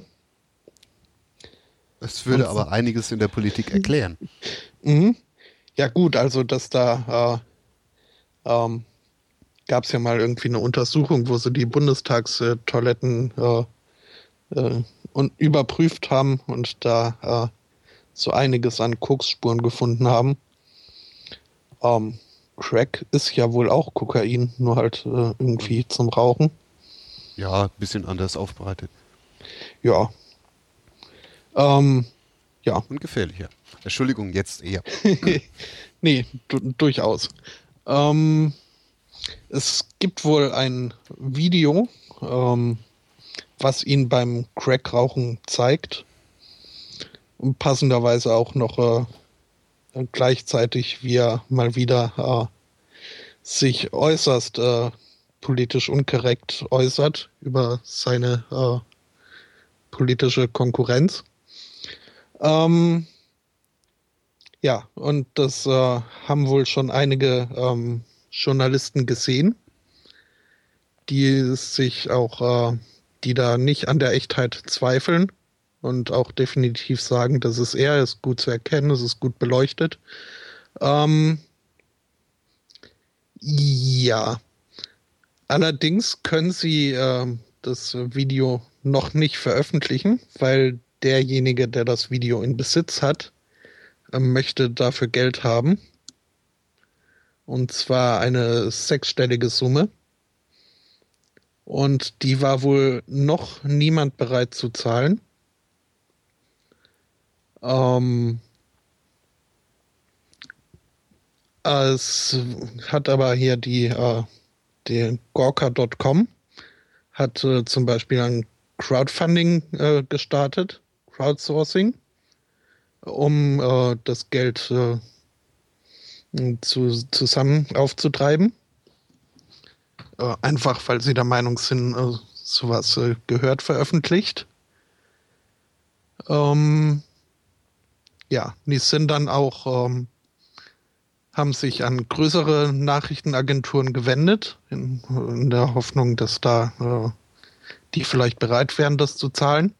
Es würde und, aber einiges in der Politik erklären. Mhm. Ja gut, also dass da äh, ähm, gab es ja mal irgendwie eine Untersuchung, wo sie die Bundestagstoiletten äh, äh, und überprüft haben und da äh, so einiges an Koksspuren gefunden haben. Ähm, Crack ist ja wohl auch Kokain, nur halt äh, irgendwie zum Rauchen. Ja, ein bisschen anders aufbereitet. Ja. Ähm, ja. Und gefährlicher. Entschuldigung, jetzt eher. Nee, du, durchaus. Ähm, es gibt wohl ein Video, ähm, was ihn beim Crack-Rauchen zeigt. Und passenderweise auch noch äh, gleichzeitig, wie er mal wieder äh, sich äußerst äh, politisch unkorrekt äußert über seine äh, politische Konkurrenz. Ähm, ja, und das äh, haben wohl schon einige ähm, Journalisten gesehen, die sich auch, äh, die da nicht an der Echtheit zweifeln und auch definitiv sagen, das ist er, ist gut zu erkennen, es ist gut beleuchtet. Ähm, ja, allerdings können sie äh, das Video noch nicht veröffentlichen, weil derjenige, der das Video in Besitz hat, äh, möchte dafür Geld haben. Und zwar eine sechsstellige Summe. Und die war wohl noch niemand bereit zu zahlen. Ähm, es hat aber hier die, äh, die Gorka Punkt com hat äh, zum Beispiel ein Crowdfunding äh, gestartet, Crowdsourcing, um äh, das Geld äh, zu, zusammen aufzutreiben. Äh, einfach, weil sie der Meinung sind, äh, sowas äh, gehört veröffentlicht. Ähm, ja, die sind dann auch, ähm, haben sich an größere Nachrichtenagenturen gewendet, in, in der Hoffnung, dass da äh, die vielleicht bereit wären, das zu zahlen.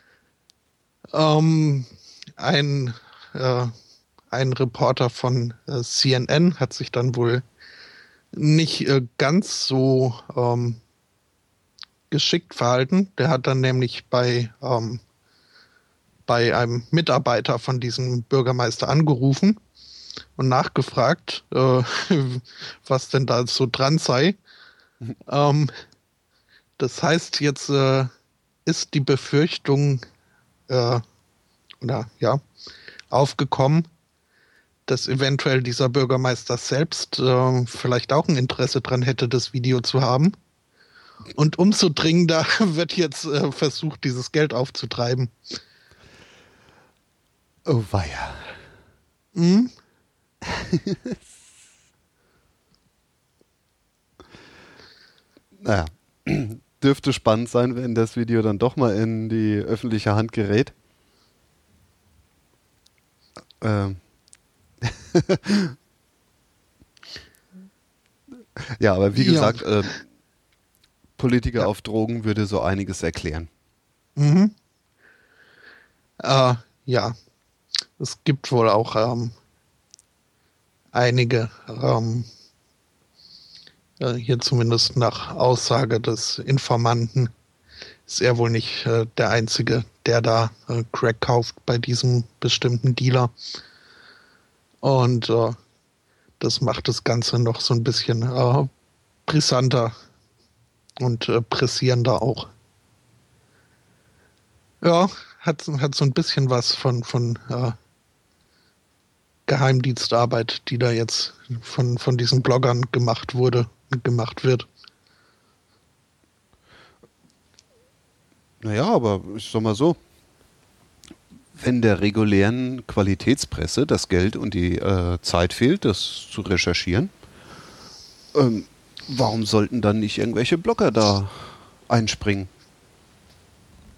Ähm, ein, äh, ein Reporter von äh, C N N hat sich dann wohl nicht äh, ganz so ähm, geschickt verhalten. Der hat dann nämlich bei, ähm, bei einem Mitarbeiter von diesem Bürgermeister angerufen und nachgefragt, äh, was denn da so dran sei. Mhm. Ähm, das heißt, jetzt äh, ist die Befürchtung äh, oder ja aufgekommen, dass eventuell dieser Bürgermeister selbst äh, vielleicht auch ein Interesse dran hätte, das Video zu haben. Und umso dringender wird jetzt äh, versucht, dieses Geld aufzutreiben. Oh weia. Hm? Naja, dürfte spannend sein, wenn das Video dann doch mal in die öffentliche Hand gerät. Ähm. Ja, aber wie ja. gesagt, äh, Politiker ja. auf Drogen würde so einiges erklären. Mhm. Äh, ja, es gibt wohl auch ähm, einige, ähm, äh, hier zumindest nach Aussage des Informanten, ist er wohl nicht äh, der Einzige, der da äh, Crack kauft bei diesem bestimmten Dealer. Und äh, das macht das Ganze noch so ein bisschen äh, brisanter und äh, pressierender auch. Ja, hat, hat so ein bisschen was von, von äh, Geheimdienstarbeit, die da jetzt von, von diesen Bloggern gemacht wurde, gemacht wird. Naja, aber ich sag mal so, wenn der regulären Qualitätspresse das Geld und die äh, Zeit fehlt, das zu recherchieren, ähm, warum sollten dann nicht irgendwelche Blogger da einspringen?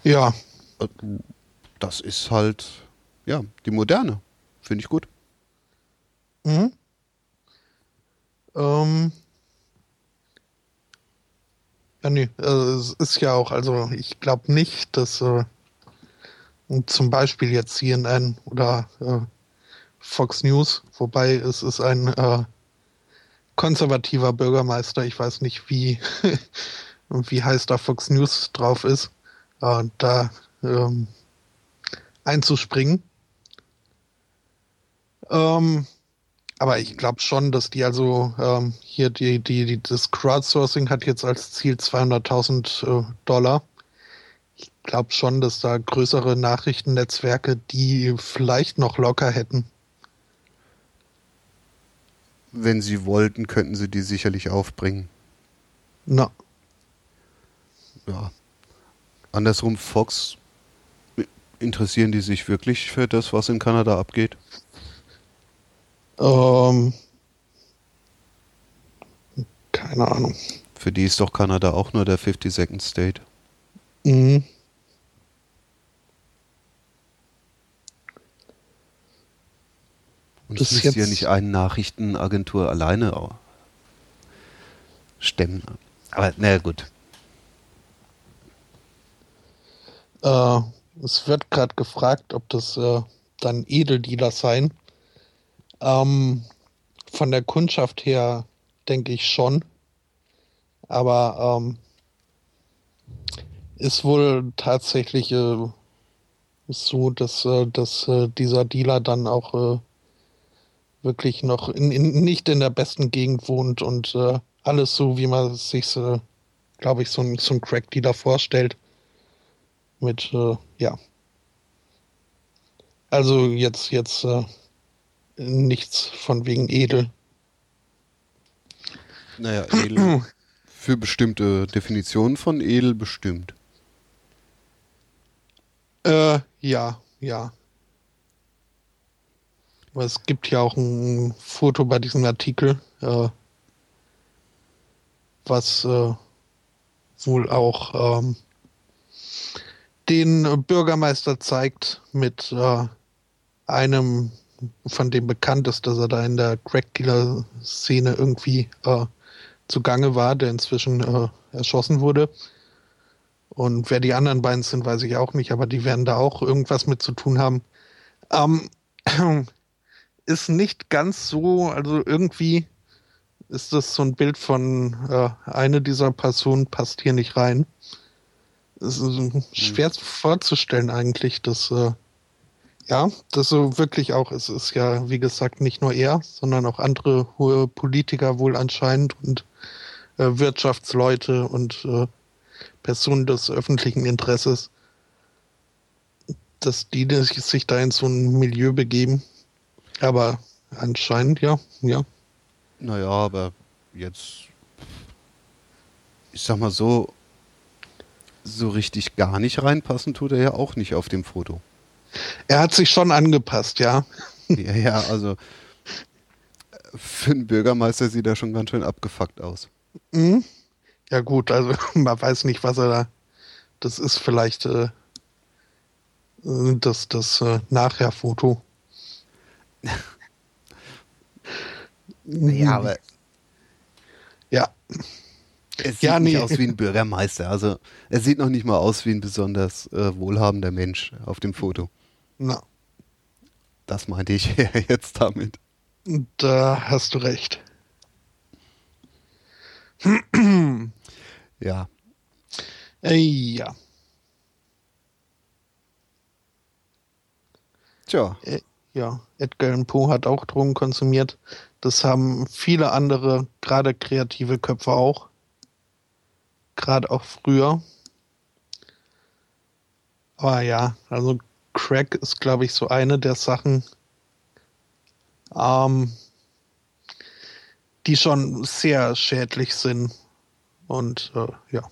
Ja. Das ist halt, ja, die Moderne. Finde ich gut. Mhm. Ähm, ja, nee, äh, es ist ja auch, also ich glaube nicht, dass äh, zum Beispiel jetzt C N N oder äh, Fox News, wobei es ist ein äh, konservativer Bürgermeister, ich weiß nicht, wie, wie heiß da Fox News drauf ist, äh, da ähm, einzuspringen. Ähm, aber ich glaube schon, dass die also ähm, hier die, die, die, das Crowdsourcing hat jetzt als Ziel zweihunderttausend äh, Dollar. Ich glaube schon, dass da größere Nachrichtennetzwerke die vielleicht noch locker hätten. Wenn sie wollten, könnten sie die sicherlich aufbringen. Na, Ja. Andersrum, Fox, interessieren die sich wirklich für das, was in Kanada abgeht? ähm, keine Ahnung. Für die ist doch Kanada auch nur der fifty-second State. Mhm. Und es Bis müsste ja nicht jetzt, eine Nachrichtenagentur alleine au- stemmen. Aber na gut. äh, es wird gerade gefragt, ob das äh, dann Edeldealer seien. Ähm, von der Kundschaft her denke ich schon, aber ähm, ist wohl tatsächlich äh, so, dass, äh, dass äh, dieser Dealer dann auch äh, wirklich noch in, in, nicht in der besten Gegend wohnt und äh, alles so, wie man sich, äh, glaube ich, so ein, so ein Crack-Dealer vorstellt. Mit, äh, ja, also jetzt, jetzt äh, nichts von wegen edel. Naja, edel für bestimmte Definitionen von edel bestimmt. Äh, ja, ja. Aber es gibt ja auch ein Foto bei diesem Artikel, äh, was äh, wohl auch ähm, den Bürgermeister zeigt mit äh, einem, von dem bekannt ist, dass er da in der Crack-Dealer-Szene irgendwie äh, zugange war, der inzwischen äh, erschossen wurde. Und wer die anderen beiden sind, weiß ich auch nicht, aber die werden da auch irgendwas mit zu tun haben. Ähm, ist nicht ganz so, also irgendwie ist das so ein Bild von äh, eine dieser Personen passt hier nicht rein. Es ist Hm. schwer vorzustellen eigentlich, dass äh, ja, das so wirklich auch, es ist ja, wie gesagt, nicht nur er, sondern auch andere hohe Politiker wohl anscheinend und äh, Wirtschaftsleute und äh, Personen des öffentlichen Interesses, dass die sich da in so ein Milieu begeben. Aber anscheinend, ja, ja. Naja, aber jetzt, ich sag mal so, so richtig gar nicht reinpassen tut er ja auch nicht auf dem Foto. Er hat sich schon angepasst, ja. Ja, ja, also für einen Bürgermeister sieht er schon ganz schön abgefuckt aus. Mhm. Ja gut, also man weiß nicht, was er da. Das ist vielleicht äh, das, das äh, Nachher-Foto. Ja, aber Ja, es ja, sieht nicht nee. aus wie ein Bürgermeister. Also er sieht noch nicht mal aus wie ein besonders äh, wohlhabender Mensch auf dem Foto. Na, Das meinte ich jetzt damit. da hast du recht. Ja, Äh, ja. tja. Äh, ja, Edgar Allan Poe hat auch Drogen konsumiert. Das haben viele andere, gerade kreative Köpfe auch. Gerade auch früher. Aber ja, also Crack ist, glaube ich, so eine der Sachen, ähm, die schon sehr schädlich sind. Und äh, ja,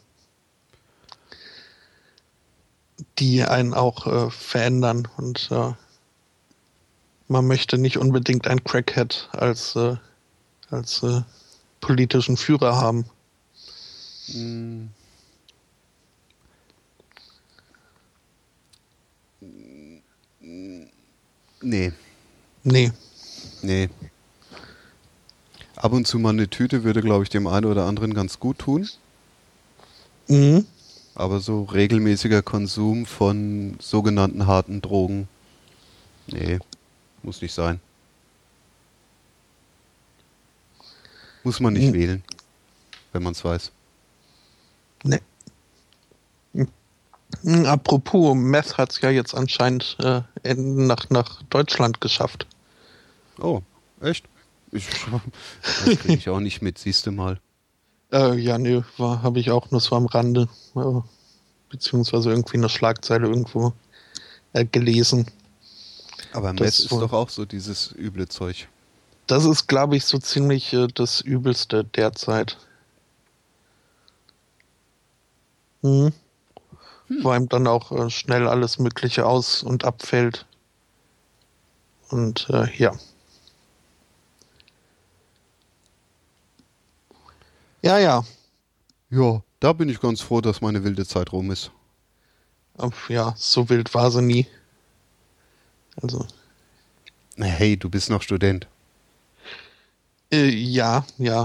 die einen auch äh, verändern. Und äh, man möchte nicht unbedingt ein Crackhead als, äh, als äh, politischen Führer haben. Hm, Nee. Nee. Nee. Ab und zu mal eine Tüte würde, glaube ich, dem einen oder anderen ganz gut tun. Mhm. Aber so regelmäßiger Konsum von sogenannten harten Drogen, nee, muss nicht sein. Muss man nicht Mhm. wählen, wenn man es weiß. Nee. Mhm. Apropos, Meth hat es ja jetzt anscheinend äh, in, nach, nach Deutschland geschafft. Oh, echt? Ich, das kriege ich auch nicht mit, siehst du mal. Äh, ja, nee, war habe ich auch nur so am Rande, äh, beziehungsweise irgendwie eine Schlagzeile irgendwo äh, gelesen. Aber Meth Das, ist wohl- doch auch so dieses üble Zeug. das ist, glaube ich, so ziemlich äh, das Übelste derzeit. Mhm. Wo einem dann auch äh, schnell alles Mögliche aus- und abfällt. Und äh, ja. Ja, ja. Ja, da bin ich ganz froh, dass meine wilde Zeit rum ist. Äh, ja, so wild war sie nie. Also, Hey, du bist noch Student. äh, ja, ja.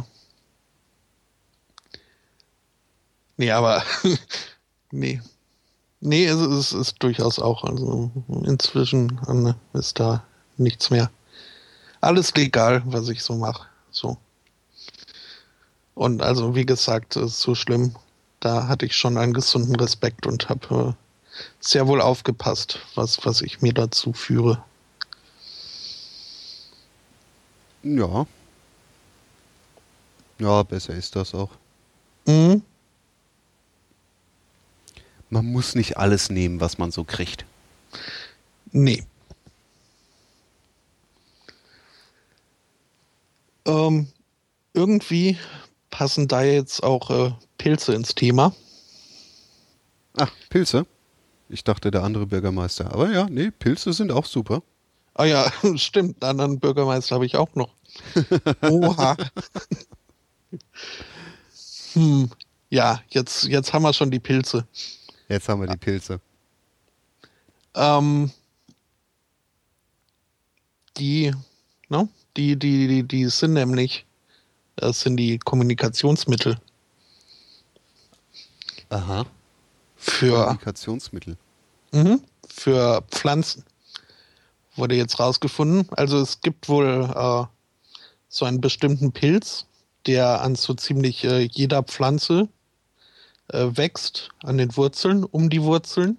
Nee, aber nee. Nee, es ist, es ist durchaus auch. Also inzwischen äh, ist da nichts mehr. Alles legal, was ich so mache. So. Und also, wie gesagt, es ist so schlimm. Da hatte ich schon einen gesunden Respekt und habe äh, sehr wohl aufgepasst, was, was ich mir dazu führe. Ja. Ja, besser ist das auch. Mhm. Man muss nicht alles nehmen, was man so kriegt. Nee. Ähm, irgendwie passen da jetzt auch äh, Pilze ins Thema. Ach, Pilze? Ich dachte, der andere Bürgermeister. Aber ja, nee, Pilze sind auch super. Ah ja, stimmt, einen anderen Bürgermeister habe ich auch noch. Oha. Hm. Ja, jetzt, jetzt haben wir schon die Pilze. Jetzt haben wir die Pilze. Ähm, die, ne? Die, die, die, die sind nämlich, das sind die Kommunikationsmittel Aha. für, Kommunikationsmittel. mhm, für Pflanzen. Wurde jetzt rausgefunden. Also es gibt wohl äh, so einen bestimmten Pilz, der an so ziemlich äh, jeder Pflanze äh, wächst, an den Wurzeln, um die Wurzeln.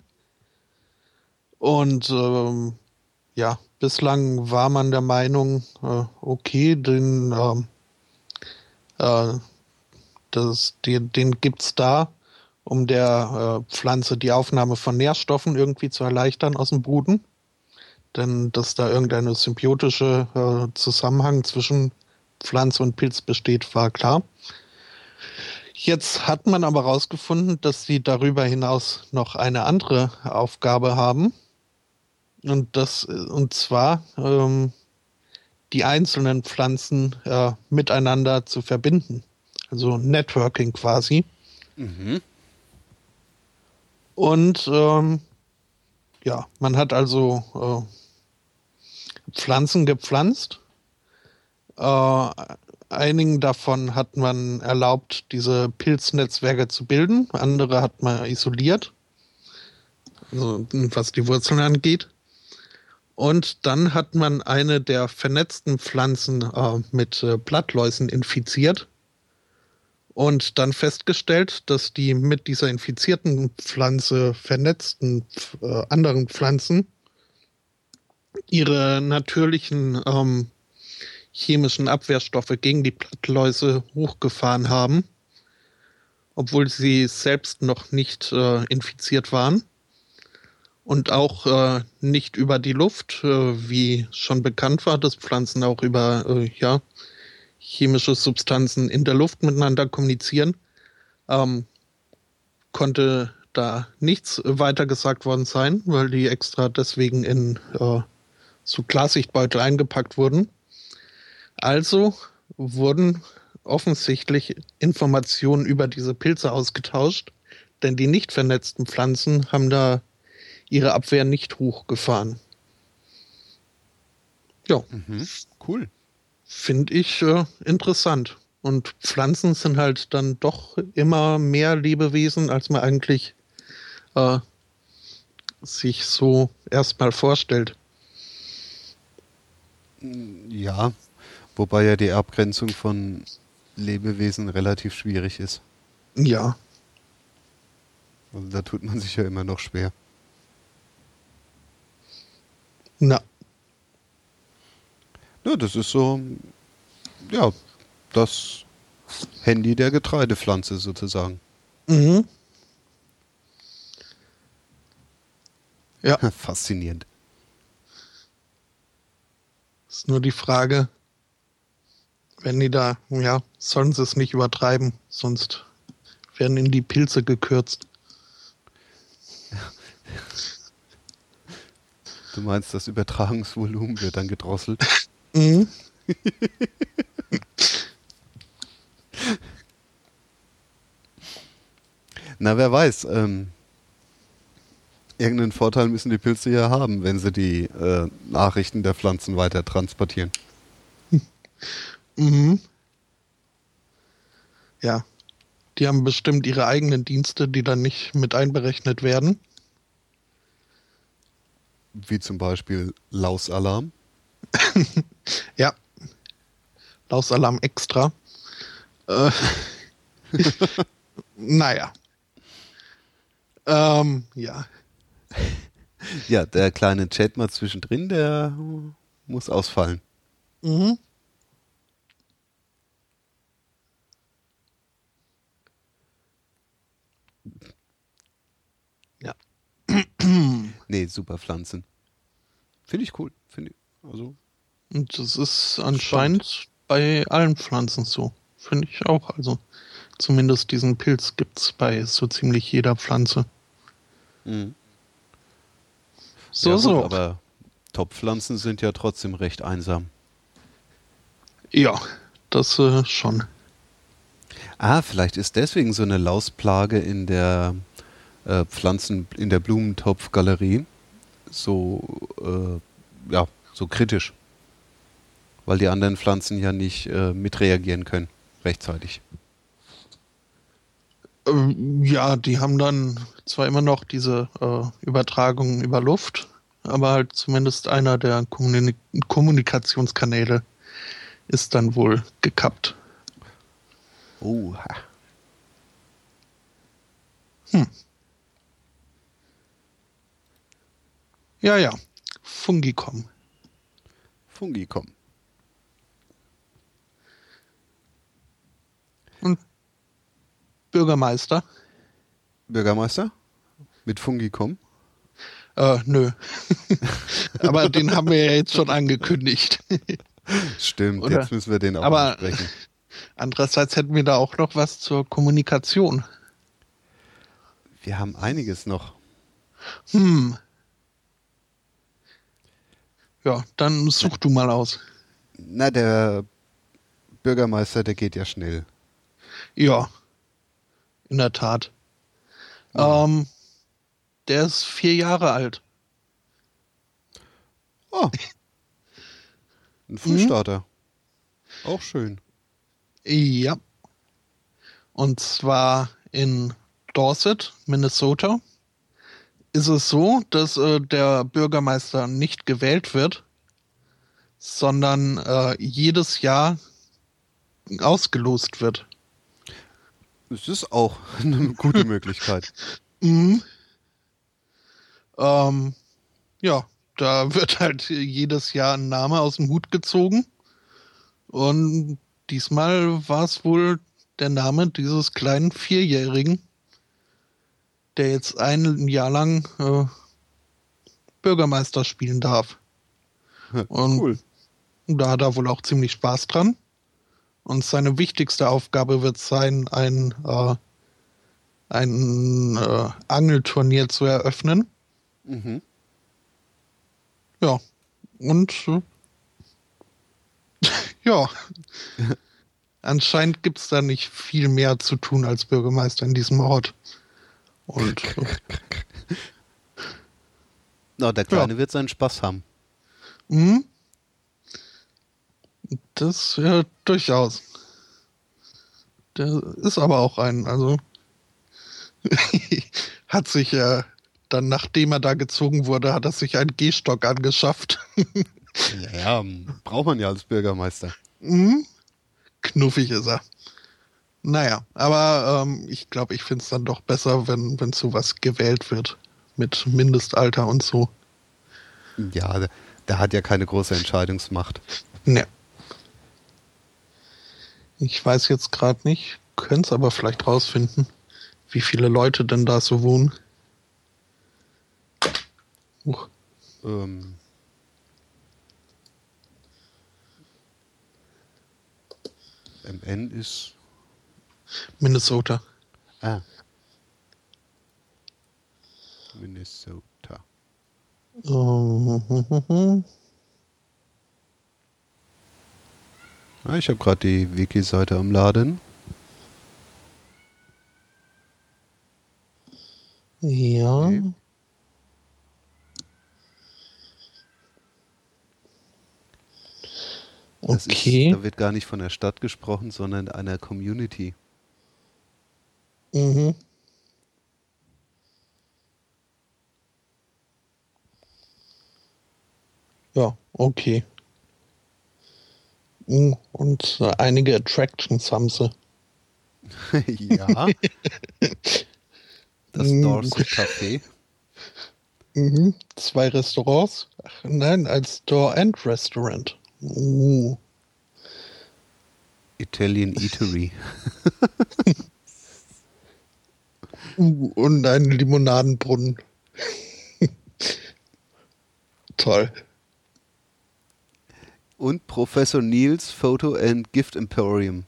Und ähm, ja, bislang war man der Meinung, äh, okay, den, ähm, äh, das, den, den gibt's da, um der äh, Pflanze die Aufnahme von Nährstoffen irgendwie zu erleichtern aus dem Boden. Denn dass da irgendeine symbiotische äh, Zusammenhang zwischen Pflanze und Pilz besteht, war klar. Jetzt hat man aber herausgefunden, dass sie darüber hinaus noch eine andere Aufgabe haben. Und das, und zwar ähm, die einzelnen Pflanzen äh, miteinander zu verbinden. Also Networking quasi. Mhm. Und ähm, ja, man hat also äh, Pflanzen gepflanzt. Äh, einigen davon hat man erlaubt, diese Pilznetzwerke zu bilden. Andere hat man isoliert, also was die Wurzeln angeht. Und dann hat man eine der vernetzten Pflanzen äh, mit äh, Blattläusen infiziert und dann festgestellt, dass die mit dieser infizierten Pflanze vernetzten äh, anderen Pflanzen ihre natürlichen ähm, chemischen Abwehrstoffe gegen die Blattläuse hochgefahren haben, obwohl sie selbst noch nicht äh, infiziert waren. Und auch äh, nicht über die Luft, äh, wie schon bekannt war, dass Pflanzen auch über äh, ja, chemische Substanzen in der Luft miteinander kommunizieren, ähm, konnte da nichts weiter gesagt worden sein, weil die extra deswegen in äh, so Klarsichtbeutel eingepackt wurden. Also wurden offensichtlich Informationen über diese Pilze ausgetauscht, denn die nicht vernetzten Pflanzen haben da ihre Abwehr nicht hochgefahren. Ja, Mhm. Cool. finde ich äh, interessant. Und Pflanzen sind halt dann doch immer mehr Lebewesen, als man eigentlich äh, sich so erstmal vorstellt. Ja, wobei ja die Abgrenzung von Lebewesen relativ schwierig ist. Ja, Also da tut man sich ja immer noch schwer. na, Ja, das ist so, ja, das Handy der Getreidepflanze sozusagen. mhm. Ja, Faszinierend. ist nur die Frage, wenn die da, ja, sollen sie es nicht übertreiben, sonst werden ihnen die Pilze gekürzt. Du meinst, das Übertragungsvolumen wird dann gedrosselt? Mhm. Na, wer weiß. Ähm, irgendeinen Vorteil müssen die Pilze ja haben, wenn sie die äh, Nachrichten der Pflanzen weiter transportieren. Mhm. Ja, die haben bestimmt ihre eigenen Dienste, die dann nicht mit einberechnet werden. Wie zum Beispiel Lausalarm. Ja, Lausalarm extra. Äh, naja. Ähm, ja. Ja, der kleine Chat mal zwischendrin, der muss ausfallen. Mhm. Ja. Nee, super Pflanzen. Finde ich cool. Finde ich, also Und das ist spannend. anscheinend bei allen Pflanzen so. Finde ich auch. Also zumindest diesen Pilz gibt es bei so ziemlich jeder Pflanze. Mhm. Ja So, gut, so. aber Topfpflanzen sind ja trotzdem recht einsam. Ja, das äh, schon. Ah, vielleicht ist deswegen so eine Lausplage in der äh, Pflanzen, in der Blumentopfgalerie so, äh, ja, so kritisch. Weil die anderen Pflanzen ja nicht äh, mitreagieren können, rechtzeitig. Ähm, ja, die haben dann zwar immer noch diese äh, Übertragung über Luft, aber halt zumindest einer der Kommunik Kommunikationskanäle ist dann wohl gekappt. Oh, Hm. Ja, ja. Fungicom. Fungicom. Und Bürgermeister? Bürgermeister? Mit Fungicom? Äh, nö. Aber den haben wir ja jetzt schon angekündigt. Stimmt, Oder? jetzt müssen wir den auch Aber ansprechen. andererseits hätten wir da auch noch was zur Kommunikation. Wir haben einiges noch. Hm. Ja, dann Na, such du mal aus. na, der Bürgermeister, der geht ja schnell. Ja, in der Tat. Ja. Ähm, der ist vier Jahre alt. Oh, ein Mhm. Frühstarter. Auch schön. Ja. Und zwar in Dorset, Minnesota, ist es so, dass äh, der Bürgermeister nicht gewählt wird, sondern äh, jedes Jahr ausgelost wird. Es ist auch eine gute Möglichkeit. Mhm. Ähm, ja, da wird halt jedes Jahr ein Name aus dem Hut gezogen. Und diesmal war es wohl der Name dieses kleinen Vierjährigen, der jetzt ein Jahr lang äh, Bürgermeister spielen darf. Und Cool. da hat er wohl auch ziemlich Spaß dran. Und seine wichtigste Aufgabe wird sein, ein, äh, ein äh, Angelturnier zu eröffnen. Mhm. Ja, und äh, ja, anscheinend gibt es da nicht viel mehr zu tun als Bürgermeister in diesem Ort. Und äh, Na, der ja, Kleine wird seinen Spaß haben. mhm. Das ja durchaus. Der ist aber auch ein, also hat sich ja dann, nachdem er da gezogen wurde, hat er sich einen Gehstock angeschafft. Ja, ja, braucht man ja als Bürgermeister. Mhm. Knuffig ist er. Naja, aber ähm, ich glaube, ich finde es dann doch besser, wenn, wenn sowas gewählt wird. Mit Mindestalter und so. Ja, der, der hat ja keine große Entscheidungsmacht. Ne. Ich weiß jetzt gerade nicht, könnte es aber vielleicht rausfinden, wie viele Leute denn da so wohnen. Huch. Ähm, M N ist... Minnesota. Ah. Minnesota. Mhm. Ah, ich habe gerade die Wiki-Seite am Laden. Ja. Okay. Das Okay. ist, da wird gar nicht von der Stadt gesprochen, sondern einer Community. Mhm. Ja, okay. Mhm. Und äh, einige Attractions haben sie. Ja, das Mhm. Dorset Café. Mhm. Zwei Restaurants. Ach, nein, als Store and Restaurant. Uh. Italian Eatery. Uh. Und ein Limonadenbrunnen. Toll. Und Professor Neils Photo and Gift Emporium.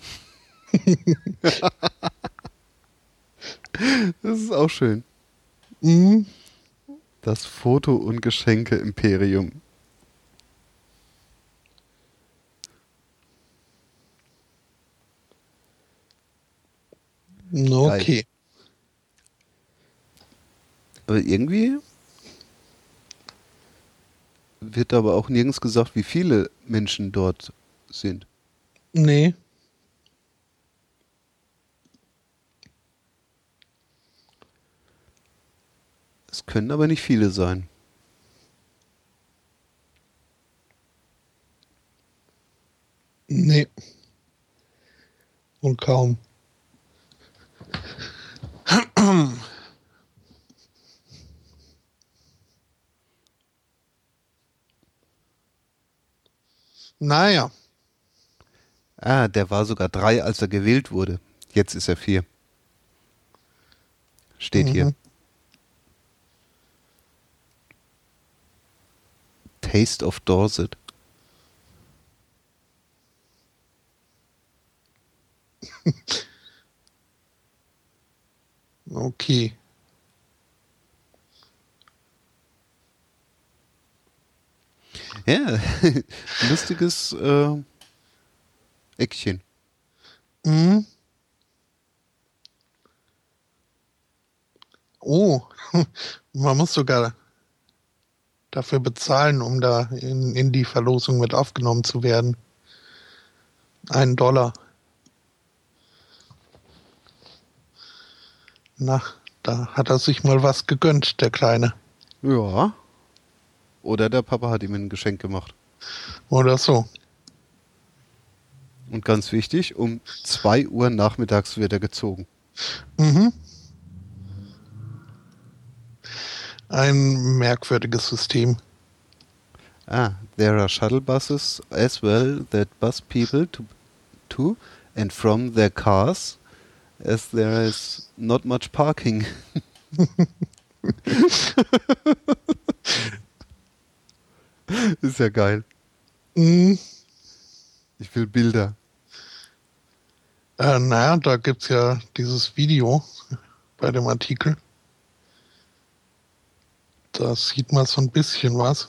Das ist auch schön. Mhm. Das Foto- und Geschenke-Imperium. Geil. Okay. Aber irgendwie wird aber auch nirgends gesagt, wie viele Menschen dort sind. Nee. Es können aber nicht viele sein. Nee. Und kaum. Naja. Ah, der war sogar drei, als er gewählt wurde. Jetzt ist er vier. Steht hier. Mhm. Taste of Dorset. Okay. Ja, lustiges äh, Eckchen. Mhm. Oh, man muss sogar dafür bezahlen, um da in, in die Verlosung mit aufgenommen zu werden. Einen Dollar. Na, da hat er sich mal was gegönnt, der Kleine. Ja. Oder der Papa hat ihm ein Geschenk gemacht. Oder so. Und ganz wichtig, um zwei Uhr nachmittags wird er gezogen. Mhm. Ein merkwürdiges System. Ah, there are shuttle buses as well that bus people to, to and from their cars, as there is not much parking. Ist ja geil. Mhm. Ich will Bilder. Äh, naja, da gibt's ja dieses Video bei dem Artikel. Da sieht man so ein bisschen was.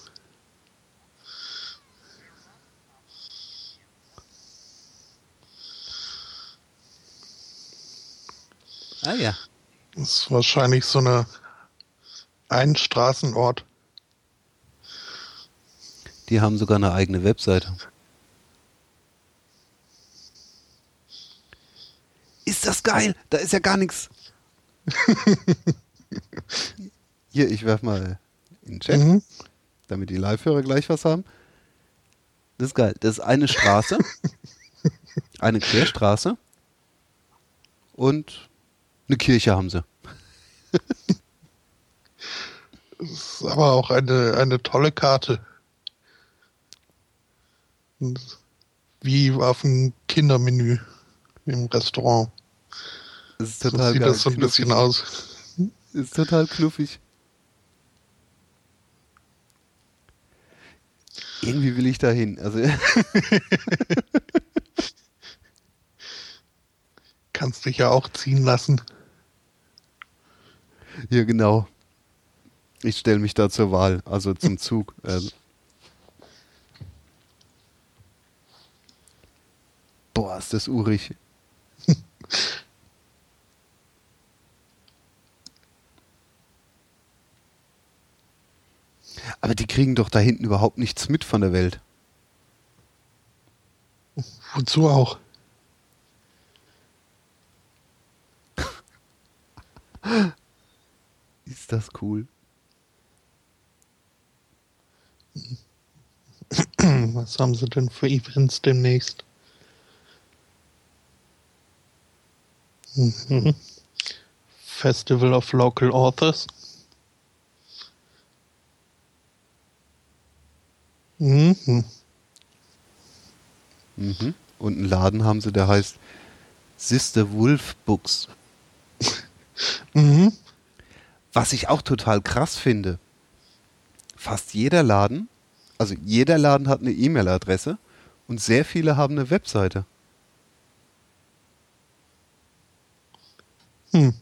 Ah ja. Das ist wahrscheinlich so eine ein Straßenort. Die haben sogar eine eigene Webseite. ist das geil, da ist ja gar nichts. Hier, ich werf mal in den Chat, mhm. damit die Live-Hörer gleich was haben. Das ist geil. Das ist eine Straße, eine Querstraße und eine Kirche haben sie. Das ist aber auch eine, eine tolle Karte. Wie auf dem Kindermenü im Restaurant. Das ist total so sieht geil. das so ein knuffig. bisschen aus. Ist total knuffig. Irgendwie will ich da hin. Also kannst dich ja auch ziehen lassen. Ja, genau. Ich stelle mich da zur Wahl, also zum Zug. Also. Boah, ist das urig. Aber die kriegen doch da hinten überhaupt nichts mit von der Welt. Wozu auch? Ist das cool. Was haben sie denn für Events demnächst? Mhm. Festival of Local Authors. Mhm. Mhm. Und einen Laden haben sie, der heißt Sister Wolf Books. Mhm. Was ich auch total krass finde, fast jeder Laden, also jeder Laden hat eine E-Mail-Adresse und sehr viele haben eine Webseite. Hm.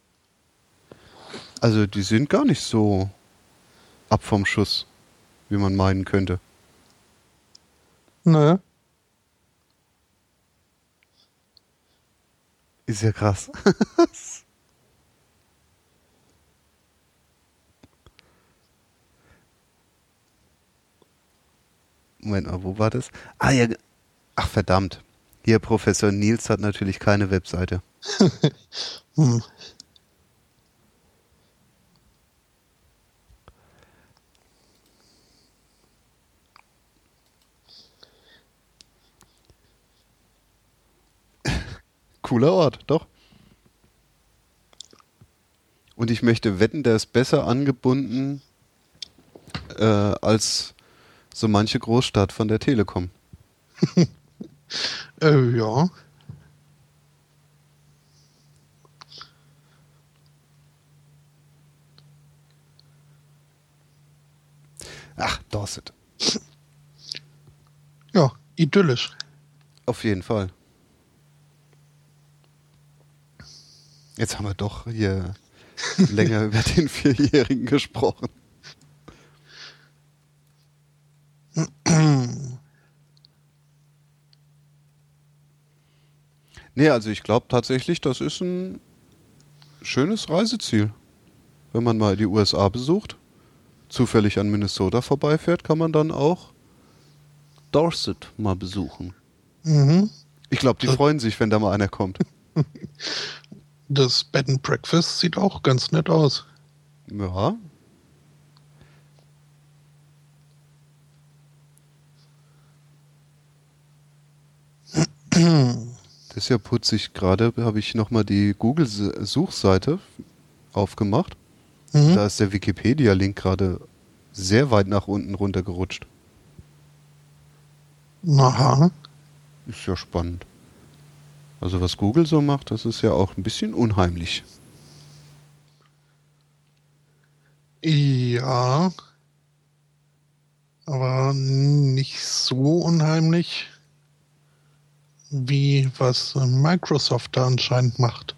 Also die sind gar nicht so ab vom Schuss, wie man meinen könnte. Nö. Ist ja krass. Moment mal, wo war das? Ah ja, ach verdammt. Hier, Professor Nils hat natürlich keine Webseite. hm. Cooler Ort, doch. Und ich möchte wetten, der ist besser angebunden äh, als so manche Großstadt von der Telekom. äh, ja. Ach, Dorset. Ja, idyllisch. Auf jeden Fall. Jetzt haben wir doch hier länger über den Vierjährigen gesprochen. Nee, also ich glaube tatsächlich, das ist ein schönes Reiseziel. Wenn man mal die U S A besucht, zufällig an Minnesota vorbeifährt, kann man dann auch Dorset mal besuchen. Mhm. Ich glaube, die freuen sich, wenn da mal einer kommt. Das Bed and Breakfast sieht auch ganz nett aus. Ja. Das ist ja putzig. Gerade habe ich nochmal die Google-Suchseite aufgemacht. Mhm. Da ist der Wikipedia-Link gerade sehr weit nach unten runtergerutscht. Aha. Ist ja spannend. Also was Google so macht, das ist ja auch ein bisschen unheimlich. Ja. Aber nicht so unheimlich, wie was Microsoft da anscheinend macht.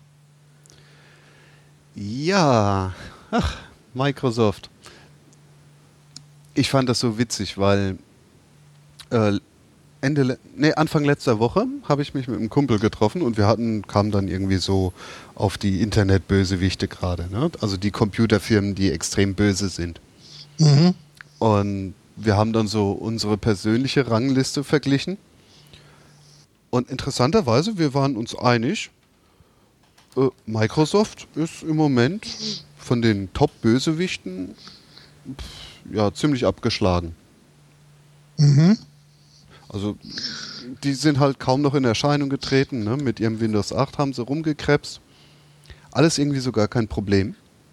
Ja. Ach, Microsoft. Ich fand das so witzig, weil äh, Ende, nee, Anfang letzter Woche habe ich mich mit einem Kumpel getroffen und wir hatten, kamen dann irgendwie so auf die Internetbösewichte gerade, ne? Also die Computerfirmen, die extrem böse sind. Mhm. Und wir haben dann so unsere persönliche Rangliste verglichen. Und interessanterweise, wir waren uns einig, Äh, Microsoft ist im Moment von den Top-Bösewichten pf, ja, ziemlich abgeschlagen. Mhm. Also die sind halt kaum noch in Erscheinung getreten. Ne? Mit ihrem Windows acht haben sie rumgekrebst. Alles irgendwie so gar kein Problem.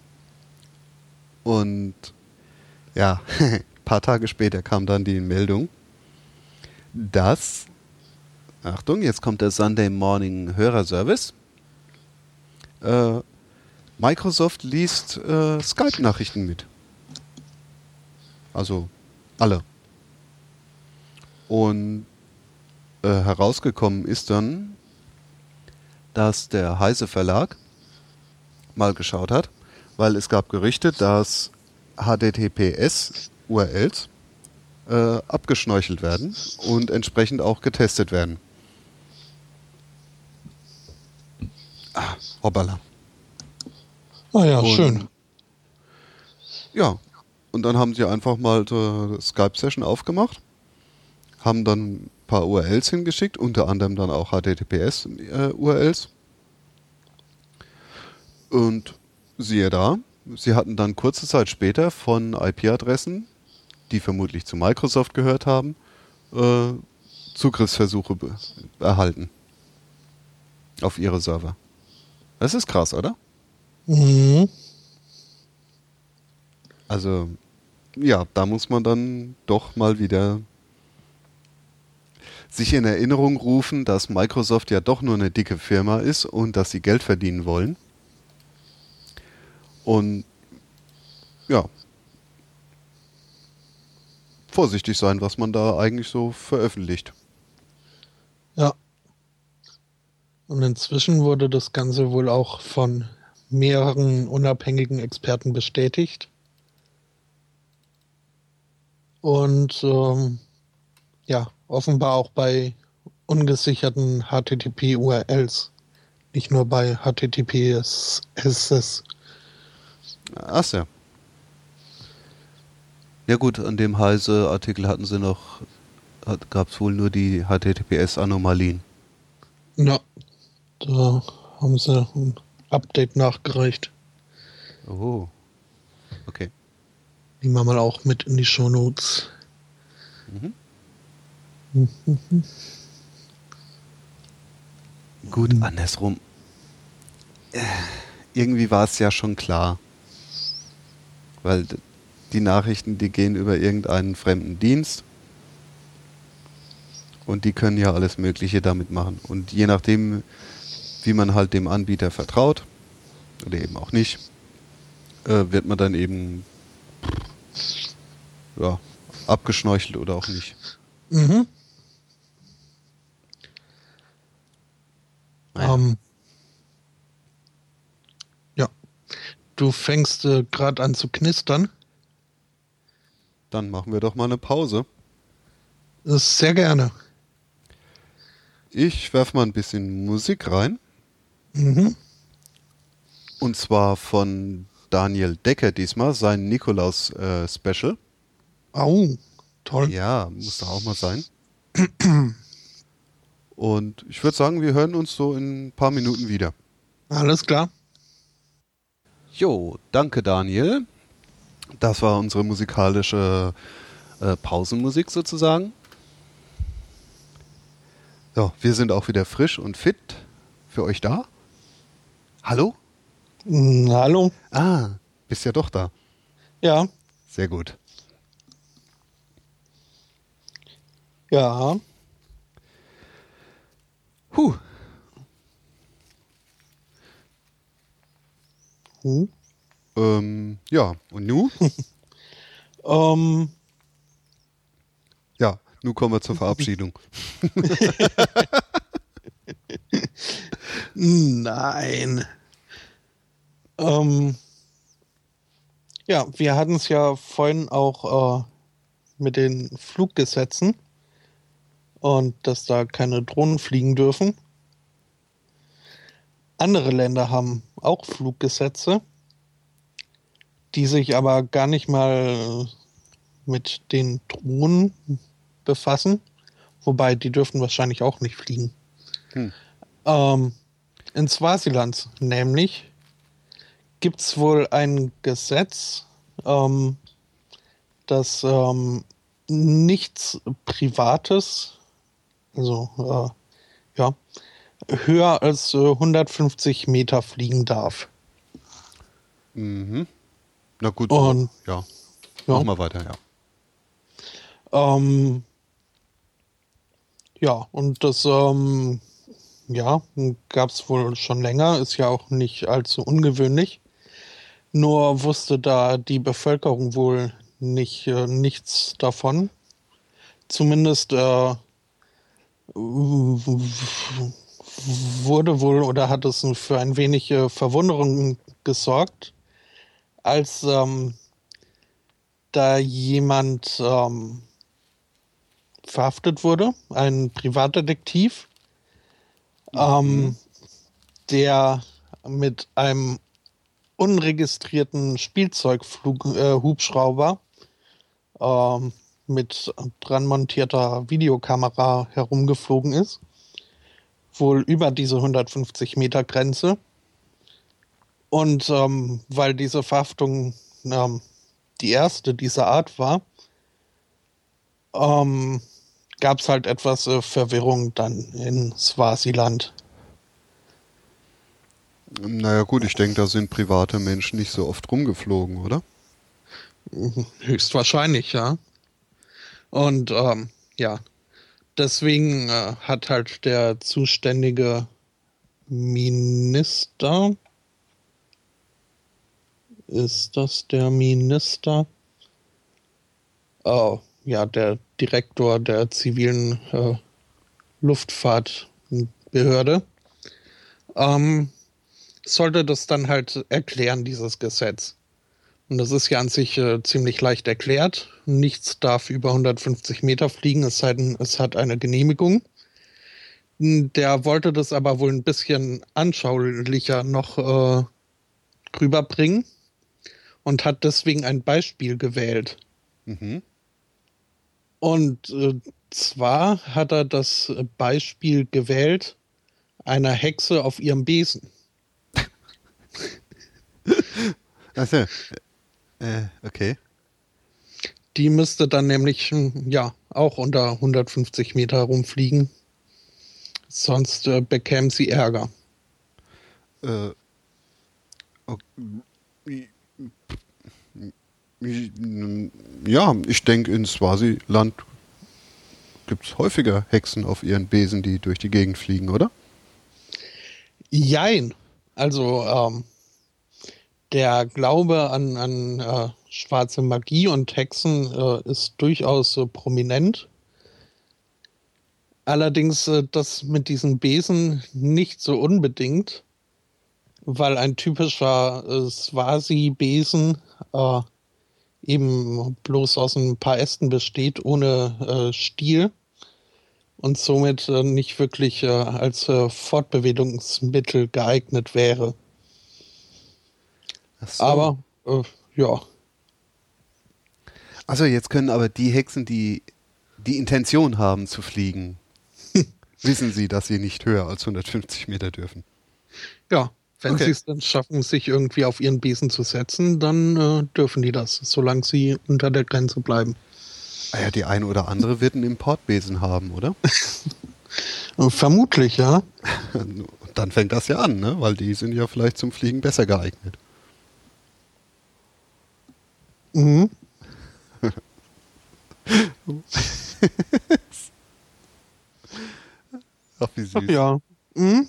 Und ja, ein paar Tage später kam dann die Meldung, dass, Achtung, jetzt kommt der Sunday Morning Hörerservice, äh, Microsoft liest äh, Skype-Nachrichten mit. Also alle. Und äh, herausgekommen ist dann, dass der Heise Verlag mal geschaut hat, weil es gab Gerüchte, dass H T T P S-U R Ls äh, abgeschnorchelt werden und entsprechend auch getestet werden. Ah, hoppala. Ah ja, Und, schön. Ja, und dann haben sie einfach mal so Skype-Session aufgemacht, haben dann ein paar U R Ls hingeschickt, unter anderem dann auch H T T P S-U R Ls. Und siehe da, sie hatten dann kurze Zeit später von I P-Adressen, die vermutlich zu Microsoft gehört haben, äh, Zugriffsversuche be- erhalten auf ihre Server. Das ist krass, oder? Mhm. Also, ja, da muss man dann doch mal wieder sich in Erinnerung rufen, dass Microsoft ja doch nur eine dicke Firma ist und dass sie Geld verdienen wollen. Und ja, vorsichtig sein, was man da eigentlich so veröffentlicht. Ja. Und inzwischen wurde das Ganze wohl auch von mehreren unabhängigen Experten bestätigt. Und ähm, ja, offenbar auch bei ungesicherten H T T P-U R Ls. Nicht nur bei H T T P S S. Ach ja. Ja gut, an dem Heise-Artikel hatten sie noch, gab es wohl nur die H T T P S-Anomalien. Ja, da haben sie ein Update nachgereicht. Oh, okay. Nehmen wir mal auch mit in die Shownotes. Mhm. Gut, andersrum. Äh, Irgendwie war es ja schon klar. Weil d- die Nachrichten, die gehen über irgendeinen fremden Dienst. Und die können ja alles Mögliche damit machen. Und je nachdem, wie man halt dem Anbieter vertraut, oder eben auch nicht, äh, wird man dann eben ja, abgeschnorchelt oder auch nicht. Mhm. Naja. Ähm, ja, du fängst äh, gerade an zu knistern. Dann machen wir doch mal eine Pause. Das ist sehr gerne. Ich werfe mal ein bisschen Musik rein. Mhm. Und zwar von Daniel Decker diesmal, sein Nikolaus-Special. Au, toll. Ja, muss doch auch mal sein. Und ich würde sagen, wir hören uns so in ein paar Minuten wieder. Alles klar. Jo, danke Daniel. Das war unsere musikalische äh, Pausenmusik sozusagen. So, wir sind auch wieder frisch und fit für euch da. Hallo? Mm, hallo. Ah, bist ja doch da. Ja, Sehr gut. ja. Huh. Hm. Ähm, ja, und nu? Ähm, Ja, nun kommen wir zur Verabschiedung. nein. Ähm, ja, wir hatten es ja vorhin auch äh, mit den Fluggesetzen und dass da keine Drohnen fliegen dürfen. Andere Länder haben auch Fluggesetze, die sich aber gar nicht mal mit den Drohnen befassen. Wobei, die dürfen wahrscheinlich auch nicht fliegen. Hm. Ähm, In Swasiland nämlich gibt es wohl ein Gesetz, ähm, dass ähm, nichts Privates, also äh, ja, höher als äh, hundertfünfzig Meter fliegen darf. Mhm. Na gut, Und ja. ja, Mach mal weiter, ja. ähm, ja, und das ähm, ja, gab es wohl schon länger, ist ja auch nicht allzu ungewöhnlich. Nur wusste da die Bevölkerung wohl nicht äh, nichts davon. Zumindest äh, wurde wohl oder hat es für ein wenig äh, Verwunderung gesorgt, als ähm, da jemand ähm, verhaftet wurde, ein Privatdetektiv, ähm, der mit einem unregistrierten Spielzeug-Hubschrauber ähm, mit dran montierter Videokamera herumgeflogen ist, wohl über diese hundertfünfzig Meter Grenze. Und ähm, weil diese Verhaftung ähm, die erste dieser Art war, ähm, gab es halt etwas äh, Verwirrung dann in Swasiland. Naja gut, ich denke, da sind private Menschen nicht so oft rumgeflogen, oder? Höchstwahrscheinlich, ja. Und ähm, ja, deswegen äh, hat halt der zuständige Minister, ist das der Minister? Oh, ja, der Direktor der zivilen äh, Luftfahrtbehörde, ähm, sollte das dann halt erklären, dieses Gesetz. Und das ist ja an sich äh, ziemlich leicht erklärt. Nichts darf über hundertfünfzig Meter fliegen, es sei denn, es hat eine Genehmigung. Der wollte das aber wohl ein bisschen anschaulicher noch äh, rüberbringen und hat deswegen ein Beispiel gewählt. Mhm. Und äh, zwar hat er das Beispiel gewählt einer Hexe auf ihrem Besen. Achso. Äh, okay. Die müsste dann nämlich hm, ja auch unter hundertfünfzig Meter rumfliegen. Sonst äh, bekäme sie Ärger. Äh, okay. Ja, ich denke, in Swasiland gibt es häufiger Hexen auf ihren Besen, die durch die Gegend fliegen, oder? Jein. Also ähm, der Glaube an, an äh, schwarze Magie und Hexen äh, ist durchaus äh, prominent. Allerdings äh, das mit diesen Besen nicht so unbedingt, weil ein typischer äh, Swasi-Besen äh, eben bloß aus ein paar Ästen besteht, ohne äh, Stiel und somit äh, nicht wirklich äh, als äh, Fortbewegungsmittel geeignet wäre. Ach so. Aber äh, ja, Also jetzt können aber die Hexen, die die Intention haben zu fliegen, wissen sie, dass sie nicht höher als hundertfünfzig Meter dürfen. ja, wenn Okay. sie es dann schaffen, sich irgendwie auf ihren Besen zu setzen, dann äh, dürfen die das, solange sie unter der Grenze bleiben. Ah ja, die eine oder andere wird einen Importbesen haben, oder? Äh, vermutlich, ja. Und dann fängt das ja an, ne? Weil die sind ja vielleicht zum Fliegen besser geeignet. Mhm. Ach, wie süß. Ach ja. Mhm.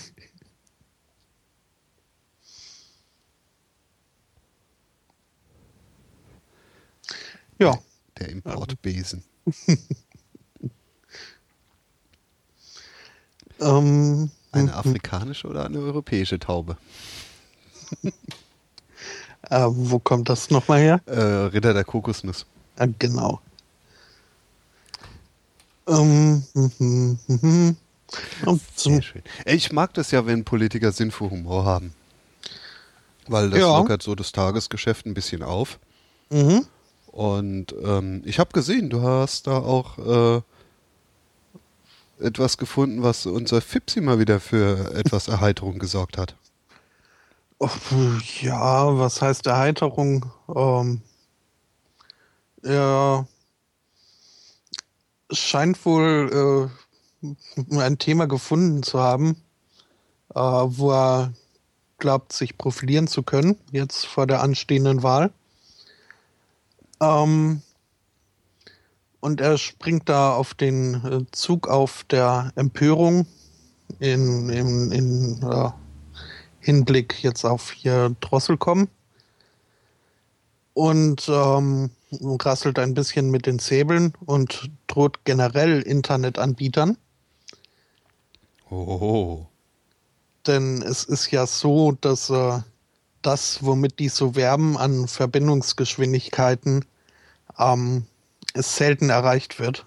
Ja. Der Importbesen. Ähm, Eine afrikanische oder eine europäische Taube? äh, wo kommt das nochmal her? Äh, Ritter der Kokosnuss. Ah, genau. Ähm, mhm, mhm. Und Sehr zum, schön. Ey, ich mag das ja, wenn Politiker Sinn für Humor haben. Weil das Ja. lockert so das Tagesgeschäft ein bisschen auf. mhm. Und ähm, ich habe gesehen, du hast da auch äh, etwas gefunden, was unser Fipsi mal wieder für etwas Erheiterung gesorgt hat. Oh, ja, was heißt Erheiterung? Ähm, er scheint wohl äh, ein Thema gefunden zu haben, äh, wo er glaubt, sich profilieren zu können, jetzt vor der anstehenden Wahl. Ähm, und er springt da auf den äh, Zug auf der Empörung in, in, in äh, Hinblick jetzt auf hier Drosselcom und ähm, rasselt ein bisschen mit den Säbeln und droht generell Internetanbietern. Oh. Denn es ist ja so, dass äh, das, womit die so werben an Verbindungsgeschwindigkeiten, ähm, es selten erreicht wird.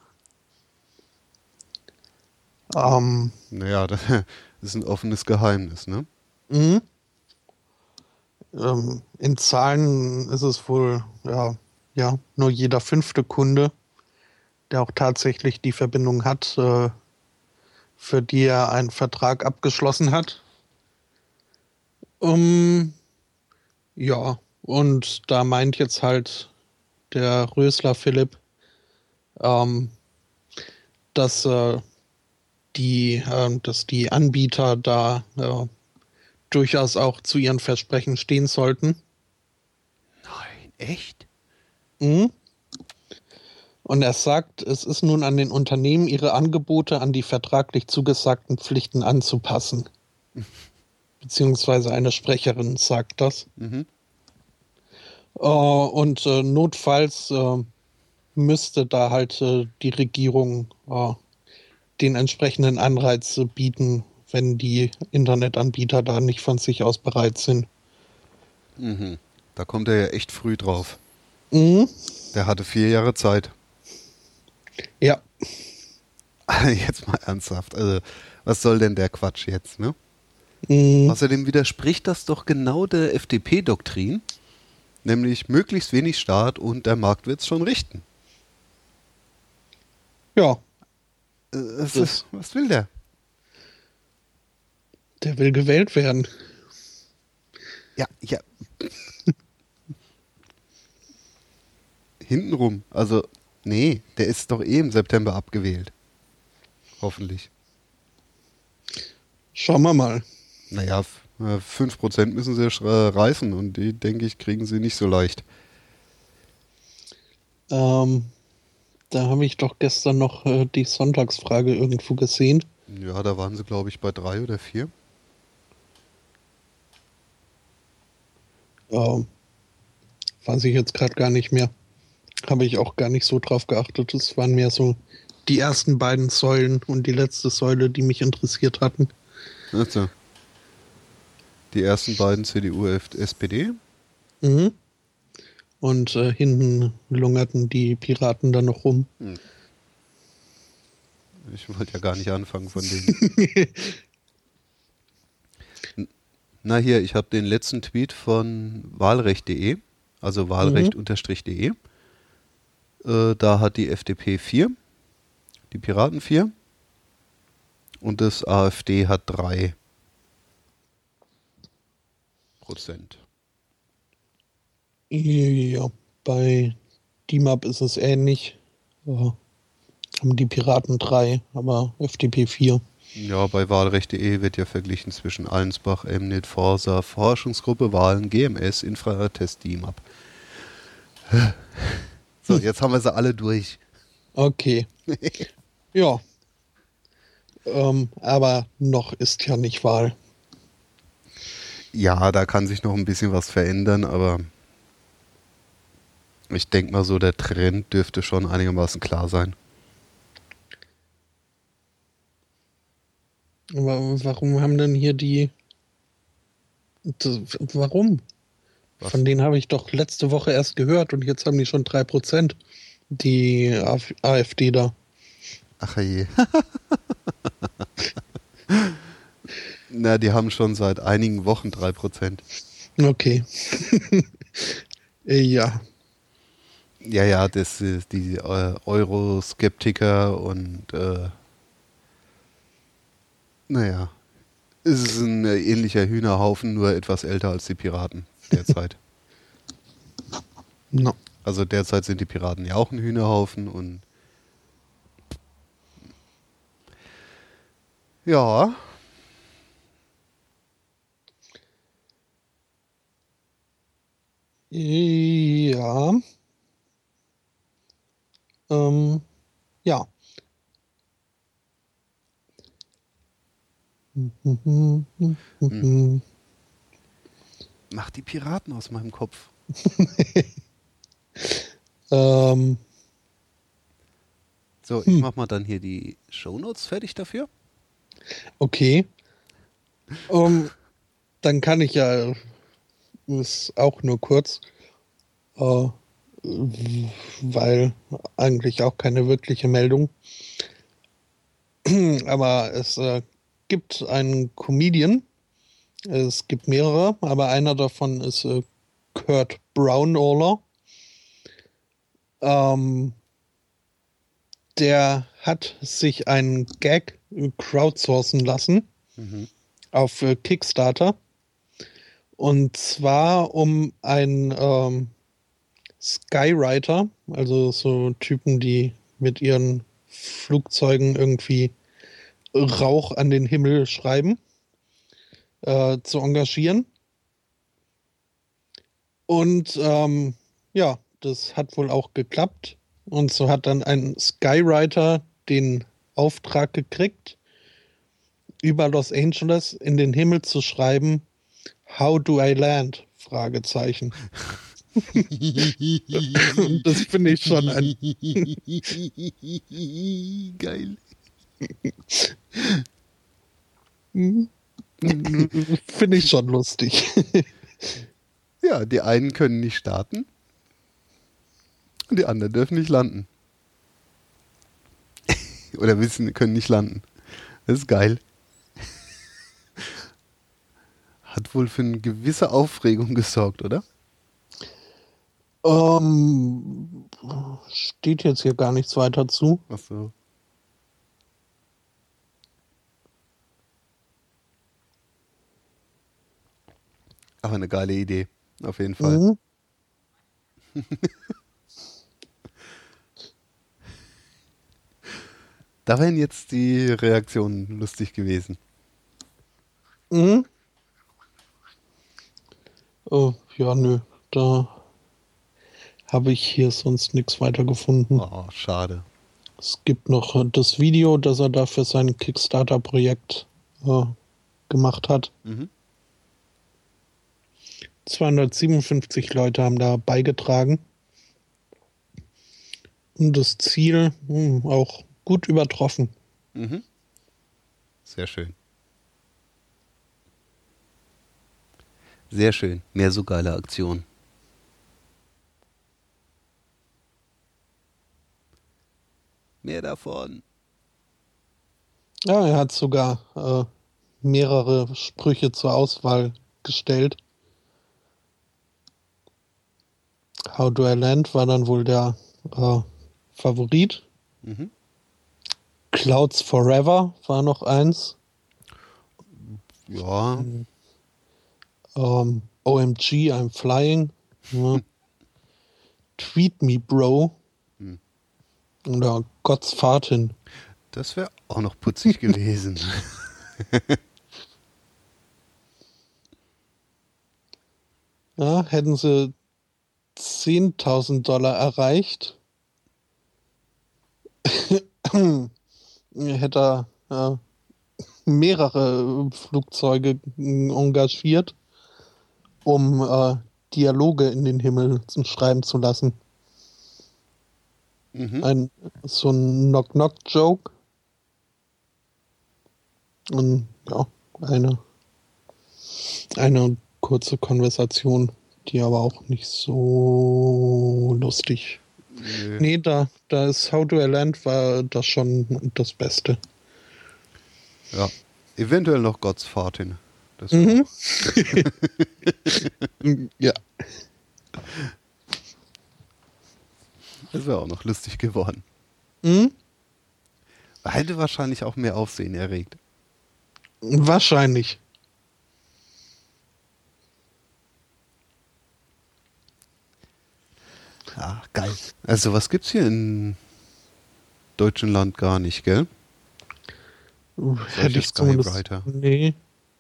Ähm, Naja, das ist ein offenes Geheimnis, ne? mh. ähm, in Zahlen ist es wohl ja, ja nur jeder fünfte Kunde, der auch tatsächlich die Verbindung hat, äh, für die er einen Vertrag abgeschlossen hat. Um, ja, und da meint jetzt halt der Rösler Philipp, ähm, dass, äh, die, äh, dass die Anbieter da äh, durchaus auch zu ihren Versprechen stehen sollten. Nein, echt? Mhm. Und er sagt, es ist nun an den Unternehmen, ihre Angebote an die vertraglich zugesagten Pflichten anzupassen. Beziehungsweise eine Sprecherin sagt das. Mhm. Äh, und äh, notfalls äh, müsste da halt äh, die Regierung äh, den entsprechenden Anreiz äh, bieten, wenn die Internetanbieter da nicht von sich aus bereit sind. Mhm. Da kommt er ja echt früh drauf. Mhm. Der hatte vier Jahre Zeit. Ja. Jetzt mal ernsthaft. Also, was soll denn der Quatsch jetzt, ne? Mhm. Außerdem widerspricht das doch genau der F D P-Doktrin, nämlich möglichst wenig Staat und der Markt wird's schon richten. Ja, Äh, es das, ist, was will der? der will gewählt werden. Ja, ja. Hintenrum. Also, nee, der ist doch eh im September abgewählt. Hoffentlich. Schauen wir mal. Naja, f- äh, fünf Prozent müssen sie äh, reißen und die, denke ich, kriegen sie nicht so leicht. Ähm, da habe ich doch gestern noch äh, die Sonntagsfrage irgendwo gesehen. Ja, da waren sie, glaube ich, bei drei oder vier. Ähm, weiß ich jetzt gerade gar nicht mehr. Habe ich auch gar nicht so drauf geachtet. Es waren mehr so die ersten beiden Säulen und die letzte Säule, die mich interessiert hatten. Also, die ersten beiden C D U, S P D. Mhm. Und äh, hinten lungerten die Piraten dann noch rum. Hm. Ich wollte ja gar nicht anfangen von denen. Na hier, ich habe den letzten Tweet von wahlrecht punkt de, also wahlrecht-de. Äh, da hat die F D P vier, die Piraten vier und das AfD hat drei Prozent. Ja, bei D M A P ist es ähnlich. Ja, haben die Piraten drei, aber F D P vier. Ja, bei wahlrecht punkt de wird ja verglichen zwischen Allensbach, Mnet, Forsa, Forschungsgruppe Wahlen, G M S, Infratest, D M A P. So, jetzt haben wir sie alle durch. Okay. Ja. Ähm, aber noch ist ja nicht Wahl. Ja, da kann sich noch ein bisschen was verändern, aber ich denke mal so, der Trend dürfte schon einigermaßen klar sein. Aber warum haben denn hier die... Das, warum? Was? Von denen habe ich doch letzte Woche erst gehört und jetzt haben die schon drei Prozent. Die AfD da. Ach je. Na, die haben schon seit einigen Wochen drei Prozent. Okay. Ja. Ja, ja, das ist die äh, Euroskeptiker und äh, Naja, es ist ein äh, ähnlicher Hühnerhaufen, nur etwas älter als die Piraten derzeit. No. Also derzeit sind die Piraten ja auch ein Hühnerhaufen und ja. Ja. Ähm, ja. Hm. Mach die Piraten aus meinem Kopf. ähm, So, ich hm. mach mal dann hier die Shownotes fertig dafür. Okay. Um, dann kann ich ja, ist auch nur kurz, äh, weil eigentlich auch keine wirkliche Meldung. Aber es äh, gibt einen Comedian, es gibt mehrere, aber einer davon ist äh, Kurt Braunohler. Ähm, der hat sich einen Gag crowdsourcen lassen Mhm. auf äh, Kickstarter. Und zwar um einen ähm, Skywriter, also so Typen, die mit ihren Flugzeugen irgendwie Rauch an den Himmel schreiben, äh, zu engagieren. Und ähm, ja, das hat wohl auch geklappt. Und so hat dann ein Skywriter den Auftrag gekriegt, über Los Angeles in den Himmel zu schreiben, How do I land? Fragezeichen. Und das finde ich schon ein geil. finde ich schon lustig. Ja, die einen können nicht starten und die anderen dürfen nicht landen. Oder wissen, können nicht landen. Das ist geil. Hat wohl für eine gewisse Aufregung gesorgt, oder? Ähm, steht jetzt hier gar nichts weiter zu. Ach so. Aber eine geile Idee, auf jeden Fall. Mhm. Da wären jetzt die Reaktionen lustig gewesen. Mhm. Oh, ja, nö, da habe ich hier sonst nichts weiter gefunden. Oh, schade. Es gibt noch äh, das Video, das er da für sein Kickstarter-Projekt äh, gemacht hat. Mhm. zweihundertsiebenundfünfzig Leute haben da beigetragen. Und das Ziel mh, auch gut übertroffen. Mhm. Sehr schön. Sehr schön. Mehr so geile Aktionen. Mehr davon. Ja, er hat sogar äh, mehrere Sprüche zur Auswahl gestellt. How do I land war dann wohl der äh, Favorit. Mhm. Clouds Forever war noch eins. Ja. Ähm, O M G, I'm flying. Ja. Tweet me, Bro. Hm. Oder Gott's Fahrtin. Das wäre auch noch putzig gewesen. Ja, hätten sie zehntausend Dollar erreicht, hätte er äh, mehrere Flugzeuge engagiert, um äh, Dialoge in den Himmel schreiben zu lassen. Mhm. Ein, so ein Knock-Knock-Joke. Und ja, eine, eine kurze Konversation, die aber auch nicht so lustig. Nö. Nee, da, da ist How do I Land war das schon das Beste. Ja. Eventuell noch Gott's Fahrtin. Das Mhm. Ja. Das wäre auch noch lustig geworden. Mhm. Hätte wahrscheinlich auch mehr Aufsehen erregt. Wahrscheinlich. Ja, geil. Also was gibt's hier in deutschen Land gar nicht, gell? Uh, Hätte Solche ich zumindest. Skywriter. Nee.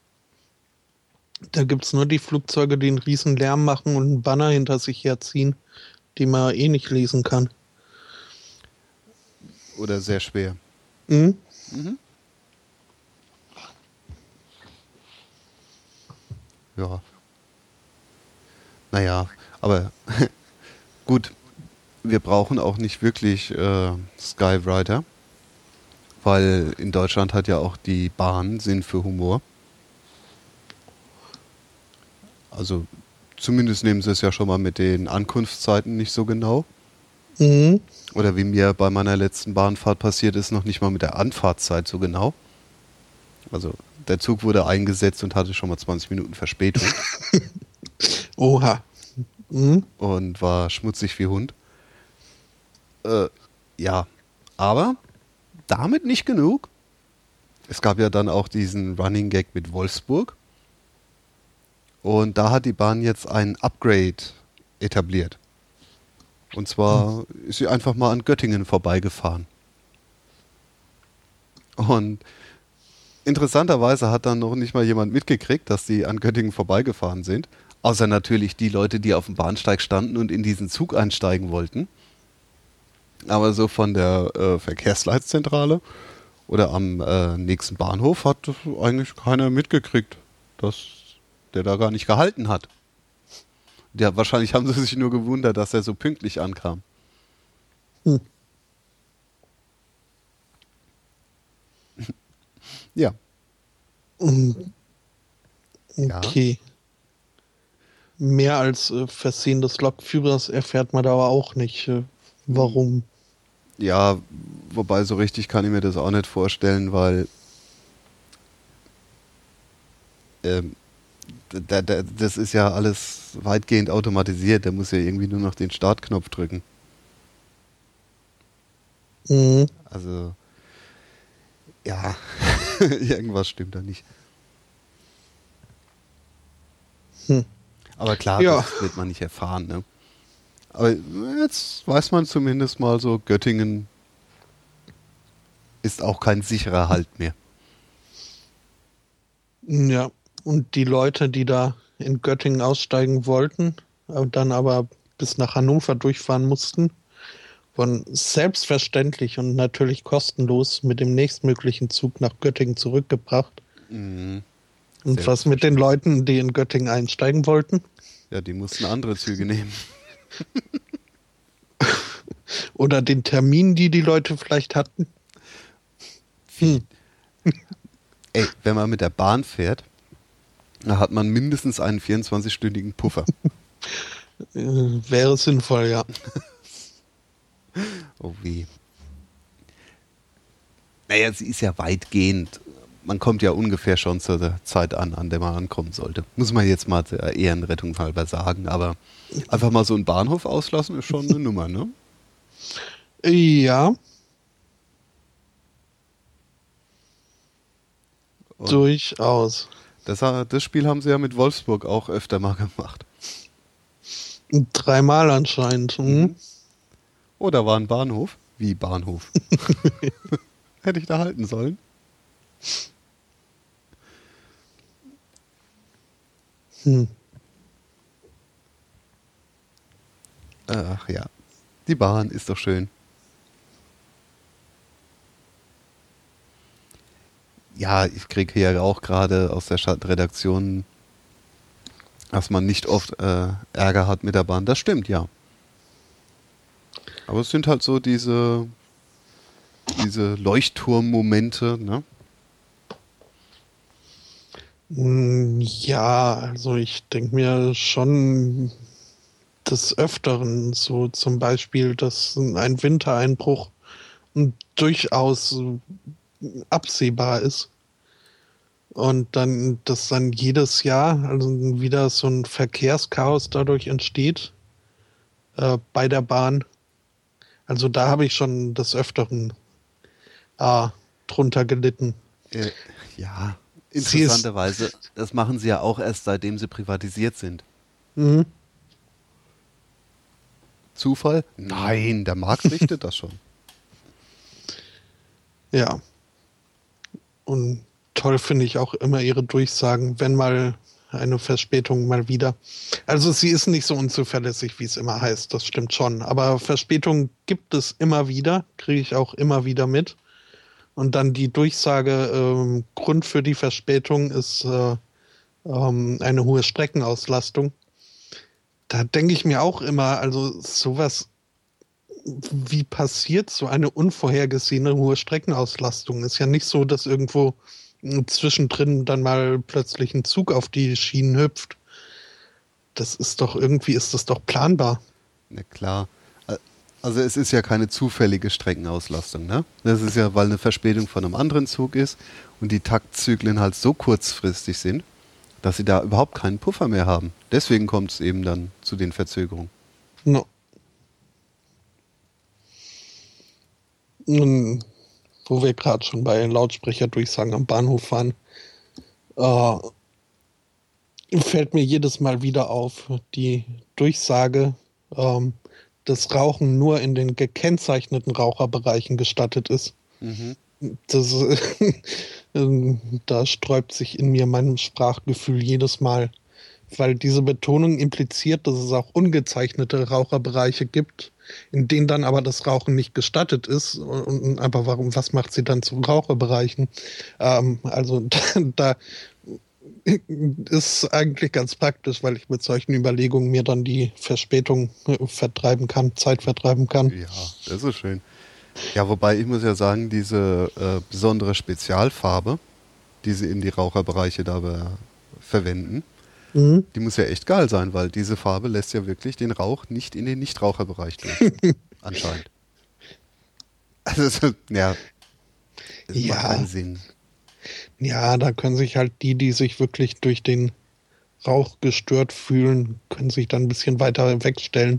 Da gibt es nur die Flugzeuge, die einen riesen Lärm machen und einen Banner hinter sich herziehen, die man eh nicht lesen kann. Oder sehr schwer. Mhm. Mhm. Ja. Naja, aber gut, wir brauchen auch nicht wirklich äh, Skywriter, weil in Deutschland hat ja auch die Bahn Sinn für Humor. Also zumindest nehmen sie es ja schon mal mit den Ankunftszeiten nicht so genau. Mhm. Oder wie mir bei meiner letzten Bahnfahrt passiert ist, noch nicht mal mit der Anfahrtszeit so genau. Also der Zug wurde eingesetzt und hatte schon mal zwanzig Minuten Verspätung Oha. Mhm. und war schmutzig wie Hund. Äh, ja, aber damit nicht genug. Es gab ja dann auch diesen Running Gag mit Wolfsburg. Und da hat die Bahn jetzt ein Upgrade etabliert. Und zwar ist sie einfach mal an Göttingen vorbeigefahren. Und interessanterweise hat dann noch nicht mal jemand mitgekriegt, dass die an Göttingen vorbeigefahren sind. Außer natürlich die Leute, die auf dem Bahnsteig standen und in diesen Zug einsteigen wollten. Aber so von der äh, Verkehrsleitzentrale oder am äh, nächsten Bahnhof hat eigentlich keiner mitgekriegt, dass der da gar nicht gehalten hat. Ja, wahrscheinlich haben sie sich nur gewundert, dass er so pünktlich ankam. Hm. Ja. Mhm. Ja. Okay. Mehr als äh, Versehen des Lokführers erfährt man da aber auch nicht. Äh, warum? Ja, wobei so richtig kann ich mir das auch nicht vorstellen, weil ähm, da, da, das ist ja alles weitgehend automatisiert. Der muss ja irgendwie nur noch den Startknopf drücken. Mhm. Also, ja, irgendwas stimmt da nicht. Hm. Aber klar, Ja. das wird man nicht erfahren, ne? Aber jetzt weiß man zumindest mal so, Göttingen ist auch kein sicherer Halt mehr. Ja. Und die Leute, die da in Göttingen aussteigen wollten, äh, dann aber bis nach Hannover durchfahren mussten, wurden selbstverständlich und natürlich kostenlos mit dem nächstmöglichen Zug nach Göttingen zurückgebracht. Mhm. Und was mit den Leuten, die in Göttingen einsteigen wollten? Ja, die mussten andere Züge nehmen. Oder den Termin, die die Leute vielleicht hatten? Hm. Ey, wenn man mit der Bahn fährt, da hat man mindestens einen vierundzwanzig-stündigen Puffer. Äh, wäre sinnvoll, ja. Oh weh. Naja, sie ist ja weitgehend. Man kommt ja ungefähr schon zur Zeit an, an der man ankommen sollte. Muss man jetzt mal der Ehrenrettung halber sagen. Aber einfach mal so einen Bahnhof auslassen ist schon eine Nummer, ne? Ja, Und durchaus. das, das Spiel haben sie ja mit Wolfsburg auch öfter mal gemacht. Dreimal anscheinend. Hm? Mhm. Oh, da war ein Bahnhof. Wie Bahnhof? Hätte ich da halten sollen? Hm. Ach ja, die Bahn ist doch schön. Ja, ich kriege hier auch gerade aus der Stadtredaktion, dass man nicht oft äh, Ärger hat mit der Bahn. Das stimmt, ja. Aber es sind halt so diese, diese Leuchtturmmomente, ne? Hm, Ja, also ich denke mir schon des Öfteren, so zum Beispiel, dass ein Wintereinbruch durchaus absehbar ist. Und dann, dass dann jedes Jahr also wieder so ein Verkehrschaos dadurch entsteht äh, bei der Bahn. Also da habe ich schon des Öfteren äh, drunter gelitten. Äh, ja, Interessanterweise, das machen sie ja auch erst, seitdem sie privatisiert sind. Mhm. Zufall? Nein, der Markt richtet das schon. Ja. Und toll finde ich auch immer ihre Durchsagen, wenn mal eine Verspätung mal wieder. Also sie ist nicht so unzuverlässig, wie es immer heißt, das stimmt schon. Aber Verspätung gibt es immer wieder, kriege ich auch immer wieder mit. Und dann die Durchsage, ähm, Grund für die Verspätung ist äh, ähm, eine hohe Streckenauslastung. Da denke ich mir auch immer, also sowas, wie passiert so eine unvorhergesehene hohe Streckenauslastung? Ist ja nicht so, dass irgendwo zwischendrin dann mal plötzlich ein Zug auf die Schienen hüpft. Das ist doch irgendwie, ist das doch planbar. Na klar. Also es ist ja keine zufällige Streckenauslastung, ne? Das ist ja, weil eine Verspätung von einem anderen Zug ist und die Taktzyklen halt so kurzfristig sind, dass sie da überhaupt keinen Puffer mehr haben. Deswegen kommt es eben dann zu den Verzögerungen. No. Nun, wo wir gerade schon bei Lautsprecherdurchsagen am Bahnhof waren, äh, fällt mir jedes Mal wieder auf, die Durchsage, ähm, dass Rauchen nur in den gekennzeichneten Raucherbereichen gestattet ist. Mhm. Das, da sträubt sich in mir mein Sprachgefühl jedes Mal, weil diese Betonung impliziert, dass es auch ungezeichnete Raucherbereiche gibt, in denen dann aber das Rauchen nicht gestattet ist. Und, aber warum, was macht sie dann zu Raucherbereichen? Ähm, also da, da ist eigentlich ganz praktisch, weil ich mit solchen Überlegungen mir dann die Verspätung vertreiben kann, Zeit vertreiben kann. Ja, das ist schön. Ja, wobei ich muss ja sagen, diese äh, besondere Spezialfarbe, die sie in die Raucherbereiche da be- verwenden, Mhm. die muss ja echt geil sein, weil diese Farbe lässt ja wirklich den Rauch nicht in den Nichtraucherbereich durch. Anscheinend. Also, es- ja, es Ja. macht keinen Sinn. Ja, da können sich halt die, die sich wirklich durch den Rauch gestört fühlen, können sich dann ein bisschen weiter wegstellen.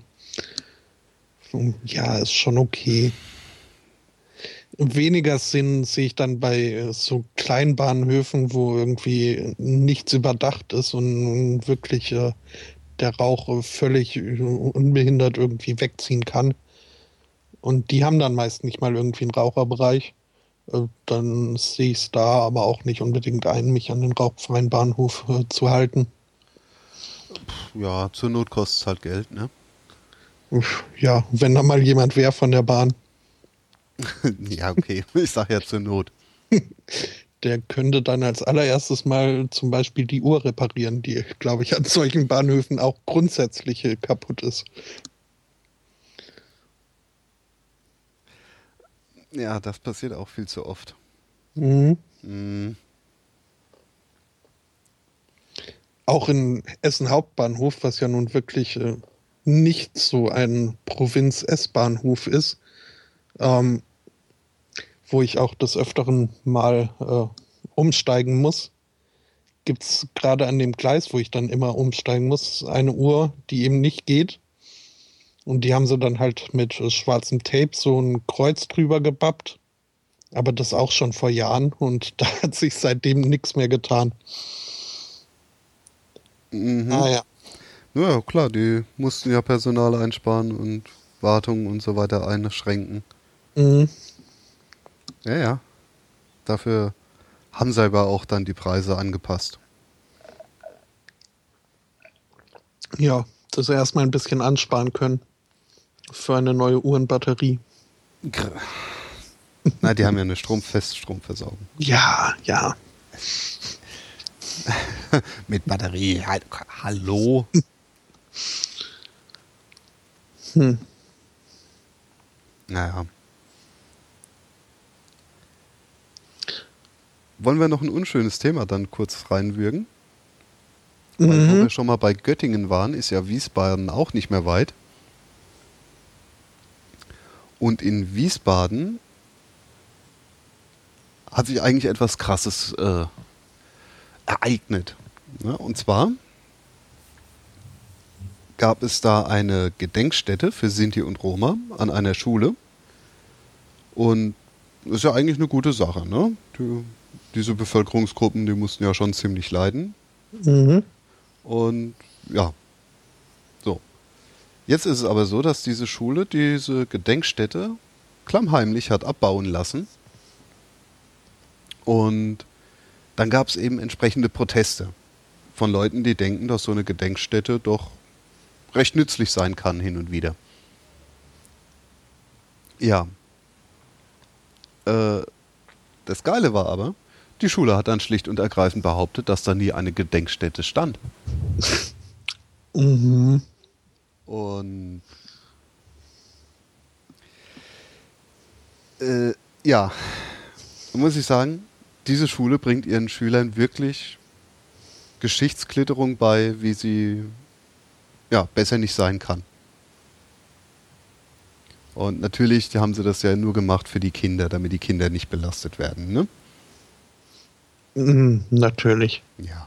Ja, ist schon okay. Weniger Sinn sehe ich dann bei so Kleinbahnhöfen, wo irgendwie nichts überdacht ist und wirklich äh, der Rauch völlig unbehindert irgendwie wegziehen kann. Und die haben dann meist nicht mal irgendwie einen Raucherbereich. Äh, Dann sehe ich es da aber auch nicht unbedingt ein, mich an den rauchfreien Bahnhof äh, zu halten. Ja, zur Not kostet es halt Geld, ne? Uff, Ja, wenn da mal jemand wäre von der Bahn, Ja, okay. Ich sag ja zur Not. der könnte dann als allererstes mal zum Beispiel die Uhr reparieren, die, glaube ich, an solchen Bahnhöfen auch grundsätzlich äh, kaputt ist. Ja, das passiert auch viel zu oft. Mhm. Mhm. Auch in Essen Hauptbahnhof, was ja nun wirklich äh, nicht so ein Provinz-S-Bahnhof ist, ähm, wo ich auch des Öfteren mal äh, umsteigen muss, gibt es gerade an dem Gleis, wo ich dann immer umsteigen muss, eine Uhr, die eben nicht geht. Und die haben sie dann halt mit äh, schwarzem Tape so ein Kreuz drüber gebappt. Aber das auch schon vor Jahren und da hat sich seitdem nichts mehr getan. Mhm. Ah ja. Ja, klar, die mussten ja Personal einsparen und Wartung und so weiter einschränken. Mhm. Ja, ja. Dafür haben sie aber auch dann die Preise angepasst. Ja, dass sie erstmal ein bisschen ansparen können für eine neue Uhrenbatterie. Grr. Na, die haben ja eine Strom Feststromversorgung. Ja, ja. Mit Batterie. Ha- Hallo? Hm. Naja. Wollen wir noch ein unschönes Thema dann kurz reinwürgen? Weil wo Mhm. wir schon mal bei Göttingen waren, ist ja Wiesbaden auch nicht mehr weit. Und in Wiesbaden hat sich eigentlich etwas Krasses äh, ereignet. Ne? Und zwar gab es da eine Gedenkstätte für Sinti und Roma an einer Schule. Und das ist ja eigentlich eine gute Sache. Ne? Die diese Bevölkerungsgruppen, die mussten ja schon ziemlich leiden. Mhm. Und ja, so. Jetzt ist es aber so, dass diese Schule diese Gedenkstätte klammheimlich hat abbauen lassen. Und dann gab es eben entsprechende Proteste von Leuten, die denken, dass so eine Gedenkstätte doch recht nützlich sein kann hin und wieder. Ja. Äh, das Geile war aber, die Schule hat dann schlicht und ergreifend behauptet, dass da nie eine Gedenkstätte stand. Mhm. Und äh, ja, muss ich sagen, diese Schule bringt ihren Schülern wirklich Geschichtsklitterung bei, wie sie ja besser nicht sein kann. Und natürlich haben sie das ja nur gemacht für die Kinder, damit die Kinder nicht belastet werden, ne? Mhm, natürlich. Ja.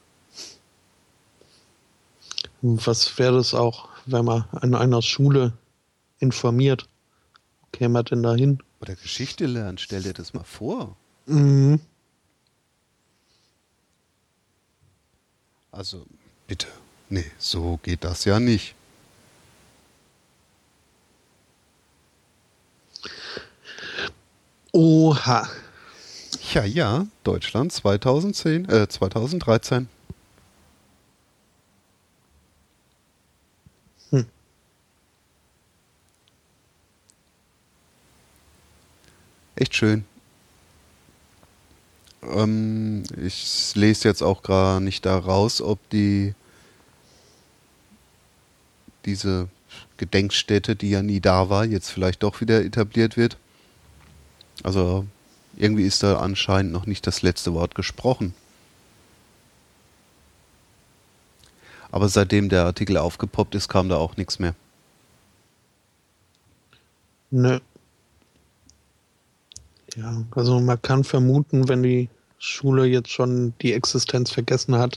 Was wäre das auch, wenn man an einer Schule informiert? Wo käme man denn da hin? Oder Geschichte lernen, stell dir das mal vor. Mhm. Also, bitte. Nee, so geht das ja nicht. Oha. Ja, ja, Deutschland zweitausendzehn, äh, zweitausenddreizehn. Hm. Echt schön. Ähm, ich lese jetzt auch gar nicht da raus, ob die diese Gedenkstätte, die ja nie da war, jetzt vielleicht doch wieder etabliert wird. Also irgendwie ist da anscheinend noch nicht das letzte Wort gesprochen. Aber seitdem der Artikel aufgepoppt ist, kam da auch nichts mehr. Ne. Ja, also man kann vermuten, wenn die Schule jetzt schon die Existenz vergessen hat,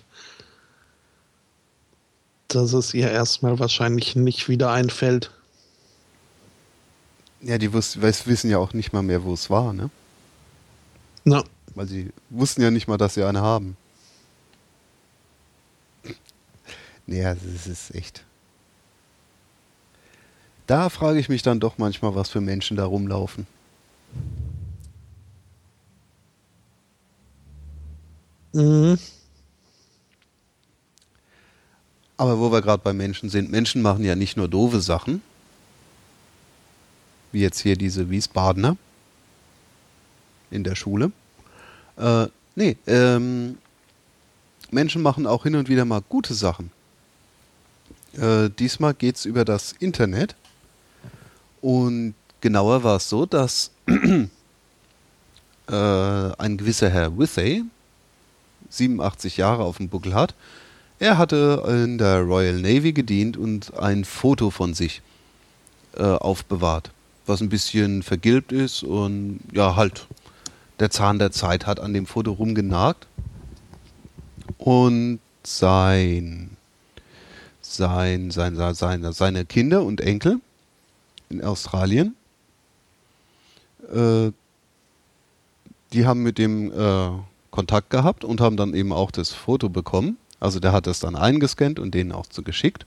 dass es ihr erstmal wahrscheinlich nicht wieder einfällt. Ja, die wus- weiß- wissen ja auch nicht mal mehr, wo es war, ne? Na, Weil sie wussten ja nicht mal, dass sie eine haben. Naja, das ist echt. Da frage ich mich dann doch manchmal, was für Menschen da rumlaufen. mhm. Aber wo wir gerade bei Menschen sind, Menschen machen ja nicht nur doofe Sachen, wie jetzt hier diese Wiesbadener in der Schule. Äh, nee, ähm, Menschen machen auch hin und wieder mal gute Sachen. Äh, diesmal geht es über das Internet. Und genauer war es so, dass äh, ein gewisser Herr Withey, siebenundachtzig Jahre auf dem Buckel hat, er hatte in der Royal Navy gedient und ein Foto von sich äh, aufbewahrt, was ein bisschen vergilbt ist und ja halt der Zahn der Zeit hat an dem Foto rumgenagt. Und sein, sein, sein, sein, seine Kinder und Enkel in Australien, äh, die haben mit dem äh, Kontakt gehabt und haben dann eben auch das Foto bekommen. Also der hat das dann eingescannt und denen auch zugeschickt.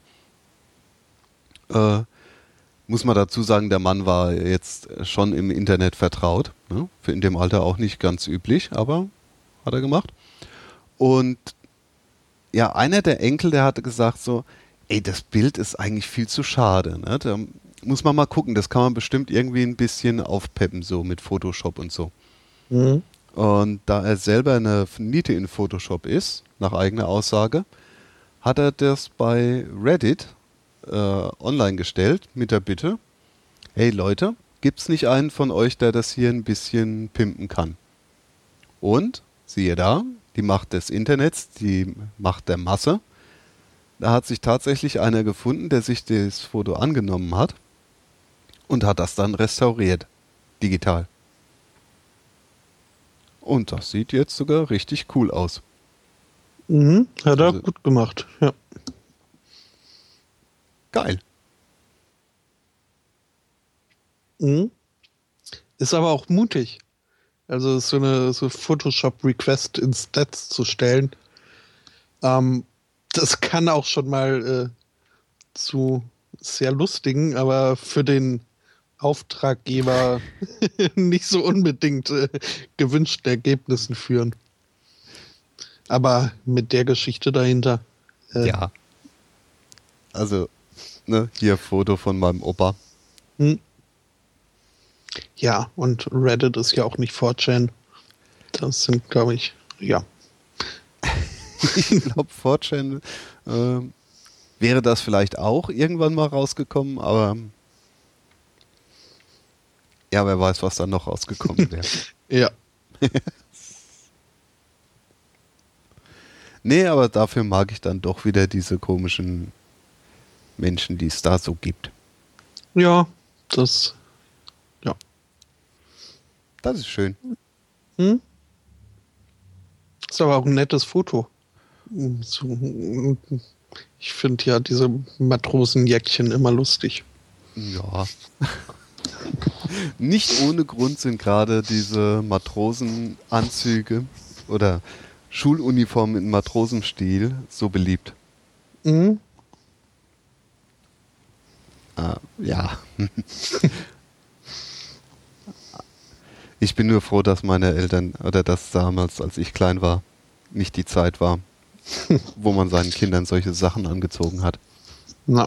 Äh, muss man dazu sagen, der Mann war jetzt schon im Internet vertraut. Ne? Für in dem Alter auch nicht ganz üblich, aber hat er gemacht. Und ja, einer der Enkel, der hatte gesagt so, ey, das Bild ist eigentlich viel zu schade. Ne? Da muss man mal gucken, das kann man bestimmt irgendwie ein bisschen aufpeppen, so mit Photoshop und so. Mhm. Und da er selber eine Niete in Photoshop ist, nach eigener Aussage, hat er das bei Reddit äh, online gestellt mit der Bitte, hey Leute, gibt's nicht einen von euch, der das hier ein bisschen pimpen kann? Und, siehe da, die Macht des Internets, die Macht der Masse, da hat sich tatsächlich einer gefunden, der sich das Foto angenommen hat und hat das dann restauriert, digital. Und das sieht jetzt sogar richtig cool aus. Mhm. Hat er Also, gut gemacht, ja. geil. Mhm. Ist aber auch mutig. Also so eine so Photoshop-Request in Stats zu stellen, ähm, das kann auch schon mal äh, zu sehr lustigen, aber für den Auftraggeber nicht so unbedingt äh, gewünschten Ergebnissen führen. Aber mit der Geschichte dahinter. Äh, Ja. Also, ne, hier Foto von meinem Opa. Hm. Ja, und Reddit ist ja auch nicht four chan. Das sind, glaube ich, ja. Ich glaube, four chan äh, wäre das vielleicht auch irgendwann mal rausgekommen, aber ja, wer weiß, was dann noch rausgekommen wäre. Ja. Nee, aber dafür mag ich dann doch wieder diese komischen Menschen, die es da so gibt. Ja, das. Ja. Das ist schön. Hm? Ist aber auch ein nettes Foto. So, ich finde ja diese Matrosenjäckchen immer lustig. Ja. Nicht ohne Grund sind gerade diese Matrosenanzüge oder Schuluniformen in Matrosenstil so beliebt. Mhm. Ah, ja. Ich bin nur froh, dass meine Eltern oder dass damals, als ich klein war, nicht die Zeit war, wo man seinen Kindern solche Sachen angezogen hat. Na.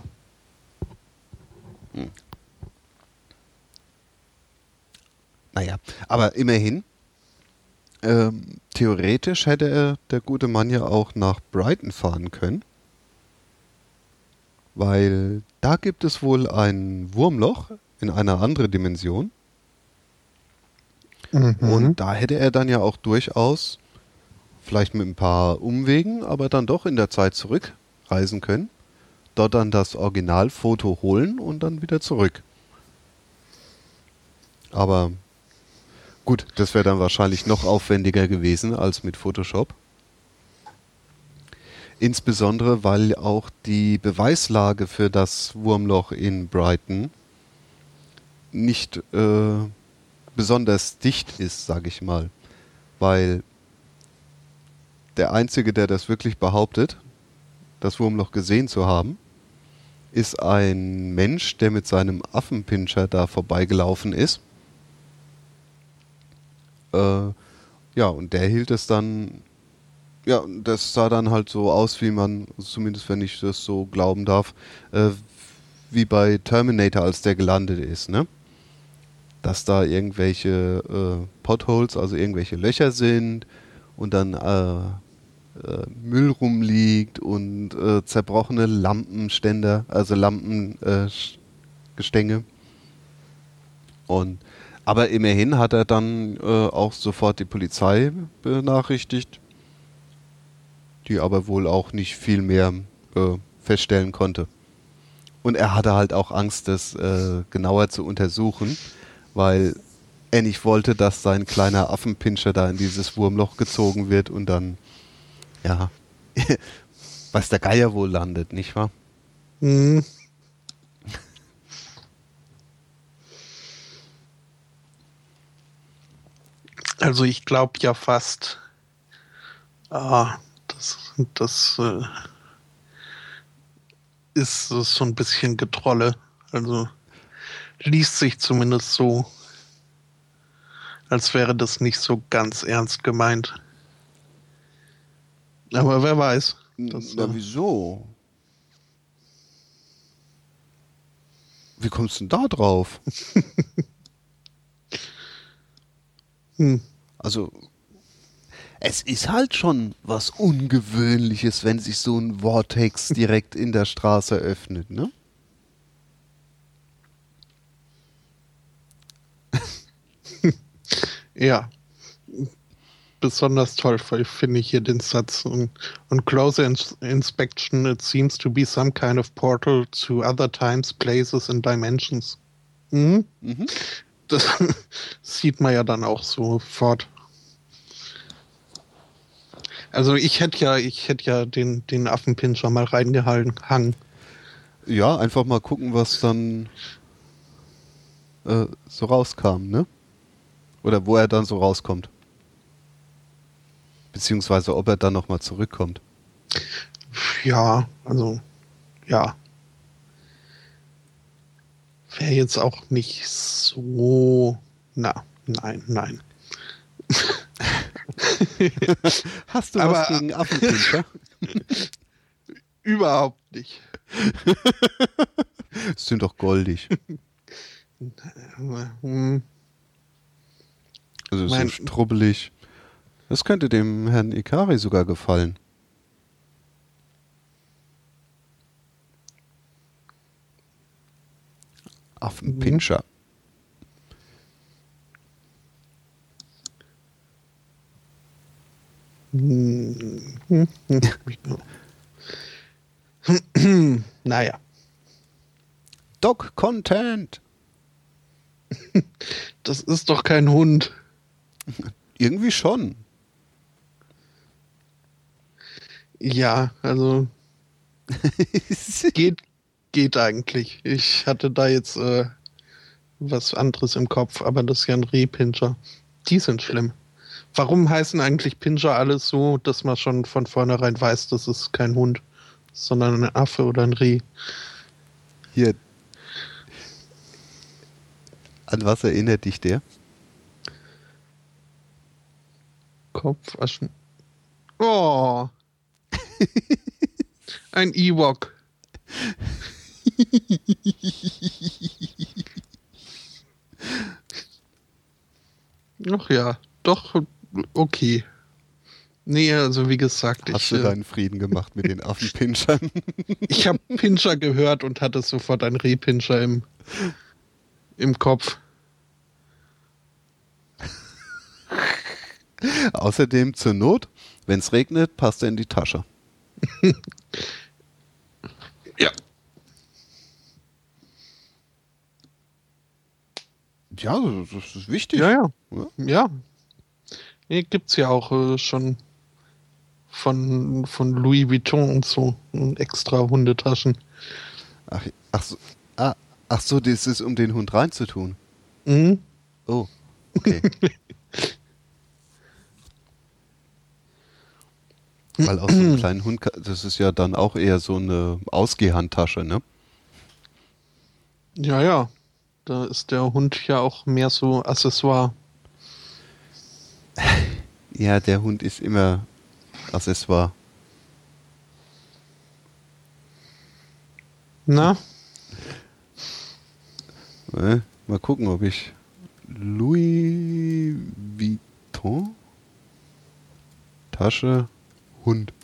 Hm. Naja, aber immerhin, ähm, theoretisch hätte er, der gute Mann ja auch nach Brighton fahren können, weil da gibt es wohl ein Wurmloch in einer anderen Dimension. Mhm. Und da hätte er dann ja auch durchaus, vielleicht mit ein paar Umwegen, aber dann doch in der Zeit zurückreisen können, dort dann das Originalfoto holen und dann wieder zurück. Aber gut, das wäre dann wahrscheinlich noch aufwendiger gewesen als mit Photoshop. Insbesondere, weil auch die Beweislage für das Wurmloch in Brighton nicht äh, besonders dicht ist, sage ich mal. Weil der Einzige, der das wirklich behauptet, das Wurmloch gesehen zu haben, ist ein Mensch, der mit seinem Affenpinscher da vorbeigelaufen ist. Äh, ja, und der hielt es dann, ja, das sah dann halt so aus, wie man, zumindest wenn ich das so glauben darf, äh, wie bei Terminator, als der gelandet ist, ne? Dass da irgendwelche äh, Potholes, also irgendwelche Löcher sind und dann äh, äh, Müll rumliegt und äh, zerbrochene Lampenständer, also Lampengestänge. Äh, und aber immerhin hat er dann äh, auch sofort die Polizei benachrichtigt, die aber wohl auch nicht viel mehr äh, feststellen konnte. Und er hatte halt auch Angst, das äh, genauer zu untersuchen, weil er nicht wollte, dass sein kleiner Affenpinscher da in dieses Wurmloch gezogen wird und dann, ja, weiß der Geier wohl landet, nicht wahr? Mhm. Also ich glaube ja fast, ah, das, das äh, ist so ein bisschen Getrolle. Also liest sich zumindest so, als wäre das nicht so ganz ernst gemeint. Aber wer weiß. Das, Na, äh, wieso? Wie kommst du denn da drauf? hm. Also, es ist halt schon was Ungewöhnliches, wenn sich so ein Vortex direkt in der Straße öffnet, ne? Ja. Besonders toll finde ich hier den Satz. On, on closer ins inspection, it seems to be some kind of portal to other times, places and dimensions. Mhm. Mhm. Das sieht man ja dann auch sofort. Also ich hätte ja, ich hätte ja den, den Affenpinscher mal reingehangen. Ja, einfach mal gucken, was dann äh, so rauskam, ne? Oder wo er dann so rauskommt. Beziehungsweise ob er dann nochmal zurückkommt. Ja, also, ja. Wäre jetzt auch nicht so... Na, nein, nein. Hast du Aber was gegen Affenpinscher? überhaupt nicht. Sind doch goldig. Hm, Also so Mein- strubbelig. Das könnte dem Herrn Ikari sogar gefallen. Affenpinscher. hm, hm, hm. Naja, Dog Content. das ist doch kein Hund. Irgendwie schon. Ja, also geht, geht eigentlich. Ich hatte da jetzt äh, was anderes im Kopf, aber das ist ja ein Rehpinscher. Die sind schlimm. Warum heißen eigentlich Pinscher alles so, dass man schon von vornherein weiß, das ist kein Hund, sondern ein Affe oder ein Reh? Hier. An was erinnert dich der? Kopfaschen. Oh. Ein Ewok. Ach ja, doch, okay. Nee, also wie gesagt, Hast ich, du äh, deinen Frieden gemacht mit den Affenpinschern? ich habe Pinscher gehört und hatte sofort einen Rehpinscher im, im Kopf. Außerdem zur Not, wenn es regnet, passt er in die Tasche. Ja. Ja, das ist wichtig. Ja, ja. Ja. Ja. Nee, gibt's ja auch äh, schon von, von Louis Vuitton und so äh, extra Hundetaschen. Ach, ach, so, ah, ach so, das ist, um den Hund reinzutun. Mhm. Oh, okay. Weil aus so einem kleinen Hund, ka- das ist ja dann auch eher so eine Ausgehhandtasche, ne? Ja, ja. Da ist der Hund ja auch mehr so Accessoire. Ja, der Hund ist immer Accessoire. Na? Äh, mal gucken, ob ich Louis Vuitton Tasche Hund.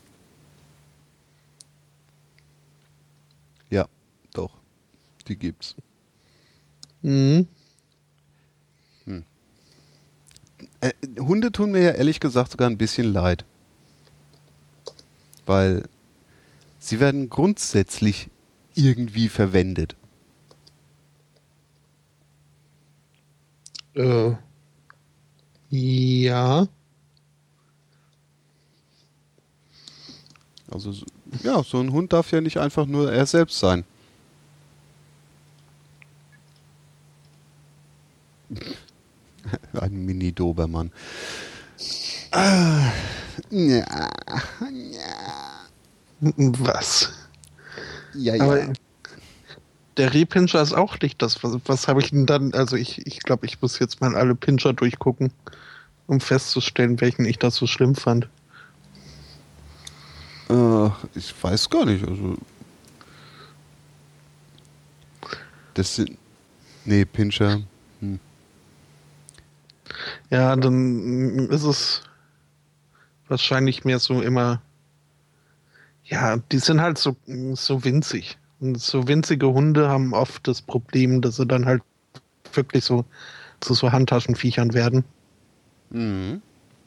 Ja, doch. Die gibt's. Mhm. Äh, Hunde tun mir ja ehrlich gesagt sogar ein bisschen leid. Weil sie werden grundsätzlich irgendwie verwendet. Äh. Ja. Also so- ja, so ein Hund darf ja nicht einfach nur er selbst sein. Ein Mini-Dobermann. Ah, ja, Was? ja, ja. Aber der Rehpinscher ist auch nicht das. Was, was habe ich denn dann? Also ich, ich glaube, ich muss jetzt mal alle Pinscher durchgucken, um festzustellen, welchen ich da so schlimm fand. Äh, ich weiß gar nicht. Also das sind nee Pinscher. Hm. Ja, dann ist es wahrscheinlich mehr so immer. Ja, die sind halt so, so winzig. Und so winzige Hunde haben oft das Problem, dass sie dann halt wirklich so zu so Handtaschenviechern werden. Mhm.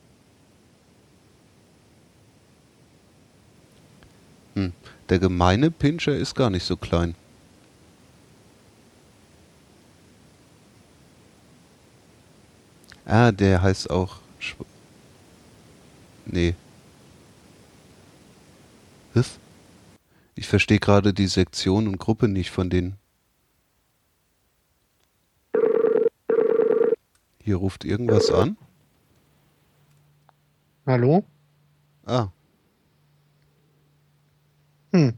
Hm. Der gemeine Pinscher ist gar nicht so klein. Ah, der heißt auch Schw nee. Was? Ich verstehe gerade die Sektion und Gruppe nicht von denen. Hier ruft irgendwas an. Hallo? Ah, Hm,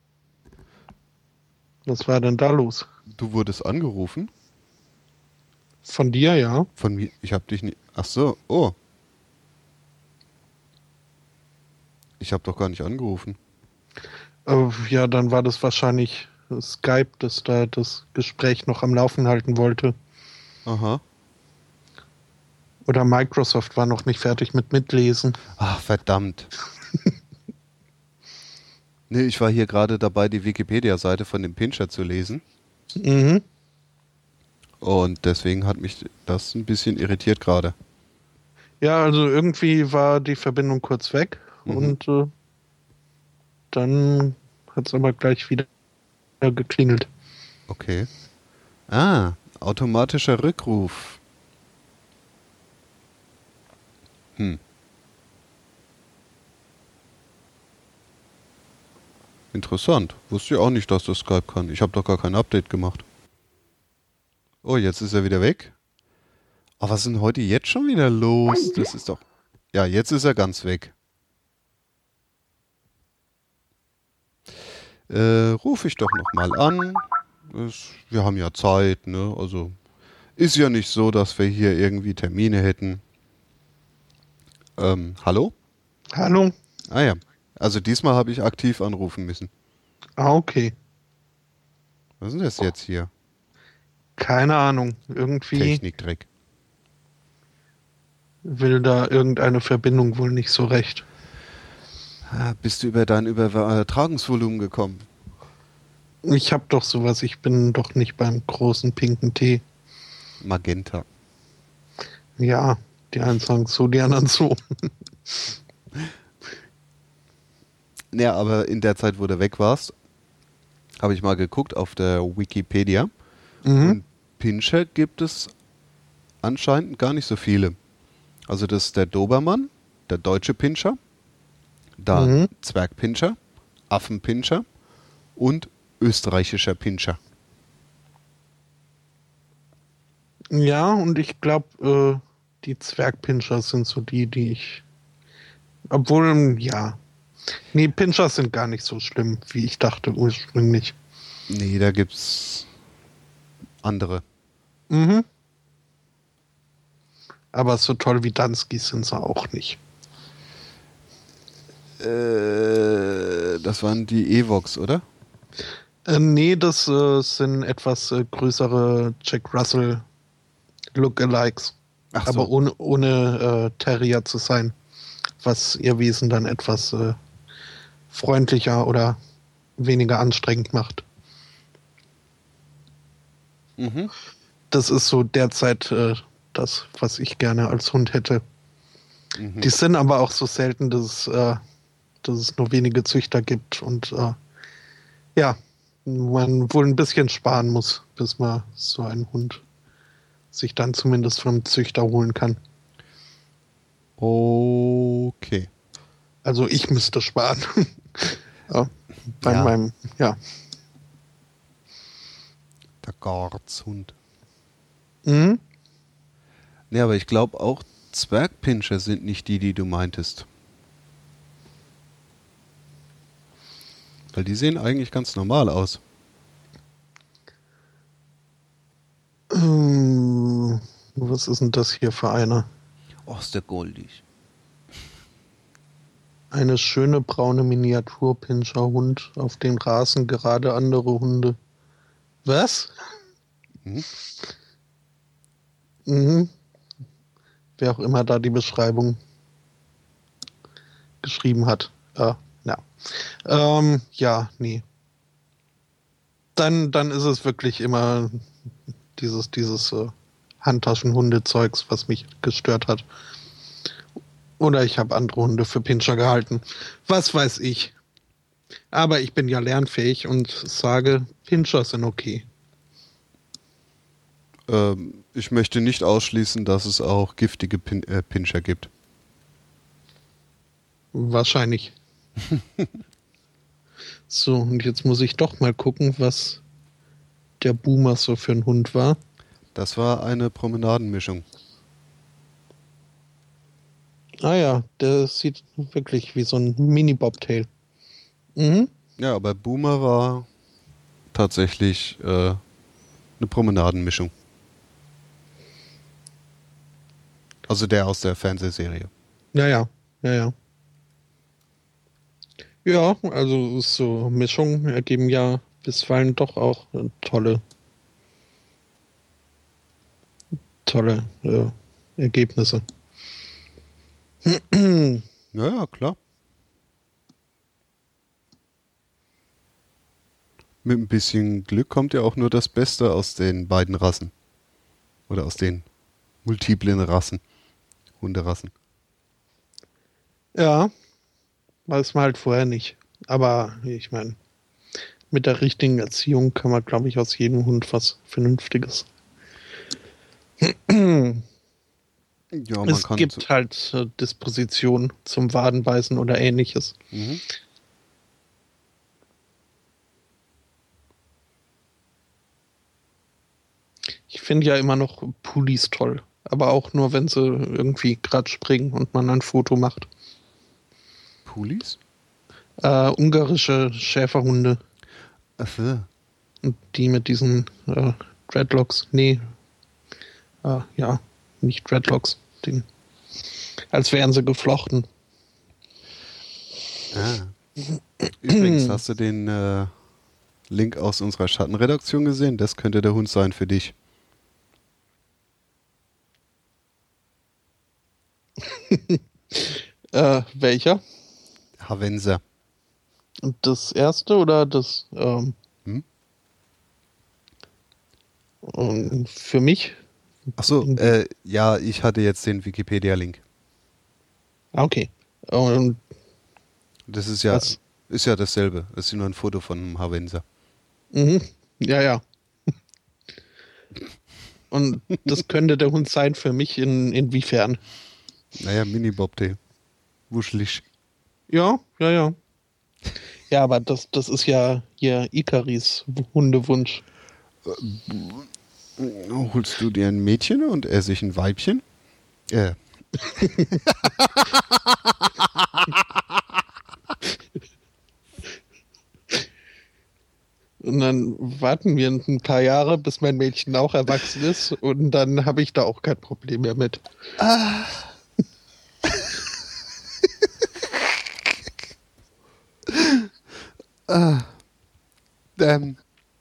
was war denn da los? du wurdest angerufen? Von dir, ja? Von mir? Ich habe dich nicht... Ach so, oh. Ich habe doch gar nicht angerufen. Äh, ja, dann war das wahrscheinlich Skype, das da das Gespräch noch am Laufen halten wollte. Aha. Oder Microsoft war noch nicht fertig mit Mitlesen. Ach, verdammt. Nee, ich war hier gerade dabei, die Wikipedia-Seite von dem Pinscher zu lesen. Mhm. Und deswegen hat mich das ein bisschen irritiert gerade. Ja, also irgendwie war die Verbindung kurz weg Mhm. und äh, dann hat es aber gleich wieder geklingelt. Okay. Ah, automatischer Rückruf. Hm. Interessant. Wusste ich auch nicht, dass das Skype kann. Ich habe doch gar kein Update gemacht. Oh, jetzt ist er wieder weg. Aber was ist denn heute jetzt schon wieder los? Das ist doch... Ja, jetzt ist er ganz weg. Äh, rufe ich doch nochmal an. Es, wir haben ja Zeit, ne? Also ist ja nicht so, dass wir hier irgendwie Termine hätten. Ähm, hallo? Hallo? Ah ja. Also diesmal habe ich aktiv anrufen müssen. Ah, okay. Was ist denn das jetzt hier? Keine Ahnung. Irgendwie Technikdreck. will da irgendeine Verbindung wohl nicht so recht. Ah, bist du über dein Übertragungsvolumen gekommen? Ich hab doch sowas, ich bin doch nicht beim großen pinken Tee. Magenta. Ja, die einen sagen so, die anderen so. Ja, aber in der Zeit, wo du weg warst, habe ich mal geguckt auf der Wikipedia. Mhm. Und Pinscher gibt es anscheinend gar nicht so viele. Also das ist der Dobermann, der deutsche Pinscher, dann Mhm. Zwergpinscher, Affenpinscher und österreichischer Pinscher. Ja, und ich glaube, äh, die Zwergpinscher sind so die, die ich. Obwohl, ja. Nee, Pinscher sind gar nicht so schlimm, wie ich dachte ursprünglich. Nee, da gibt's andere. Mhm. Aber so toll wie Dansky sind sie auch nicht. Äh, das waren die Evox, oder? Äh, nee, das äh, sind etwas äh, größere Jack Russell Lookalikes. Ach Aber so. ohne, ohne äh, Terrier zu sein. Was ihr Wesen dann etwas äh, freundlicher oder weniger anstrengend macht. Mhm. Das ist so derzeit äh, das, was ich gerne als Hund hätte. Mhm. Die sind aber auch so selten, dass, äh, dass es nur wenige Züchter gibt und äh, ja, man wohl ein bisschen sparen muss, bis man so einen Hund sich dann zumindest vom Züchter holen kann. Okay. Also ich müsste sparen. Ja, bei Ja. meinem, ja. Der Garzhund. Mhm. Nee, aber ich glaube auch Zwergpinscher sind nicht die, die du meintest. Weil die sehen eigentlich ganz normal aus. Ähm, was ist denn das hier für eine? Oh, ist der goldig. Eine schöne braune Miniaturpinscherhund auf den Rasen gerade andere Hunde. Was? Mhm. Mhm. Wer auch immer da die Beschreibung geschrieben hat. Äh, ja. Ähm, ja, nee. Dann, dann ist es wirklich immer dieses, dieses äh, Handtaschenhundezeugs, was mich gestört hat. Oder ich habe andere Hunde für Pinscher gehalten. Was weiß ich. Aber ich bin ja lernfähig und sage, Pinscher sind okay. Ähm, ich möchte nicht ausschließen, dass es auch giftige Pin äh, Pinscher gibt. Wahrscheinlich. So, und jetzt muss ich doch mal gucken, was der Boomer so für ein Hund war. Das war eine Promenadenmischung. Ah ja, der sieht wirklich wie so ein Mini-Bobtail. Mhm. Ja, aber Boomer war tatsächlich äh, eine Promenadenmischung. Also der aus der Fernsehserie. Ja, ja, ja, ja. Ja, also so Mischungen ergeben ja bisweilen doch auch äh, tolle, tolle äh, Ergebnisse. Ja, ja, klar. Mit ein bisschen Glück kommt ja auch nur das Beste aus den beiden Rassen. Oder aus den multiplen Rassen. Hunderassen. Ja, weiß man halt vorher nicht. Aber ich meine, mit der richtigen Erziehung kann man, glaube ich, aus jedem Hund was Vernünftiges. Ja, man Es kann. gibt halt äh, Disposition zum Wadenbeißen oder ähnliches. Mhm. Ich finde ja immer noch Pullis toll. Aber auch nur, wenn sie irgendwie gerade springen und man ein Foto macht. Pulis? Äh, ungarische Schäferhunde. Ach so. Und die mit diesen äh, Dreadlocks. Nee. Äh, ja, nicht Dreadlocks. Den, als wären sie geflochten. Ah. Übrigens, hast du den äh, Link aus unserer Schattenredaktion gesehen? Das könnte der Hund sein für dich. Äh, welcher? Havenser. Und das erste oder das ähm, Hm? und für mich? Achso, äh, ja, ich hatte jetzt den Wikipedia-Link. Ah, okay. Und Das ist ja, was? ist ja dasselbe. Es ist nur ein Foto von einem Havenser. Mhm. Ja, ja. Und das könnte der Hund sein für mich in, inwiefern? Naja, Mini-Bobtail. Wuschelig. Ja, ja, ja. Ja, aber das, das ist ja hier Ikaris Hundewunsch. Holst du dir ein Mädchen und er sich ein Weibchen? Äh. Und dann warten wir ein paar Jahre, bis mein Mädchen auch erwachsen ist. Und dann habe ich da auch kein Problem mehr mit. Ah. ah. Ähm.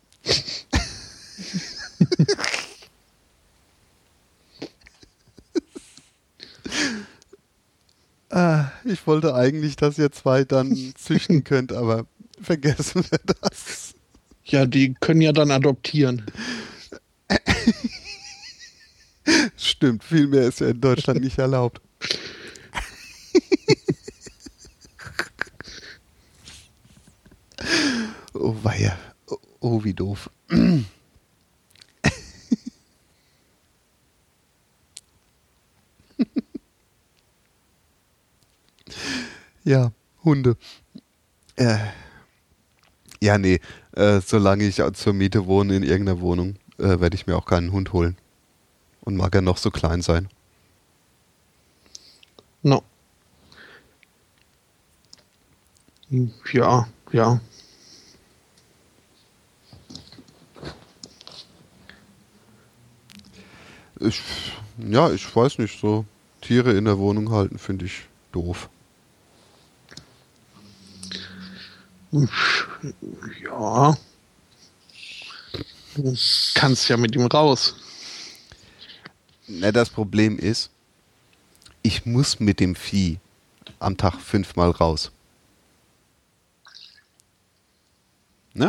ah, ich wollte eigentlich, dass ihr zwei dann züchten könnt, aber vergessen wir das. Ja, die können ja dann adoptieren. Stimmt, viel mehr ist ja in Deutschland nicht erlaubt. Oh weia. Oh, oh wie doof. Ja, Hunde. Äh. Ja, nee. Äh, solange ich zur Miete wohne in irgendeiner Wohnung, äh, werde ich mir auch keinen Hund holen. Und mag er noch so klein sein. No. Ja, ja. Ich, ja, ich weiß nicht, so Tiere in der Wohnung halten finde ich doof. Ja. Du kannst ja mit ihm raus. Na, das Problem ist, ich muss mit dem Vieh am Tag fünfmal raus. Ne?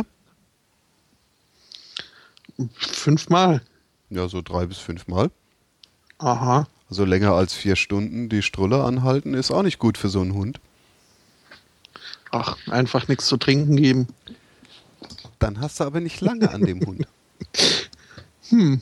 Fünfmal. Ja, so drei bis fünfmal. Aha. Also länger als vier Stunden die Strulle anhalten ist auch nicht gut für so einen Hund. Ach, einfach nichts zu trinken geben. Dann hast du aber nicht lange an dem Hund. Hm.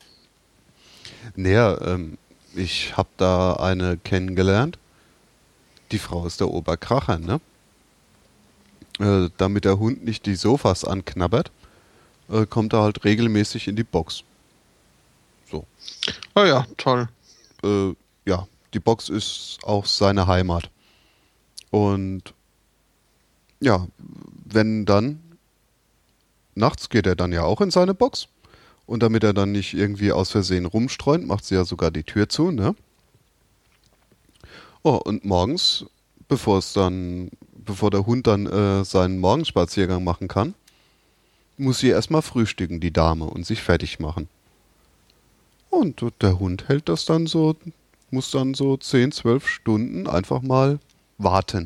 Naja, ähm, ich habe da eine kennengelernt. Die Frau ist der Oberkracher, ne? Äh, damit der Hund nicht die Sofas anknabbert, äh, kommt er halt regelmäßig in die Box. So. Oh ja, toll. Äh, ja, die Box ist auch seine Heimat. Und ja, wenn dann, nachts geht er dann ja auch in seine Box. Und damit er dann nicht irgendwie aus Versehen rumstreunt, macht sie ja sogar die Tür zu, ne? Oh, und morgens, bevor es dann, bevor der Hund dann äh, seinen Morgenspaziergang machen kann, muss sie erstmal frühstücken, die Dame, und sich fertig machen. Und der Hund hält das dann so, muss dann so zehn, zwölf Stunden einfach mal warten.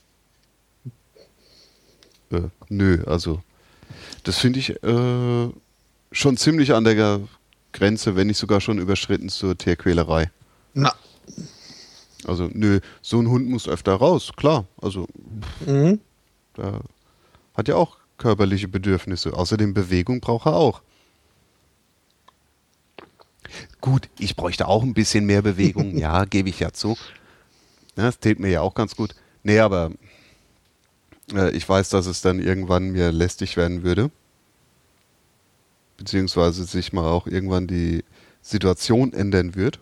Äh, nö, also das finde ich äh, schon ziemlich an der Grenze, wenn nicht sogar schon überschritten zur Tierquälerei. Na. Also nö, so ein Hund muss öfter raus, klar. Also Mhm. der hat ja auch körperliche Bedürfnisse. Außerdem Bewegung braucht er auch. Gut, ich bräuchte auch ein bisschen mehr Bewegung, ja, gebe ich ja zu. Ja, das täte mir ja auch ganz gut. Nee, aber äh, ich weiß, dass es dann irgendwann mir lästig werden würde. Beziehungsweise sich mal auch irgendwann die Situation ändern wird.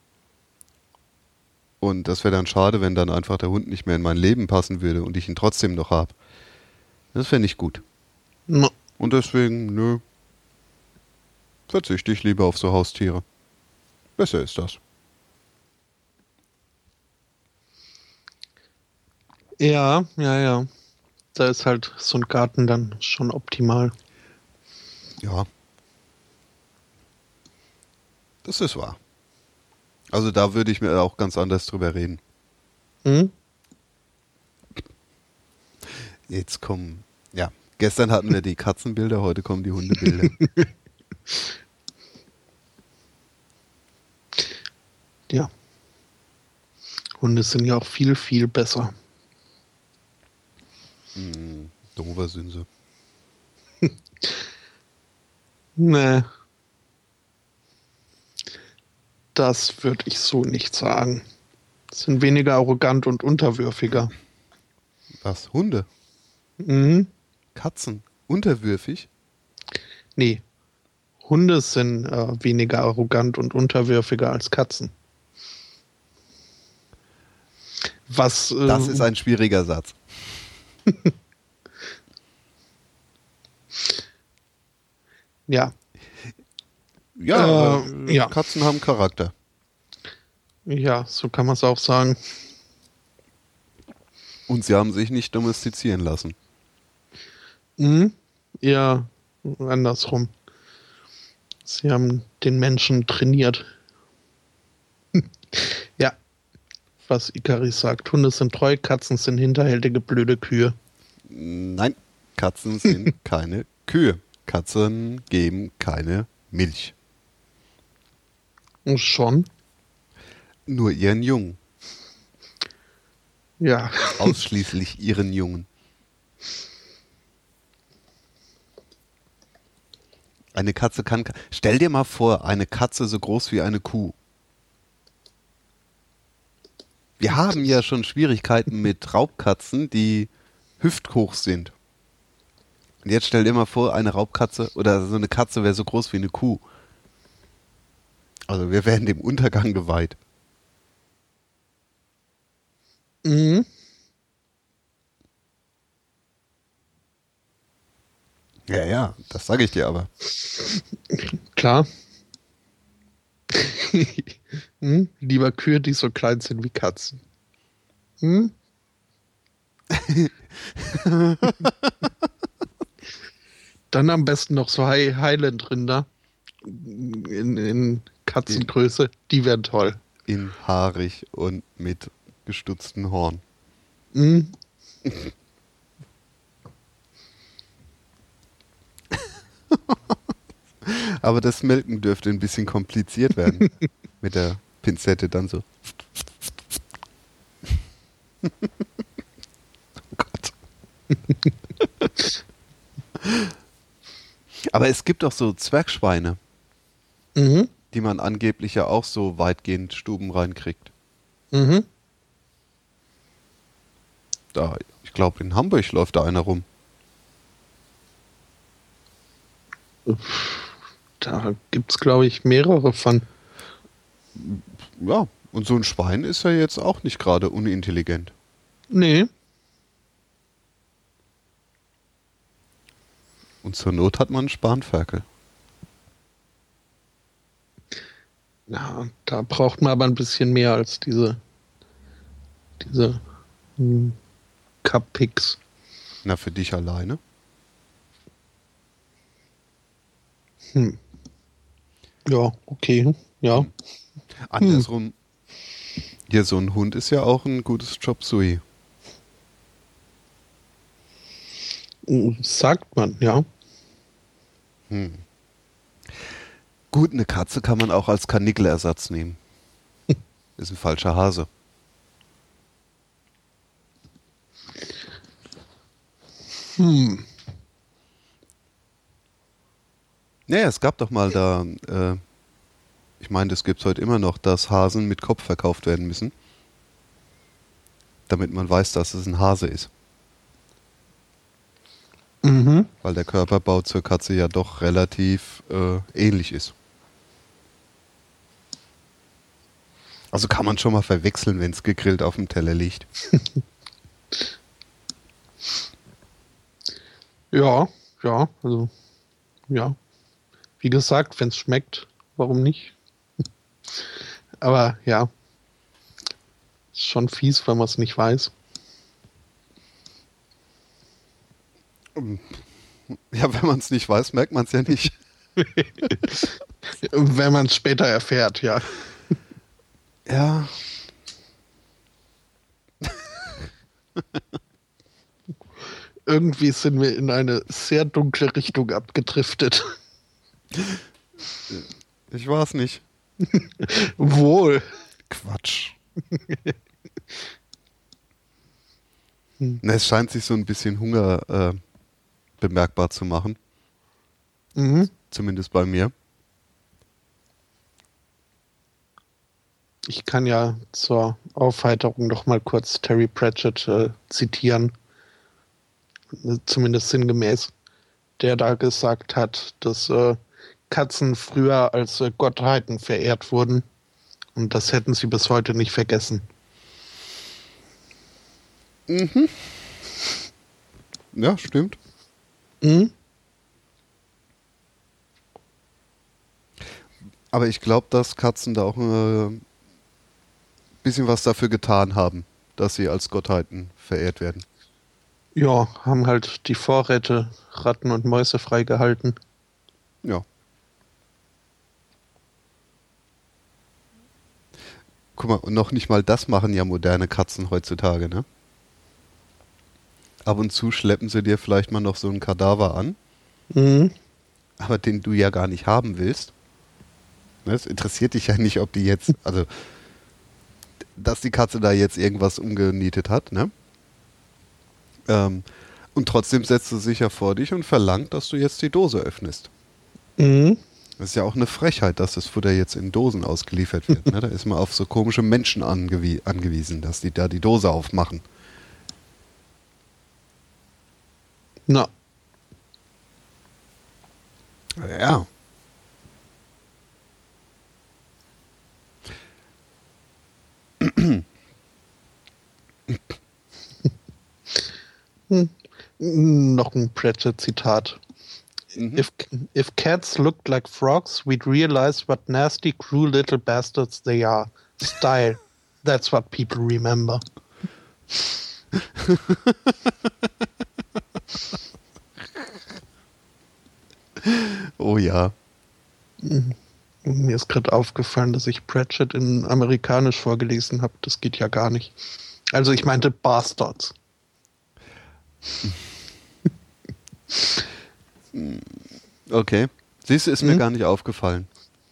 Und das wäre dann schade, wenn dann einfach der Hund nicht mehr in mein Leben passen würde und ich ihn trotzdem noch habe. Das fände ich gut. Na. Und deswegen, nö, verzichte ich lieber auf so Haustiere. Besser ist das. Ja, ja, ja. Da ist halt so ein Garten dann schon optimal. Ja. Das ist wahr. Also da würde ich mir auch ganz anders drüber reden. Mhm. Jetzt kommen, ja, gestern hatten wir die Katzenbilder, heute kommen die Hundebilder. Ja. Hunde sind ja auch viel, viel besser. Hm, doofer sind sie. Nee. Das würde ich so nicht sagen. Sind weniger arrogant und unterwürfiger. Was? Hunde? Mhm. Katzen? Unterwürfig? Nee. Hunde sind äh, weniger arrogant und unterwürfiger als Katzen. Was? Äh, Das ist ein schwieriger Satz. ja. Ja, Äh, aber ja. Katzen haben Charakter. Ja, so kann man es auch sagen. Und sie haben sich nicht domestizieren lassen. Mhm. Ja, andersrum. Sie haben den Menschen trainiert. Ja, was Icarus sagt. Hunde sind treu, Katzen sind hinterhältige, blöde Kühe. Nein, Katzen sind keine Kühe. Katzen geben keine Milch. Schon? Nur ihren Jungen. Ja. Ausschließlich ihren Jungen. Eine Katze kann... Stell dir mal vor, eine Katze so groß wie eine Kuh. Wir haben ja schon Schwierigkeiten mit Raubkatzen, die hüfthoch sind. Und jetzt stell dir mal vor, eine Raubkatze oder so eine Katze wäre so groß wie eine Kuh. Also wir wären dem Untergang geweiht. Mhm. Ja, ja, das sage ich dir aber. Klar. Hm? Lieber Kühe, die so klein sind wie Katzen. Hm? Dann am besten noch so High Highland-Rinder in, in Katzengröße. Die wären toll. In haarig und mit gestutzten Horn. Hm? Aber das Melken dürfte ein bisschen kompliziert werden. Mit der Pinzette dann so. Oh Gott. Aber es gibt auch so Zwergschweine, Mhm. die man angeblich ja auch so weitgehend Stuben reinkriegt. Mhm. Da, ich glaube, in Hamburg läuft da einer rum. Da gibt es, glaube ich, mehrere von. Ja, Und so ein Schwein ist ja jetzt auch nicht gerade unintelligent. Nee. Und zur Not hat man einen Spanferkel. Ja, da braucht man aber ein bisschen mehr als diese, diese hm, Cup-Picks. Na, für dich alleine? Hm. Ja, okay. Ja. Andersrum, ja, so ein Hund ist ja auch ein gutes Chop Suey. Hm. Sagt man, ja. Hm. Gut, eine Katze kann man auch als Karnickelersatz nehmen. Ist ein falscher Hase. Hm. Naja, es gab doch mal da, äh, ich meine, das gibt es heute immer noch, dass Hasen mit Kopf verkauft werden müssen. Damit man weiß, dass es ein Hase ist. Mhm. Weil der Körperbau zur Katze ja doch relativ äh, ähnlich ist. Also kann man schon mal verwechseln, wenn es gegrillt auf dem Teller liegt. Ja, ja, also, ja. Wie gesagt, wenn es schmeckt, warum nicht? Aber ja, ist schon fies, wenn man es nicht weiß. Ja, wenn man es nicht weiß, merkt man es ja nicht. Wenn man es später erfährt, ja. Ja. Irgendwie sind wir in eine sehr dunkle Richtung abgedriftet. Ich weiß nicht. Wohl. Quatsch. Na, es scheint sich so ein bisschen Hunger äh, bemerkbar zu machen. Mhm. Zumindest bei mir. Ich kann ja zur Aufheiterung noch mal kurz Terry Pratchett äh, zitieren. Zumindest sinngemäß. Der da gesagt hat, dass äh, Katzen früher als äh, Gottheiten verehrt wurden. Und das hätten sie bis heute nicht vergessen. Mhm. Ja, stimmt. Mhm. Aber ich glaube, dass Katzen da auch ein bisschen was dafür getan haben, dass sie als Gottheiten verehrt werden. Ja, haben halt die Vorräte Ratten und Mäuse freigehalten. Ja. Guck mal, und noch nicht mal das machen ja moderne Katzen heutzutage, ne? Ab und zu schleppen sie dir vielleicht mal noch so einen Kadaver an, Mhm. aber den du ja gar nicht haben willst. Ne, es interessiert dich ja nicht, ob die jetzt, also, dass die Katze da jetzt irgendwas umgenietet hat, ne? Ähm, und trotzdem setzt sie sich ja vor dich und verlangt, dass du jetzt die Dose öffnest. Mhm. Das ist ja auch eine Frechheit, dass das Futter jetzt in Dosen ausgeliefert wird. Ne? Da ist man auf so komische Menschen angewie angewiesen, dass die da die Dose aufmachen. Na, Ja. noch ein Pratchett-Zitat. Mhm. If, if cats looked like frogs, we'd realize what nasty, cruel little bastards they are. Style. That's what people remember. Oh ja. Mir ist gerade aufgefallen, dass ich Pratchett in amerikanisch vorgelesen habe. Das geht ja gar nicht. Also ich meinte Bastards. Okay. Siehst du, ist mir Mhm. gar nicht aufgefallen.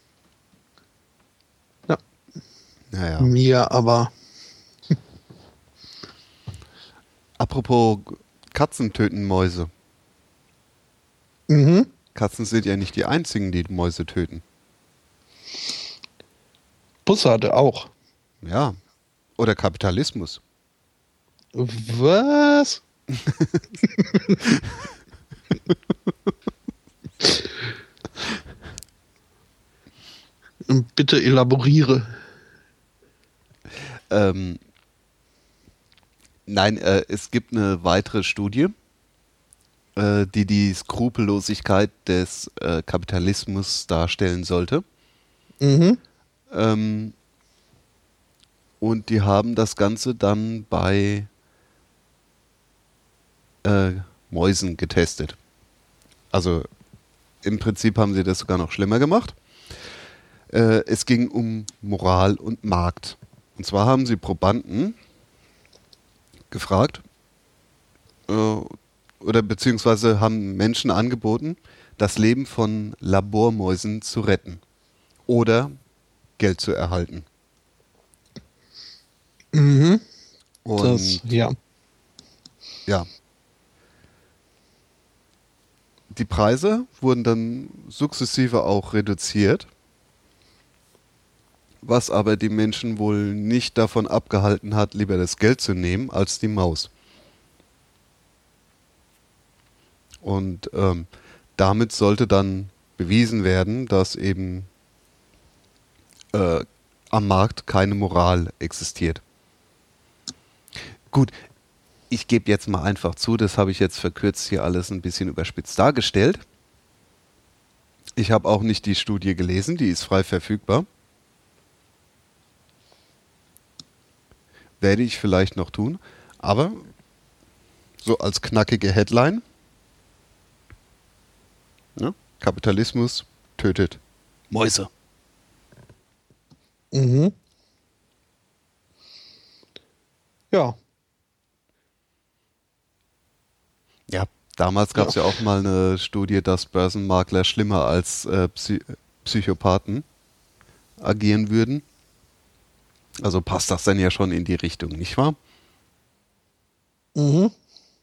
Ja. Naja. Mir aber. Apropos Katzen töten Mäuse. Mhm. Katzen sind ja nicht die einzigen, die Mäuse töten. Bussarde auch. Ja. Oder Kapitalismus. Was? Bitte elaboriere. Ähm, nein, äh, es gibt eine weitere Studie, äh, die die Skrupellosigkeit des äh, Kapitalismus darstellen sollte. Mhm. Ähm, und die haben das Ganze dann bei äh, Mäusen getestet. Also im Prinzip haben sie das sogar noch schlimmer gemacht. Äh, es ging um Moral und Markt. Und zwar haben sie Probanden gefragt, äh, oder beziehungsweise haben Menschen angeboten, das Leben von Labormäusen zu retten oder Geld zu erhalten. Mhm. Und Das, ja. ja, die Preise wurden dann sukzessive auch reduziert, was aber die Menschen wohl nicht davon abgehalten hat, lieber das Geld zu nehmen als die Maus. Und ähm, damit sollte dann bewiesen werden, dass eben äh, am Markt keine Moral existiert. Gut, ich gebe jetzt mal einfach zu, das habe ich jetzt verkürzt hier alles ein bisschen überspitzt dargestellt. Ich habe auch nicht die Studie gelesen, die ist frei verfügbar. Werde ich vielleicht noch tun, aber so als knackige Headline: ne? Kapitalismus tötet Mäuse. Mhm. Ja. Ja, damals gab Ja. es ja auch mal eine Studie, dass Börsenmakler schlimmer als äh, Psy Psychopathen agieren würden. Also passt das dann ja schon in die Richtung, nicht wahr? Mhm.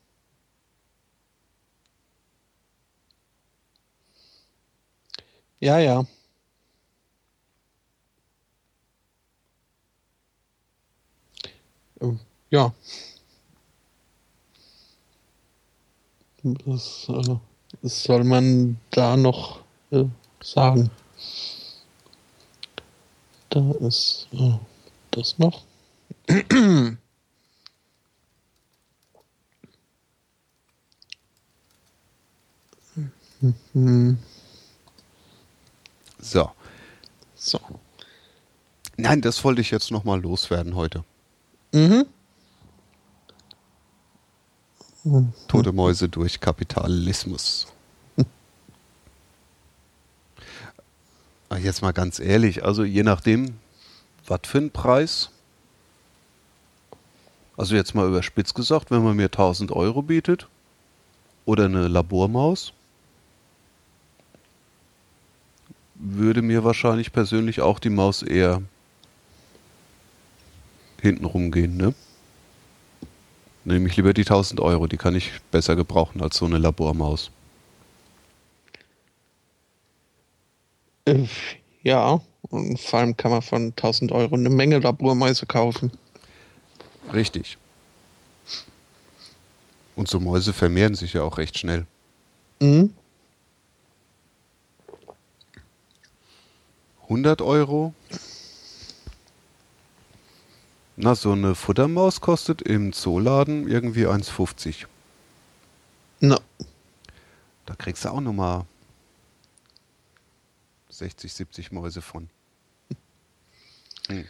Ja, ja. Ähm, Ja. Was, äh, was soll man da noch äh, sagen? Da ist äh, das noch. Hm. So. So. Nein, das wollte ich jetzt nochmal loswerden heute. Mhm. Tote Mäuse durch Kapitalismus. Aber jetzt mal ganz ehrlich, also je nachdem, was für ein Preis. Also jetzt mal überspitzt gesagt, wenn man mir tausend Euro bietet oder eine Labormaus, würde mir wahrscheinlich persönlich auch die Maus eher hinten rumgehen, ne? Nehme ich lieber die tausend Euro, die kann ich besser gebrauchen als so eine Labormaus. Äh, ja. Und vor allem kann man von tausend Euro eine Menge Labormäuse kaufen. Richtig. Und so Mäuse vermehren sich ja auch recht schnell. Mhm. hundert Euro? Na, so eine Futtermaus kostet im Zooladen irgendwie eins fünfzig. Na. Da kriegst du auch nochmal sechzig, siebzig Mäuse von. Hm.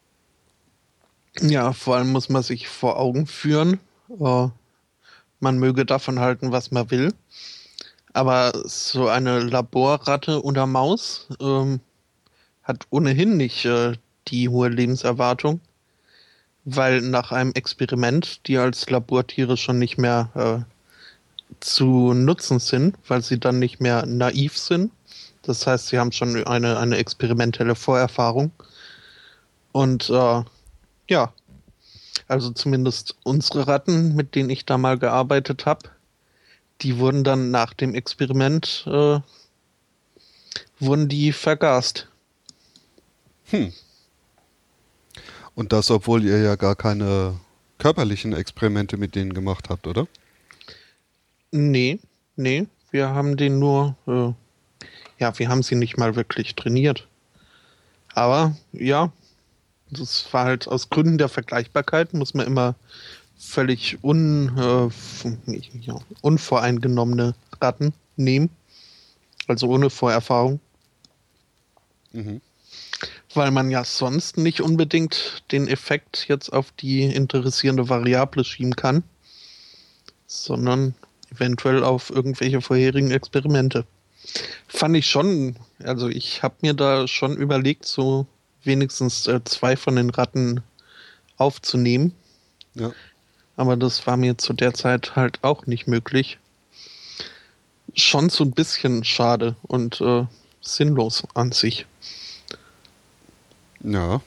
Ja, vor allem muss man sich vor Augen führen. Äh, man möge davon halten, was man will. Aber so eine Laborratte oder Maus ähm, hat ohnehin nicht äh, die hohe Lebenserwartung, weil nach einem Experiment die als Labortiere schon nicht mehr äh, zu nutzen sind, weil sie dann nicht mehr naiv sind. Das heißt, sie haben schon eine, eine experimentelle Vorerfahrung. Und äh, ja, also zumindest unsere Ratten, mit denen ich da mal gearbeitet habe, die wurden dann nach dem Experiment, äh, wurden die vergast. Hm. Und das, obwohl ihr ja gar keine körperlichen Experimente mit denen gemacht habt, oder? Nee, nee, wir haben den nur, äh, ja, wir haben sie nicht mal wirklich trainiert. Aber ja, Das war halt aus Gründen der Vergleichbarkeit, muss man immer völlig un, äh, ja, unvoreingenommene Ratten nehmen. Also ohne Vorerfahrung. Mhm. Weil man ja sonst nicht unbedingt den Effekt jetzt auf die interessierende Variable schieben kann, sondern eventuell auf irgendwelche vorherigen Experimente. Fand ich schon, also ich habe mir da schon überlegt, so wenigstens äh, zwei von den Ratten aufzunehmen. Ja. Aber das war mir zu der Zeit halt auch nicht möglich. Schon so ein bisschen schade und äh, sinnlos an sich. Ja.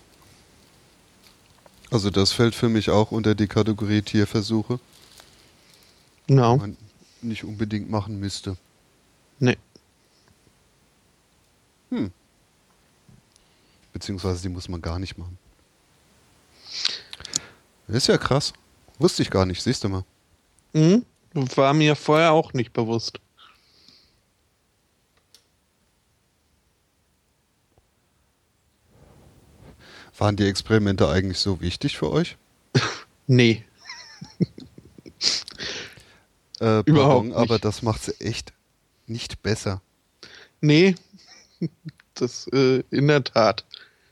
Also das fällt für mich auch unter die Kategorie Tierversuche, Ja, die man nicht unbedingt machen müsste. nee. Hm. Beziehungsweise die muss man gar nicht machen. Ist ja krass. Wusste ich gar nicht, siehst du mal. Hm? War mir vorher auch nicht bewusst. Waren die Experimente eigentlich so wichtig für euch? Nee, Äh, überhaupt pardon, nicht. aber das macht es echt nicht besser. Nee, das äh, in der Tat.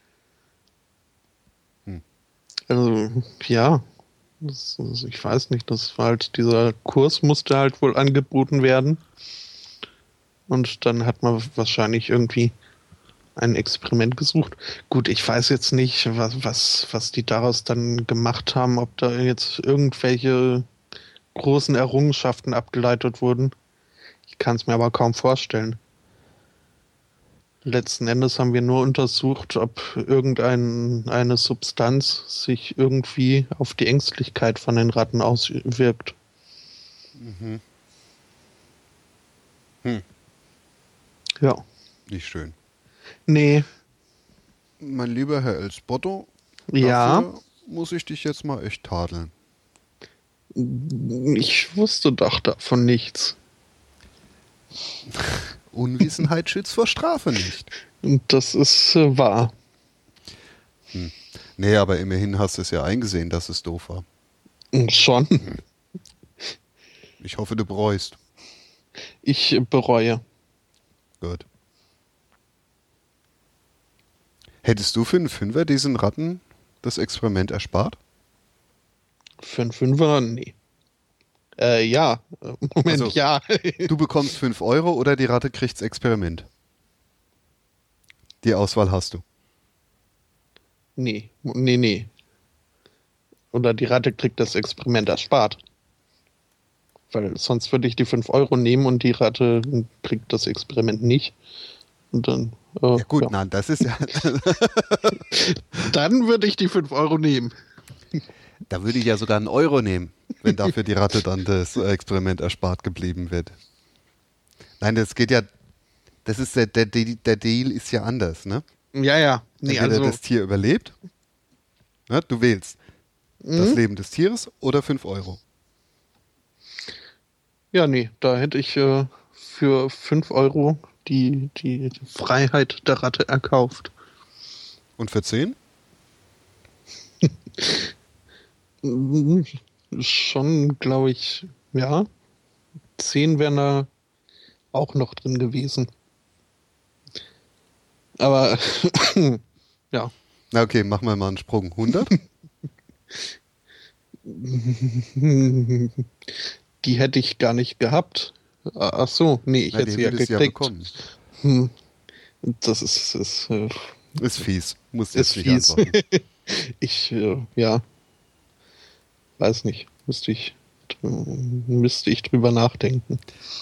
Hm. Also, ja, das, also ich weiß nicht, das war halt, dieser Kurs musste halt wohl angeboten werden. Und dann hat man wahrscheinlich irgendwie ein Experiment gesucht. Gut, ich weiß jetzt nicht, was, was, was die daraus dann gemacht haben, ob da jetzt irgendwelche großen Errungenschaften abgeleitet wurden. Ich kann es mir aber kaum vorstellen. Letzten Endes haben wir nur untersucht, ob irgendeine Substanz sich irgendwie auf die Ängstlichkeit von den Ratten auswirkt. Mhm. Hm. Ja. Nicht schön. Nee, Mein lieber Herr Elsbotto, ja, dafür muss ich dich jetzt mal echt tadeln. ich wusste doch davon nichts. Unwissenheit schützt vor Strafe nicht. Und das ist äh, wahr. Hm. Nee, aber immerhin hast du es ja eingesehen, dass es doof war. Schon. Ich hoffe, du bereust. Ich bereue. Gut. Hättest du für einen Fünfer diesen Ratten das Experiment erspart? Für einen Fünfer? Nee. Äh, ja. Äh, Moment, Also, ja. Du bekommst fünf Euro oder die Ratte kriegt's Experiment. Die Auswahl hast du. Nee, nee, nee. Oder die Ratte kriegt das Experiment erspart. Weil sonst würde ich die fünf Euro nehmen und die Ratte kriegt das Experiment nicht. Und dann. Äh, Ja gut, ja. nein, das ist ja... Dann würde ich die fünf Euro nehmen. Da würde ich ja sogar einen Euro nehmen, wenn dafür die Ratte dann das Experiment erspart geblieben wird. Nein, das geht ja... Das ist der, der, der Deal ist ja anders, ne? Ja, ja. Nee, Entweder also. das Tier überlebt, ne? Du wählst das Mhm. Leben des Tieres oder fünf Euro. Ja, nee, da hätte ich äh, für fünf Euro die, die Freiheit der Ratte erkauft. Und für zehn? Mhm. Schon, glaube ich, ja. Zehn wären da auch noch drin gewesen. Aber ja. Na okay, machen wir mal einen Sprung. hundert? Die hätte ich gar nicht gehabt. Ach so, nee, ich Na, hätte die sie ja würdest du ja gekriegt. bekommen. Hm. Das ist, ist, äh, Ist fies. Muss ist jetzt nicht fies. antworten. Ich, äh, ja, weiß nicht. Müsste ich, müsste ich drüber nachdenken.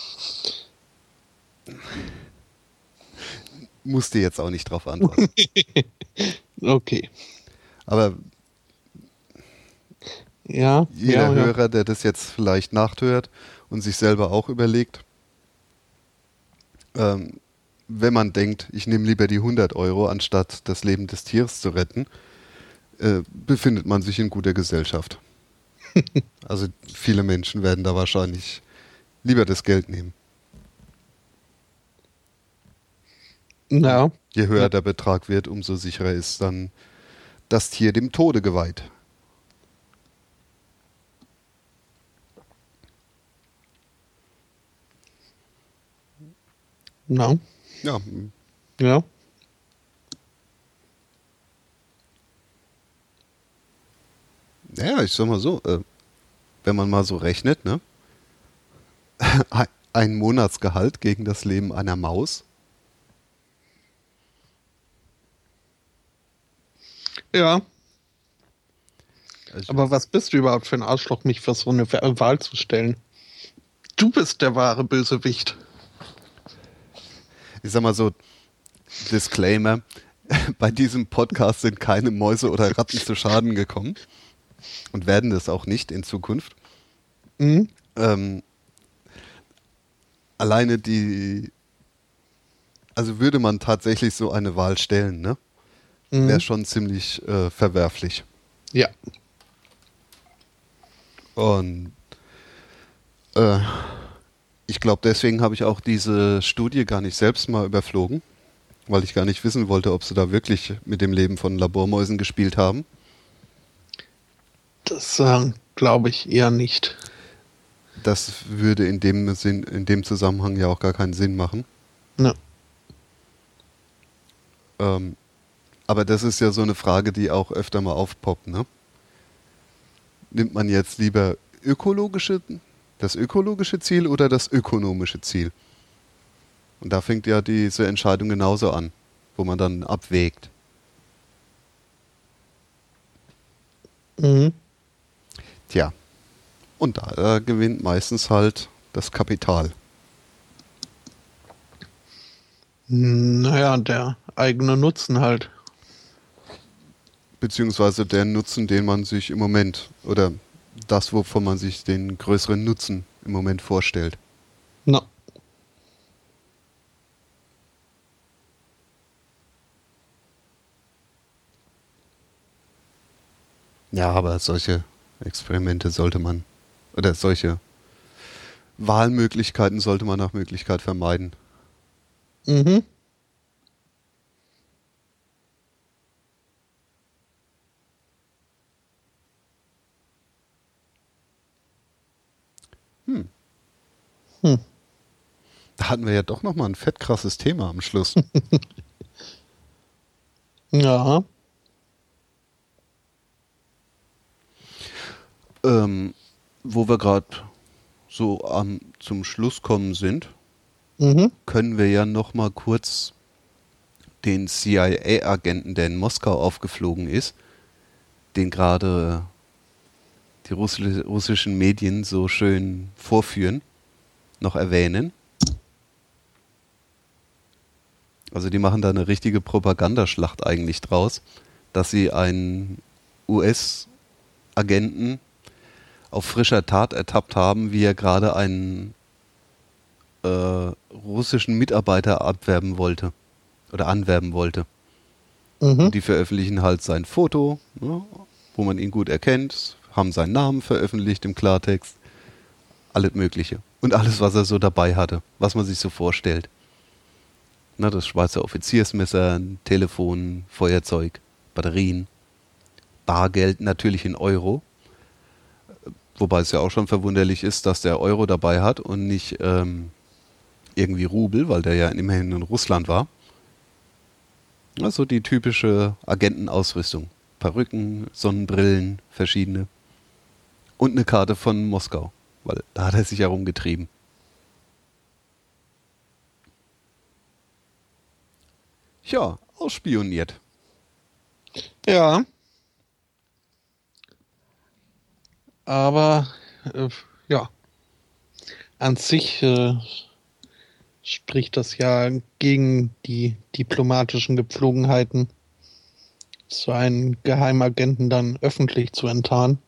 Musste jetzt auch nicht drauf antworten. Okay. Aber Ja, jeder ja, ja. Hörer, der das jetzt vielleicht nachhört und sich selber auch überlegt, ähm, wenn man denkt, ich nehme lieber die hundert Euro, anstatt das Leben des Tieres zu retten, äh, befindet man sich in guter Gesellschaft. Also viele Menschen werden da wahrscheinlich lieber das Geld nehmen. Ja, Je höher Ja. der Betrag wird, umso sicherer ist dann das Tier dem Tode geweiht. Na? Ja, Ja. ja, ich sag mal so, äh, wenn man mal so rechnet, ne? Ein- Ein Monatsgehalt gegen das Leben einer Maus. Ja. Also, Aber was bist du überhaupt für ein Arschloch, mich für so eine Wa- Wahl zu stellen? Du bist der wahre Bösewicht. ich sag mal so, Disclaimer, bei diesem Podcast sind keine Mäuse oder Ratten zu Schaden gekommen und werden das auch nicht in Zukunft. Mhm. Ähm, alleine die, also würde man tatsächlich so eine Wahl stellen, ne? Wäre Mhm. schon ziemlich äh, verwerflich. Ja. Und äh, ich glaube, deswegen habe ich auch diese Studie gar nicht selbst mal überflogen, weil ich gar nicht wissen wollte, ob sie da wirklich mit dem Leben von Labormäusen gespielt haben. Das äh, glaube ich eher nicht. Das würde in dem Sinn, in dem Zusammenhang ja auch gar keinen Sinn machen. Ne. Ähm, aber das ist ja so eine Frage, die auch öfter mal aufpoppt, ne? Nimmt man jetzt lieber ökologische, das ökologische Ziel oder das ökonomische Ziel? Und da fängt ja diese Entscheidung genauso an, wo man dann abwägt. Mhm. Tja, und da äh, gewinnt meistens halt das Kapital. Naja, der eigene Nutzen halt. Beziehungsweise der Nutzen, den man sich im Moment, oder das, wovon man sich den größeren Nutzen im Moment vorstellt. Na. Ja, aber solche Experimente sollte man, oder solche Wahlmöglichkeiten sollte man nach Möglichkeit vermeiden. Mhm. Hm. Hm. Da hatten wir ja doch nochmal ein fettkrasses Thema am Schluss. Ja. ähm, wo wir gerade so am, zum Schluss kommen sind, Mhm. können wir ja nochmal kurz den C I A-Agenten, der in Moskau aufgeflogen ist, den gerade die Russi- russischen Medien so schön vorführen, noch erwähnen. Also die machen da eine richtige Propagandaschlacht eigentlich draus, dass sie einen U S-Agenten auf frischer Tat ertappt haben, wie er gerade einen äh, russischen Mitarbeiter abwerben wollte oder anwerben wollte. Mhm. Und die veröffentlichen halt sein Foto, ne, wo man ihn gut erkennt, haben seinen Namen veröffentlicht im Klartext, alles Mögliche. Und alles, was er so dabei hatte, was man sich so vorstellt. Na, das Schweizer Offiziersmesser, ein Telefon, Feuerzeug, Batterien, Bargeld natürlich in Euro. Wobei es ja auch schon verwunderlich ist, dass der Euro dabei hat und nicht ähm, irgendwie Rubel, weil der ja immerhin in Russland war. Also die typische Agentenausrüstung. Perücken, Sonnenbrillen, verschiedene. Und eine Karte von Moskau, weil da hat er sich ja rumgetrieben. Ja, ausspioniert. Ja. Aber äh, ja, an sich äh, spricht das ja gegen die diplomatischen Gepflogenheiten, so einen Geheimagenten dann öffentlich zu enttarnen.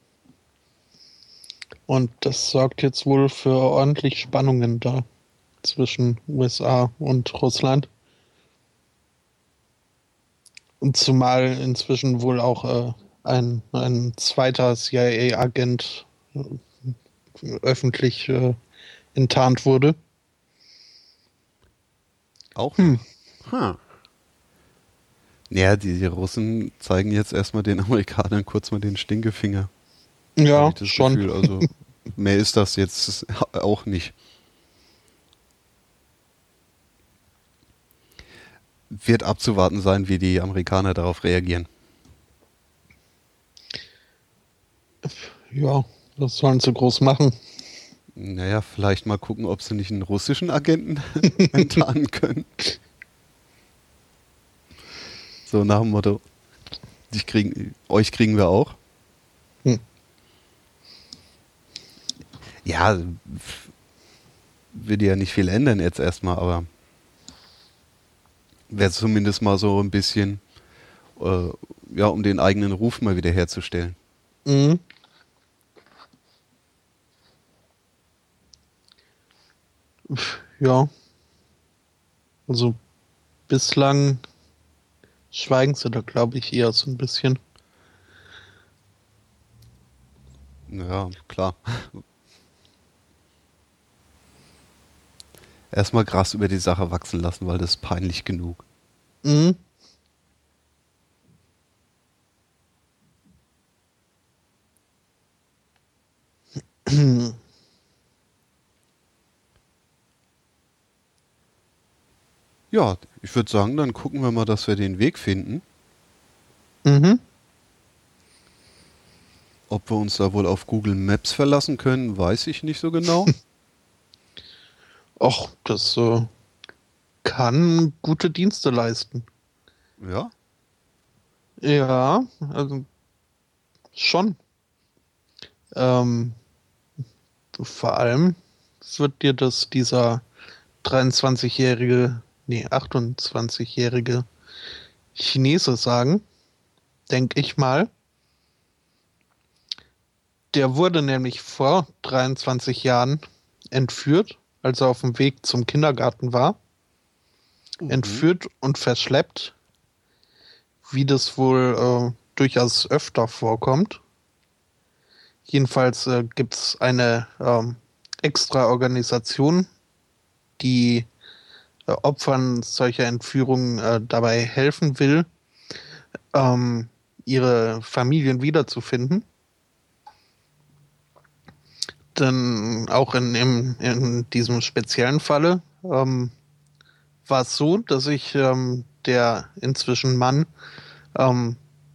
Und das sorgt jetzt wohl für ordentlich Spannungen da zwischen U S A und Russland. Und zumal inzwischen wohl auch äh, ein, ein zweiter C I A-Agent äh, öffentlich äh, enttarnt wurde. Auch Hm. noch. Hm. Ja, die, die Russen zeigen jetzt erstmal den Amerikanern kurz mal den Stinkefinger. Habe Ja, ich das schon. Gefühl. Also mehr ist das jetzt auch nicht. Wird abzuwarten sein, wie die Amerikaner darauf reagieren. Ja, was sollen sie groß machen? Naja, vielleicht mal gucken, ob sie nicht einen russischen Agenten enttarnen können. So nach dem Motto, dich kriegen, euch kriegen wir auch. Hm. Ja, würde ja nicht viel ändern jetzt erstmal, aber wäre zumindest mal so ein bisschen, äh, ja, um den eigenen Ruf mal wieder herzustellen. Mhm. Ja, also bislang schweigen sie da, glaube ich, eher so ein bisschen. Ja, klar. Erstmal Gras über die Sache wachsen lassen, weil das ist peinlich genug. Mhm. Ja, ich würde sagen, dann gucken wir mal, dass wir den Weg finden. Mhm. Ob wir uns da wohl auf Google Maps verlassen können, weiß ich nicht so genau. Och, das äh, kann gute Dienste leisten. Ja, Ja, also schon. Ähm, vor allem wird dir das dieser dreiundzwanzigjährige, nee, achtundzwanzigjährige Chinese sagen, denke ich mal. Der wurde nämlich vor dreiundzwanzig Jahren entführt, als er auf dem Weg zum Kindergarten war. mhm. Entführt und verschleppt, wie das wohl äh, durchaus öfter vorkommt. Jedenfalls äh, gibt es eine ähm, extra Organisation, die äh, Opfern solcher Entführungen äh, dabei helfen will, ähm, ihre Familien wiederzufinden. Denn auch in, in, in diesem speziellen Falle ähm, war es so, dass sich ähm, der inzwischen Mann ähm,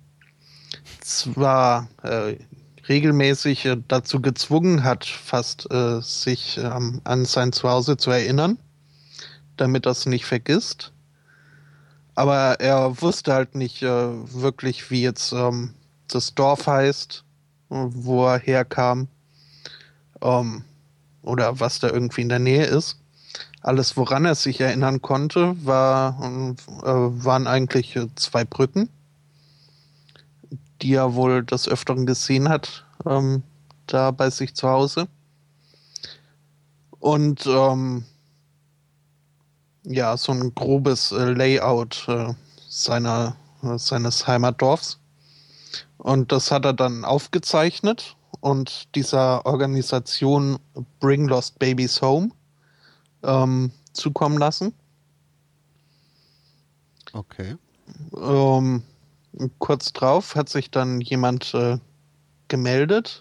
zwar äh, regelmäßig äh, dazu gezwungen hat, fast äh, sich ähm, an sein Zuhause zu erinnern, damit er es nicht vergisst. Aber er wusste halt nicht äh, wirklich, wie jetzt ähm, das Dorf heißt, äh, wo er herkam, ähm, oder was da irgendwie in der Nähe ist. Alles, woran er sich erinnern konnte, war, äh, waren eigentlich äh, zwei Brücken, die er wohl des Öfteren gesehen hat, ähm, da bei sich zu Hause. Und ähm, ja, so ein grobes äh, Layout äh, seiner, äh, seines Heimatdorfs. Und das hat er dann aufgezeichnet und dieser Organisation Bring Lost Babies Home ähm, zukommen lassen. Okay. Ähm, kurz drauf hat sich dann jemand äh, gemeldet,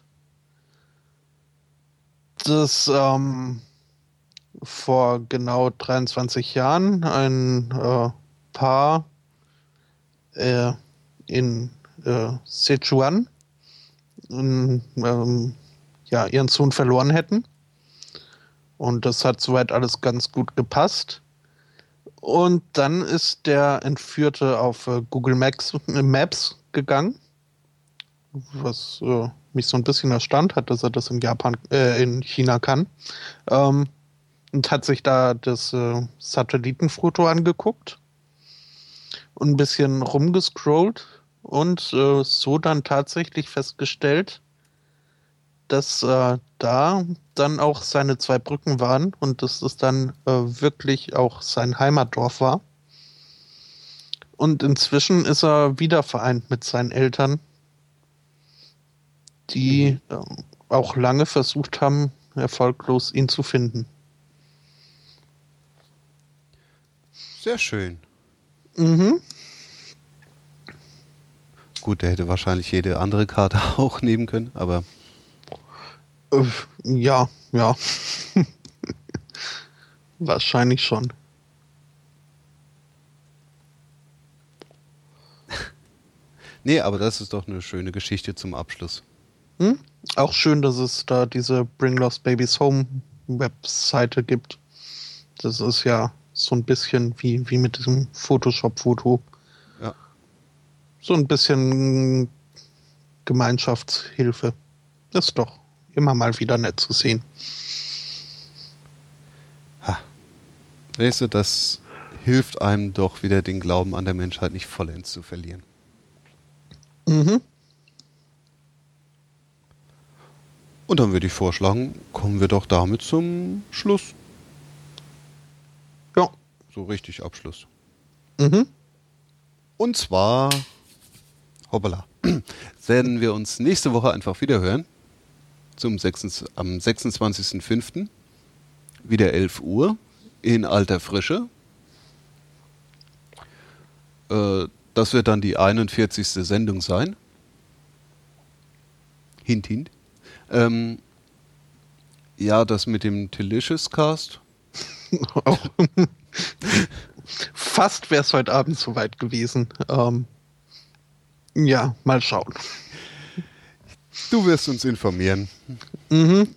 dass ähm, vor genau dreiundzwanzig Jahren ein äh, Paar äh, in äh, Sichuan in, ähm, ja, ihren Sohn verloren hätten. Und das hat soweit alles ganz gut gepasst. Und dann ist der Entführte auf äh, Google Maps, Maps gegangen, was äh, mich so ein bisschen erstaunt hat, dass er das in Japan, äh, in China kann. Ähm, und hat sich da das äh, Satellitenfoto angeguckt und ein bisschen rumgescrollt und äh, so dann tatsächlich festgestellt, dass äh, da dann auch seine zwei Brücken waren und dass es dann äh, wirklich auch sein Heimatdorf war. Und inzwischen ist er wieder vereint mit seinen Eltern, die Mhm. äh, auch lange versucht haben, erfolglos ihn zu finden. Sehr schön. Mhm. Gut, der hätte wahrscheinlich jede andere Karte auch nehmen können, aber... Äh, ja, ja. Wahrscheinlich schon. Nee, aber das ist doch eine schöne Geschichte zum Abschluss. Hm? Auch schön, dass es da diese Bring Lost Babies Home Webseite gibt. Das ist ja so ein bisschen wie, wie mit diesem Photoshop-Foto. Ja. So ein bisschen Gemeinschaftshilfe. Ist doch immer mal wieder nett zu sehen. Ha. Weißt du, das hilft einem doch wieder, den Glauben an der Menschheit nicht vollends zu verlieren. Mhm. Und dann würde ich vorschlagen, kommen wir doch damit zum Schluss. Ja. So richtig Abschluss. Mhm. Und zwar, hoppala, werden wir uns nächste Woche einfach wieder hören. Zum sechs, am sechsundzwanzigsten fünften Wieder elf Uhr in alter Frische. Äh, das wird dann die einundvierzigste Sendung sein. Hint, hint. Ähm, ja, das mit dem Delicious Cast. Fast wäre es heute Abend soweit gewesen. Ähm, ja, mal schauen. Du wirst uns informieren. Mhm.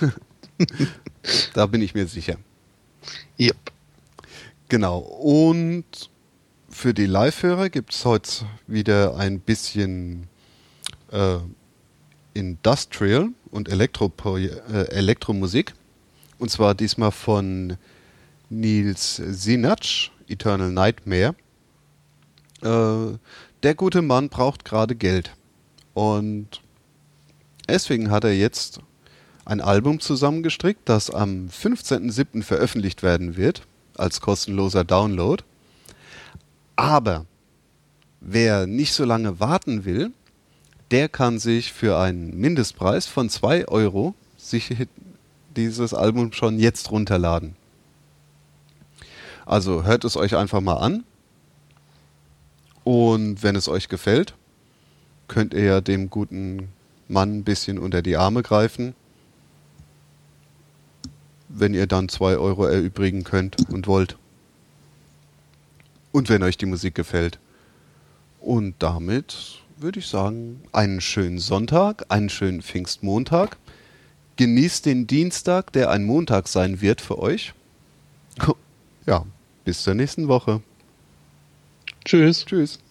Da bin ich mir sicher. Yep. Genau. Und für die Live-Hörer gibt es heute wieder ein bisschen äh, Industrial und Elektro äh, Elektromusik. Und zwar diesmal von Nils Sinatsch, Eternal Nightmare. Äh, der gute Mann braucht gerade Geld. Und deswegen hat er jetzt ein Album zusammengestrickt, das am fünfzehnten siebten veröffentlicht werden wird, als kostenloser Download. Aber wer nicht so lange warten will, der kann sich für einen Mindestpreis von zwei Euro sich dieses Album schon jetzt runterladen. Also hört es euch einfach mal an. Und wenn es euch gefällt, könnt ihr ja dem guten Mann ein bisschen unter die Arme greifen, wenn ihr dann zwei Euro erübrigen könnt und wollt. Und wenn euch die Musik gefällt. Und damit würde ich sagen, einen schönen Sonntag, einen schönen Pfingstmontag. Genießt den Dienstag, der ein Montag sein wird für euch. Ja, bis zur nächsten Woche. Tschüss. Tschüss.